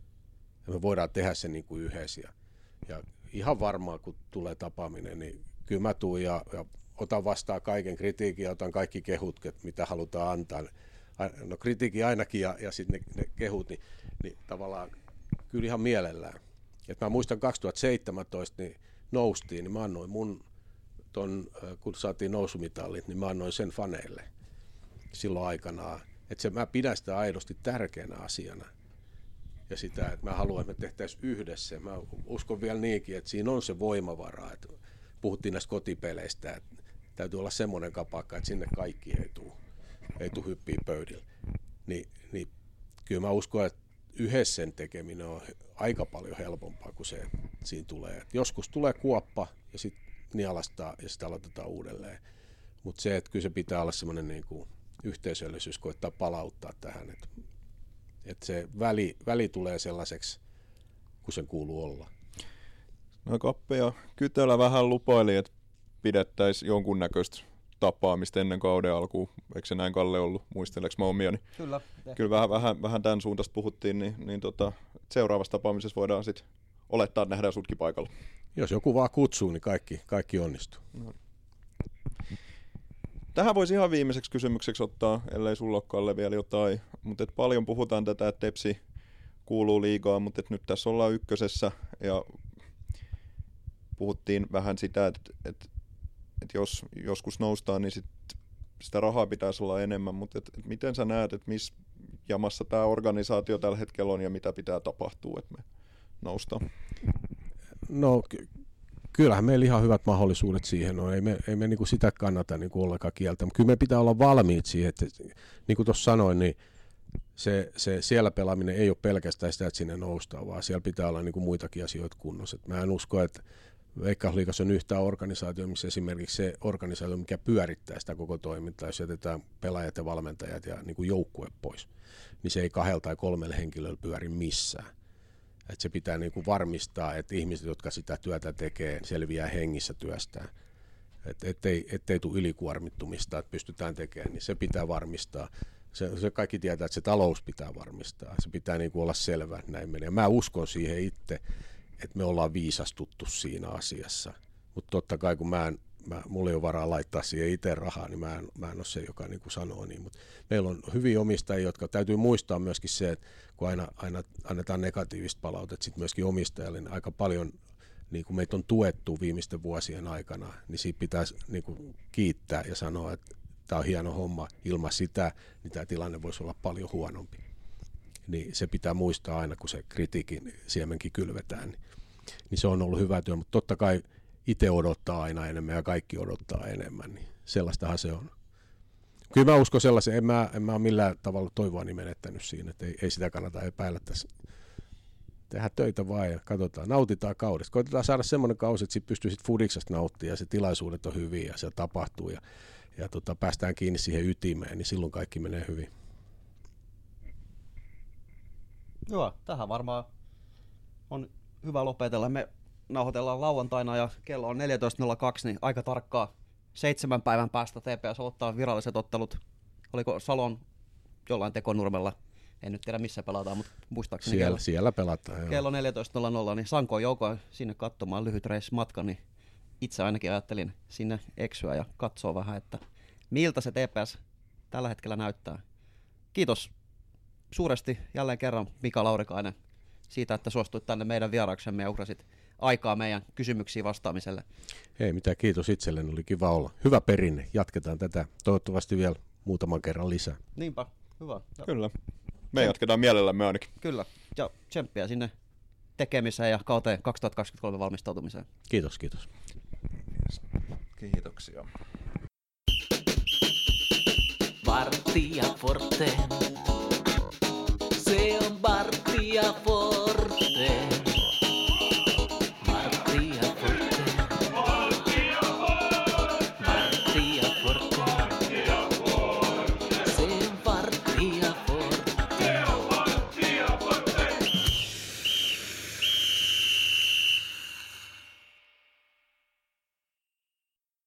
Ja me voidaan tehdä se niin kuin yhdessä. Ja, ja ihan varmaan, kun tulee tapaaminen, niin kyllä mä tuun ja, ja otan vastaan kaiken kritiikin ja otan kaikki kehut, mitä halutaan antaa. No kritiikki ainakin ja, ja sitten ne, ne kehut, niin, niin tavallaan kyllä ihan mielellään. Et mä muistan kaksituhattaseitsemäntoista, niin noustiin, niin mä annoin mun, ton, kun saatiin nousumitalit, niin mä annoin sen faneille silloin aikanaan. Että mä pidän sitä aidosti tärkeänä asiana. Ja sitä, että mä haluan, että me tehtäisiin yhdessä. Mä uskon vielä niinkin, että siinä on se voimavara. Että puhuttiin näistä kotipeleistä, että täytyy olla semmoinen kapakka, että sinne kaikki ei tule, ei tule hyppiä pöydillä. Ni, niin kyllä mä uskon, että yhdessä sen tekeminen on aika paljon helpompaa kuin se, että siinä tulee. Että joskus tulee kuoppa ja sitten nialastaa ja sitten aloitetaan uudelleen. Mutta se, että kyllä se pitää olla semmoinen niin kuin yhteisöllisyys, koittaa palauttaa tähän. Että että se väli, väli tulee sellaiseksi, kun sen kuuluu olla. No Kappe ja Kytölä vähän lupaili, että pidettäisiin jonkunnäköistä tapaamista ennen kauden alkuun. Eikö se näin, Kalle, ollut? Muisteleks mä omiani? Kyllä. Kyllä vähän, vähän, vähän tämän suuntaista puhuttiin, niin, niin tota, seuraavassa tapaamisessa voidaan sitten olettaa, että nähdään sutkin paikalla. Jos joku vaan kutsuu, niin kaikki, kaikki onnistuu. No. Tähän voisi ihan viimeiseksi kysymykseksi ottaa, ellei sulla ole Kalle vielä jotain, mutta paljon puhutaan tätä, että Tepsi kuuluu liigaan, mutta nyt tässä ollaan ykkösessä ja puhuttiin vähän sitä, että, että, että jos joskus noustaan, niin sit sitä rahaa pitäisi olla enemmän, mutta että, että miten sä näet, että missä jamassa tämä organisaatio tällä hetkellä on ja mitä pitää tapahtua, että me noustaan? No ky- kyllähän meillä ihan hyvät mahdollisuudet siihen on, ei me, ei me niinku sitä kannata niinku ollenkaan kieltä, mutta kyllä me pitää olla valmiit siihen, että niin kuin tuossa sanoin, niin se, se siellä pelaaminen ei ole pelkästään sitä, että sinne noustaan, vaan siellä pitää olla niinku muitakin asioita kunnossa. Et mä en usko, että Veikkausliigassa on yhtään organisaatio, missä esimerkiksi se organisaatio, mikä pyörittää sitä koko toimintaa, jos jätetään pelaajat ja valmentajat ja niin kuin joukkue pois, niin se ei kahdella tai kolmella henkilöllä pyöri missään. Et se pitää niin kuin varmistaa, että ihmiset, jotka sitä työtä tekee, selviää hengissä työstään. Et ettei, ettei tule ylikuormittumista, että pystytään tekemään, niin se pitää varmistaa. Se, se kaikki tietää, että se talous pitää varmistaa. Se pitää niin kuin olla selvä, että näin menee. Mä uskon siihen itse, että me ollaan viisastuttu siinä asiassa. Mutta totta kai, kun mä en, mä, mulla ei ole varaa laittaa siihen itse rahaa, niin mä en, mä en ole se, joka niin kuin sanoo niin. Mut meillä on hyviä omistajia, jotka täytyy muistaa myöskin se, että kun aina, aina annetaan negatiivista palautetta sit myöskin omistajalle, niin aika paljon niin kuin meitä on tuettu viimeisten vuosien aikana, niin siitä pitäisi niin kuin kiittää ja sanoa, että tämä on hieno homma. Ilman sitä, niin tämä tilanne voisi olla paljon huonompi. Niin se pitää muistaa aina, kun se kritiikin siemenkin kylvetään. Niin, niin se on ollut hyvä työ, mutta totta kai itse odottaa aina enemmän ja kaikki odottaa enemmän, niin sellaistahan se on. Kyllä mä uskon sellaisen, en mä, en mä ole millään tavalla toivoani menettänyt siinä, että ei, ei sitä kannata epäillä tässä. Tehdään töitä vaan ja katsotaan, nautitaan kaudesta. Koitetaan saada semmoinen kausi, että sit pystyy sit fudiksesta nauttimaan ja se tilaisuudet on hyviä ja se tapahtuu ja, ja tota, päästään kiinni siihen ytimeen, niin silloin kaikki menee hyvin. Joo, tähän varmaan on hyvä lopetella. Me nauhoitellaan lauantaina ja kello on neljätoista nolla kaksi, niin aika tarkkaa seitsemän päivän päästä T P S ottaa viralliset ottelut. Oliko Salon jollain tekonurmella? En nyt tiedä missä pelataan, mutta muistaakseni Siellä, kello, siellä pelataan. Joo. kello neljätoista nolla nolla, niin Sankoon joukkoon sinne katsomaan lyhyt reismatka, niin itse ainakin ajattelin sinne eksyä ja katsoa vähän, että miltä se T P S tällä hetkellä näyttää. Kiitos suuresti jälleen kerran Mika Laurikainen siitä, että suostuit tänne meidän vieraaksemme ja uhrasit aikaa meidän kysymyksiin vastaamiselle. Hei, mitä kiitos itselleni, oli kiva olla. Hyvä perinne, jatketaan tätä toivottavasti vielä muutaman kerran lisää. Niinpä, hyvä. Ja Kyllä. Me jatketaan mielellämme ainakin. Kyllä, ja tsemppiä sinne tekemiseen ja kauteen kaksituhattakaksikymmentäkolme valmistautumiseen. Kiitos, kiitos. Kiitoksia. Vartija Forte.